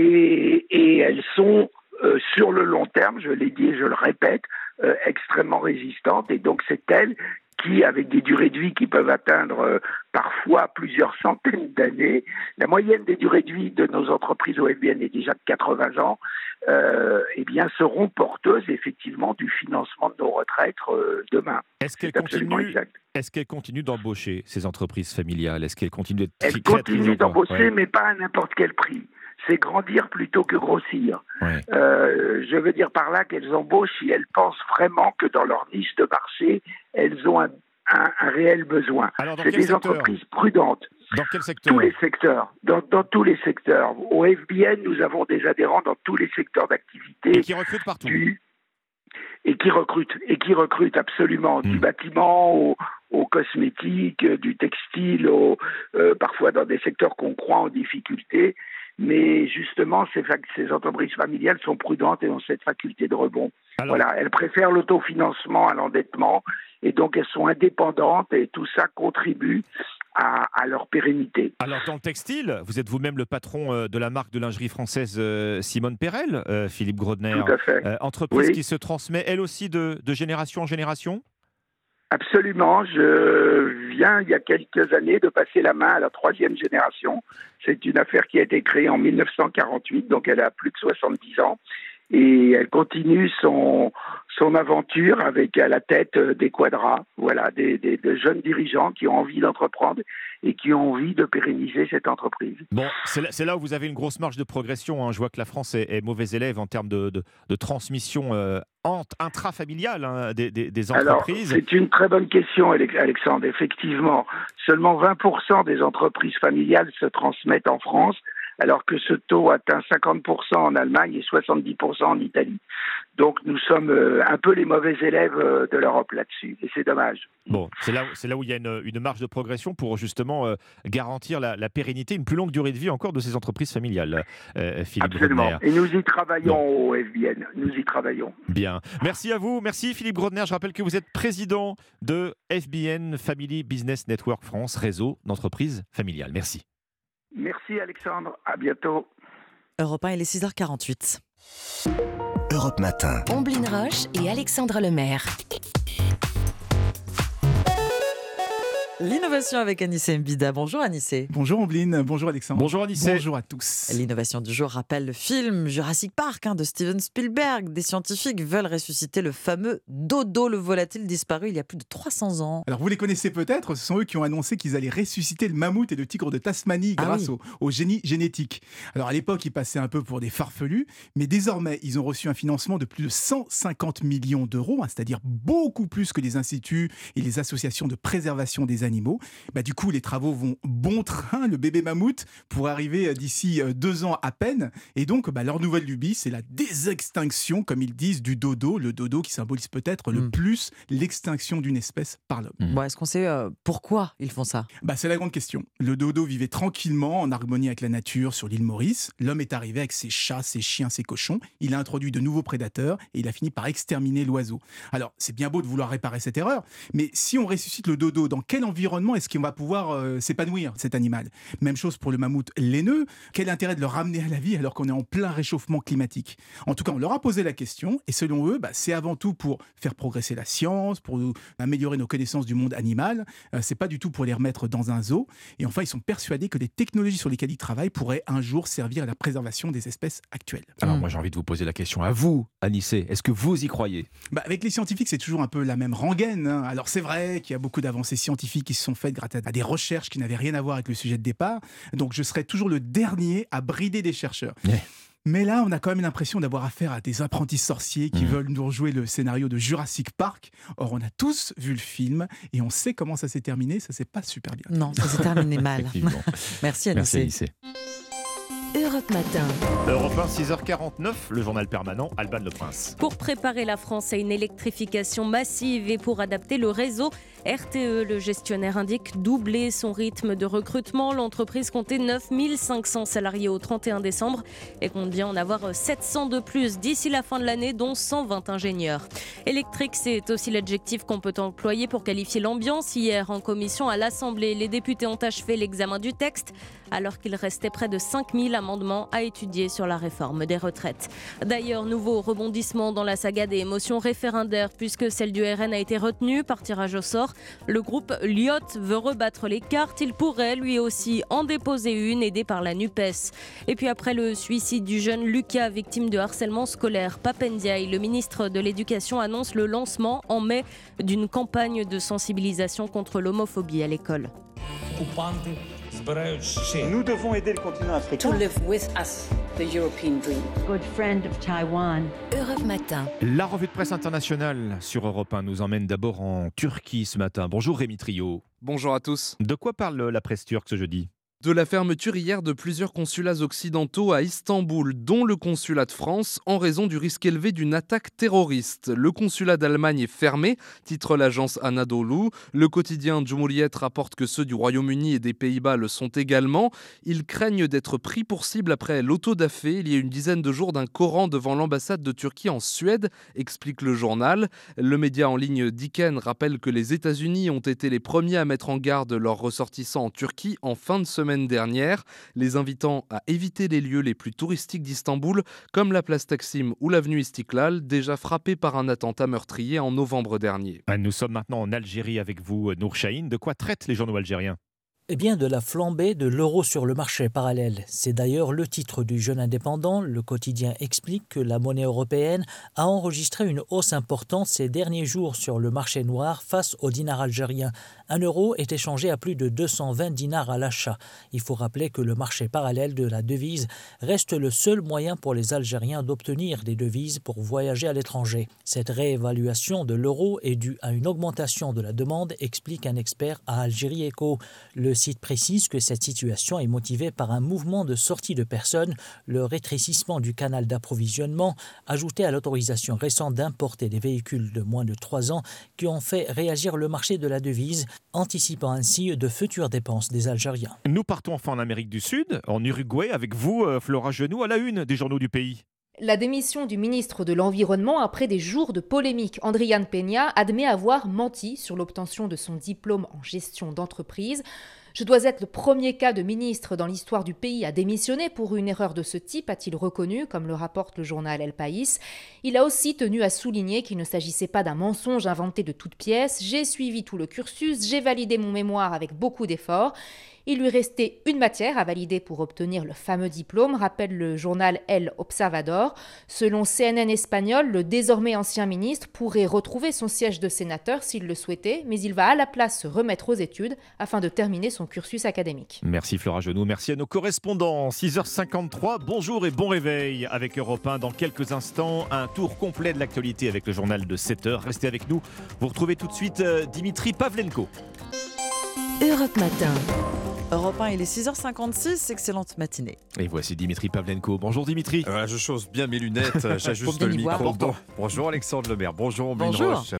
et, et elles sont euh, sur le long terme, je l'ai dit et je le répète, euh, extrêmement résistantes, et donc c'est elles qui, avec des durées de vie qui peuvent atteindre euh, parfois plusieurs centaines d'années, la moyenne des durées de vie de nos entreprises O F B N est déjà de quatre-vingts ans, euh, eh bien, seront porteuses effectivement du financement de nos retraites euh, demain. Est-ce qu'elles continuent, est-ce qu'elles continuent d'embaucher, ces entreprises familiales ? Est-ce qu'elles continuent d'être Elles continuent d'embaucher, ouais. mais pas à n'importe quel prix. C'est grandir plutôt que grossir. Ouais. Euh, je veux dire par là qu'elles embauchent si elles pensent vraiment que dans leur niche de marché, elles ont un, un, un réel besoin. Alors, c'est des secteur entreprises prudentes. Dans quel secteur ? Tous les secteurs. Dans, dans tous les secteurs. Au F B N, nous avons des adhérents dans tous les secteurs d'activité. Et qui recrutent partout. Du, et qui recrutent, et qui recrutent absolument, mmh. du bâtiment au, au cosmétique, du textile, au, euh, parfois dans des secteurs qu'on croit en difficulté. Mais justement, ces, ces entreprises familiales sont prudentes et ont cette faculté de rebond. Alors, voilà, elles préfèrent l'autofinancement à l'endettement et donc elles sont indépendantes et tout ça contribue à, à leur pérennité. Alors dans le textile, vous êtes vous-même le patron de la marque de lingerie française Simone Perel, euh, Philippe Grodner. Tout à fait. Euh, entreprise oui. qui se transmet elle aussi de, de génération en génération ? Absolument. Je viens, il y a quelques années, de passer la main à la troisième génération. C'est une affaire qui a été créée en mille neuf cent quarante-huit, donc elle a plus de soixante-dix ans. Et elle continue son, son aventure avec à la tête des quadras, voilà, des, des, des jeunes dirigeants qui ont envie d'entreprendre et qui ont envie de pérenniser cette entreprise. Bon, c'est là, c'est là où vous avez une grosse marge de progression. Hein. Je vois que la France est, est mauvais élève en termes de, de, de transmission euh, intrafamiliale hein, des, des, des entreprises. Alors, c'est une très bonne question, Alexandre. Effectivement, seulement vingt pour cent des entreprises familiales se transmettent en France, alors que ce taux atteint cinquante pour cent en Allemagne et soixante-dix pour cent en Italie. Donc nous sommes euh, un peu les mauvais élèves euh, de l'Europe là-dessus, et c'est dommage. Bon, c'est là, c'est là où il y a une, une marge de progression pour justement euh, garantir la, la pérennité, une plus longue durée de vie encore de ces entreprises familiales, euh, Philippe Absolument, Grodner. Et nous y travaillons bon. Au F B N, nous y travaillons. Bien, merci à vous, merci Philippe Grodner. Je rappelle que vous êtes président de F B N Family Business Network France, réseau d'entreprises familiales. Merci. Merci Alexandre, à bientôt. Europe un, il est six heures quarante-huit. Europe Matin. Omblin Roche et Alexandre Lemaire. L'innovation avec Anissé Mbida. Bonjour Anissé. Bonjour Ombline, bonjour Alexandre. Bonjour Anissé. Bonjour à tous. L'innovation du jour rappelle le film Jurassic Park hein, de Steven Spielberg. Des scientifiques veulent ressusciter le fameux dodo, le volatile disparu il y a plus de trois cents ans. Alors vous les connaissez peut-être, ce sont eux qui ont annoncé qu'ils allaient ressusciter le mammouth et le tigre de Tasmanie Ah grâce oui. au, au génie génétique. Alors à l'époque, ils passaient un peu pour des farfelus, mais désormais, ils ont reçu un financement de plus de cent cinquante millions d'euros, hein, c'est-à-dire beaucoup plus que les instituts et les associations de préservation des animaux. Bah, du coup, les travaux vont bon train. Le bébé mammouth pourrait arriver d'ici deux ans à peine. Et donc, bah, leur nouvelle lubie, c'est la désextinction, comme ils disent, du dodo. Le dodo qui symbolise peut-être le Mm. plus l'extinction d'une espèce par l'homme. Bon, est-ce qu'on sait euh, pourquoi ils font ça? Bah, c'est la grande question. Le dodo vivait tranquillement, en harmonie avec la nature, sur l'île Maurice. L'homme est arrivé avec ses chats, ses chiens, ses cochons. Il a introduit de nouveaux prédateurs et il a fini par exterminer l'oiseau. Alors, c'est bien beau de vouloir réparer cette erreur, mais si on ressuscite le dodo, dans quel environnement est-ce qu'on va pouvoir euh, s'épanouir, cet animal? Même chose pour le mammouth laineux. Quel intérêt de le ramener à la vie alors qu'on est en plein réchauffement climatique? En tout cas, on leur a posé la question et selon eux, bah, c'est avant tout pour faire progresser la science, pour nous améliorer nos connaissances du monde animal. Euh, c'est pas du tout pour les remettre dans un zoo. Et enfin, ils sont persuadés que les technologies sur lesquelles ils travaillent pourraient un jour servir à la préservation des espèces actuelles. Alors moi j'ai envie de vous poser la question à vous, Anissé. Est-ce que vous y croyez? Bah, avec les scientifiques, c'est toujours un peu la même rengaine. Hein. Alors c'est vrai qu'il y a beaucoup d'avancées scientifiques qui se sont faites grâce à des recherches qui n'avaient rien à voir avec le sujet de départ. Donc je serai toujours le dernier à brider des chercheurs. Yeah. Mais là, on a quand même l'impression d'avoir affaire à des apprentis sorciers qui Mmh. veulent nous rejouer le scénario de Jurassic Park. Or, on a tous vu le film et on sait comment ça s'est terminé. Ça s'est pas super bien. Non, ça s'est terminé mal. Effectivement. Merci Merci Anissé. Anissé. Europe Matin. Europe un, six heures quarante-neuf, le journal permanent, Alban Le Prince. Pour préparer la France à une électrification massive et pour adapter le réseau, R T E, le gestionnaire, indique doubler son rythme de recrutement. L'entreprise comptait neuf mille cinq cents salariés au trente et un décembre et compte bien en avoir sept cents de plus d'ici la fin de l'année, dont cent vingt ingénieurs. Électrique, c'est aussi l'adjectif qu'on peut employer pour qualifier l'ambiance. Hier, en commission à l'Assemblée, les députés ont achevé l'examen du texte alors qu'il restait près de cinq mille amendements à étudier sur la réforme des retraites. D'ailleurs, nouveau rebondissement dans la saga des motions référendaires puisque celle du R N a été retenue par tirage au sort. Le groupe Lyot veut rebattre les cartes. Il pourrait lui aussi en déposer une, aidé par la NUPES. Et puis après le suicide du jeune Lucas, victime de harcèlement scolaire, Pap Ndiaye, le ministre de l'Éducation, annonce le lancement en mai d'une campagne de sensibilisation contre l'homophobie à l'école. Nous devons aider le continent africain. To live with us the European dream. Good friend of Taiwan. Europe Matin. La revue de presse internationale sur Europe un nous emmène d'abord en Turquie ce matin. Bonjour Rémi Trio. Bonjour à tous. De quoi parle la presse turque ce jeudi ? De la fermeture hier de plusieurs consulats occidentaux à Istanbul, dont le consulat de France, en raison du risque élevé d'une attaque terroriste. Le consulat d'Allemagne est fermé, titre l'agence Anadolu. Le quotidien Cumhuriyet rapporte que ceux du Royaume-Uni et des Pays-Bas le sont également. Ils craignent d'être pris pour cible après l'autodafé il y a une dizaine de jours d'un Coran devant l'ambassade de Turquie en Suède, explique le journal. Le média en ligne Diken rappelle que les États-Unis ont été les premiers à mettre en garde leurs ressortissants en Turquie en fin de semaine dernière, les invitant à éviter les lieux les plus touristiques d'Istanbul, comme la place Taksim ou l'avenue Istiklal, déjà frappée par un attentat meurtrier en novembre dernier. Nous sommes maintenant en Algérie avec vous, Nour Chahine. De quoi traitent les journaux algériens ? Eh bien, de la flambée de l'euro sur le marché parallèle. C'est d'ailleurs le titre du Jeune Indépendant. Le quotidien explique que la monnaie européenne a enregistré une hausse importante ces derniers jours sur le marché noir face au dinar algérien. Un euro est échangé à plus de deux cent vingt dinars à l'achat. Il faut rappeler que le marché parallèle de la devise reste le seul moyen pour les Algériens d'obtenir des devises pour voyager à l'étranger. Cette réévaluation de l'euro est due à une augmentation de la demande, explique un expert à Algérie Echo. Le site précise que cette situation est motivée par un mouvement de sortie de personnes, le rétrécissement du canal d'approvisionnement, ajouté à l'autorisation récente d'importer des véhicules de moins de trois ans qui ont fait réagir le marché de la devise, anticipant ainsi de futures dépenses des Algériens. Nous partons enfin en Amérique du Sud, en Uruguay, avec vous, Flora Genoux, à la une des journaux du pays. La démission du ministre de l'Environnement après des jours de polémique. Andrián Peña admet avoir menti sur l'obtention de son diplôme en gestion d'entreprise. Je dois être le premier cas de ministre dans l'histoire du pays à démissionner pour une erreur de ce type, a-t-il reconnu, comme le rapporte le journal El País. Il a aussi tenu à souligner qu'il ne s'agissait pas d'un mensonge inventé de toutes pièces. J'ai suivi tout le cursus, j'ai validé mon mémoire avec beaucoup d'efforts. Il lui restait une matière à valider pour obtenir le fameux diplôme, rappelle le journal El Observador. Selon C N N espagnol, le désormais ancien ministre pourrait retrouver son siège de sénateur s'il le souhaitait, mais il va à la place se remettre aux études afin de terminer son cursus académique. Merci Flora Genoux, merci à nos correspondants. six heures cinquante-trois, bonjour et bon réveil avec Europe un. Dans quelques instants, un tour complet de l'actualité avec le journal de sept heures. Restez avec nous, vous retrouvez tout de suite euh, Dimitri Pavlenko. Europe Matin. Europe un, il est six heures cinquante-six, excellente matinée. Et voici Dimitri Pavlenko. Bonjour Dimitri. Euh, je chausse bien mes lunettes, j'ajuste le micro. Bon, bonjour Alexandre Lemaire, bonjour Omblin Roche.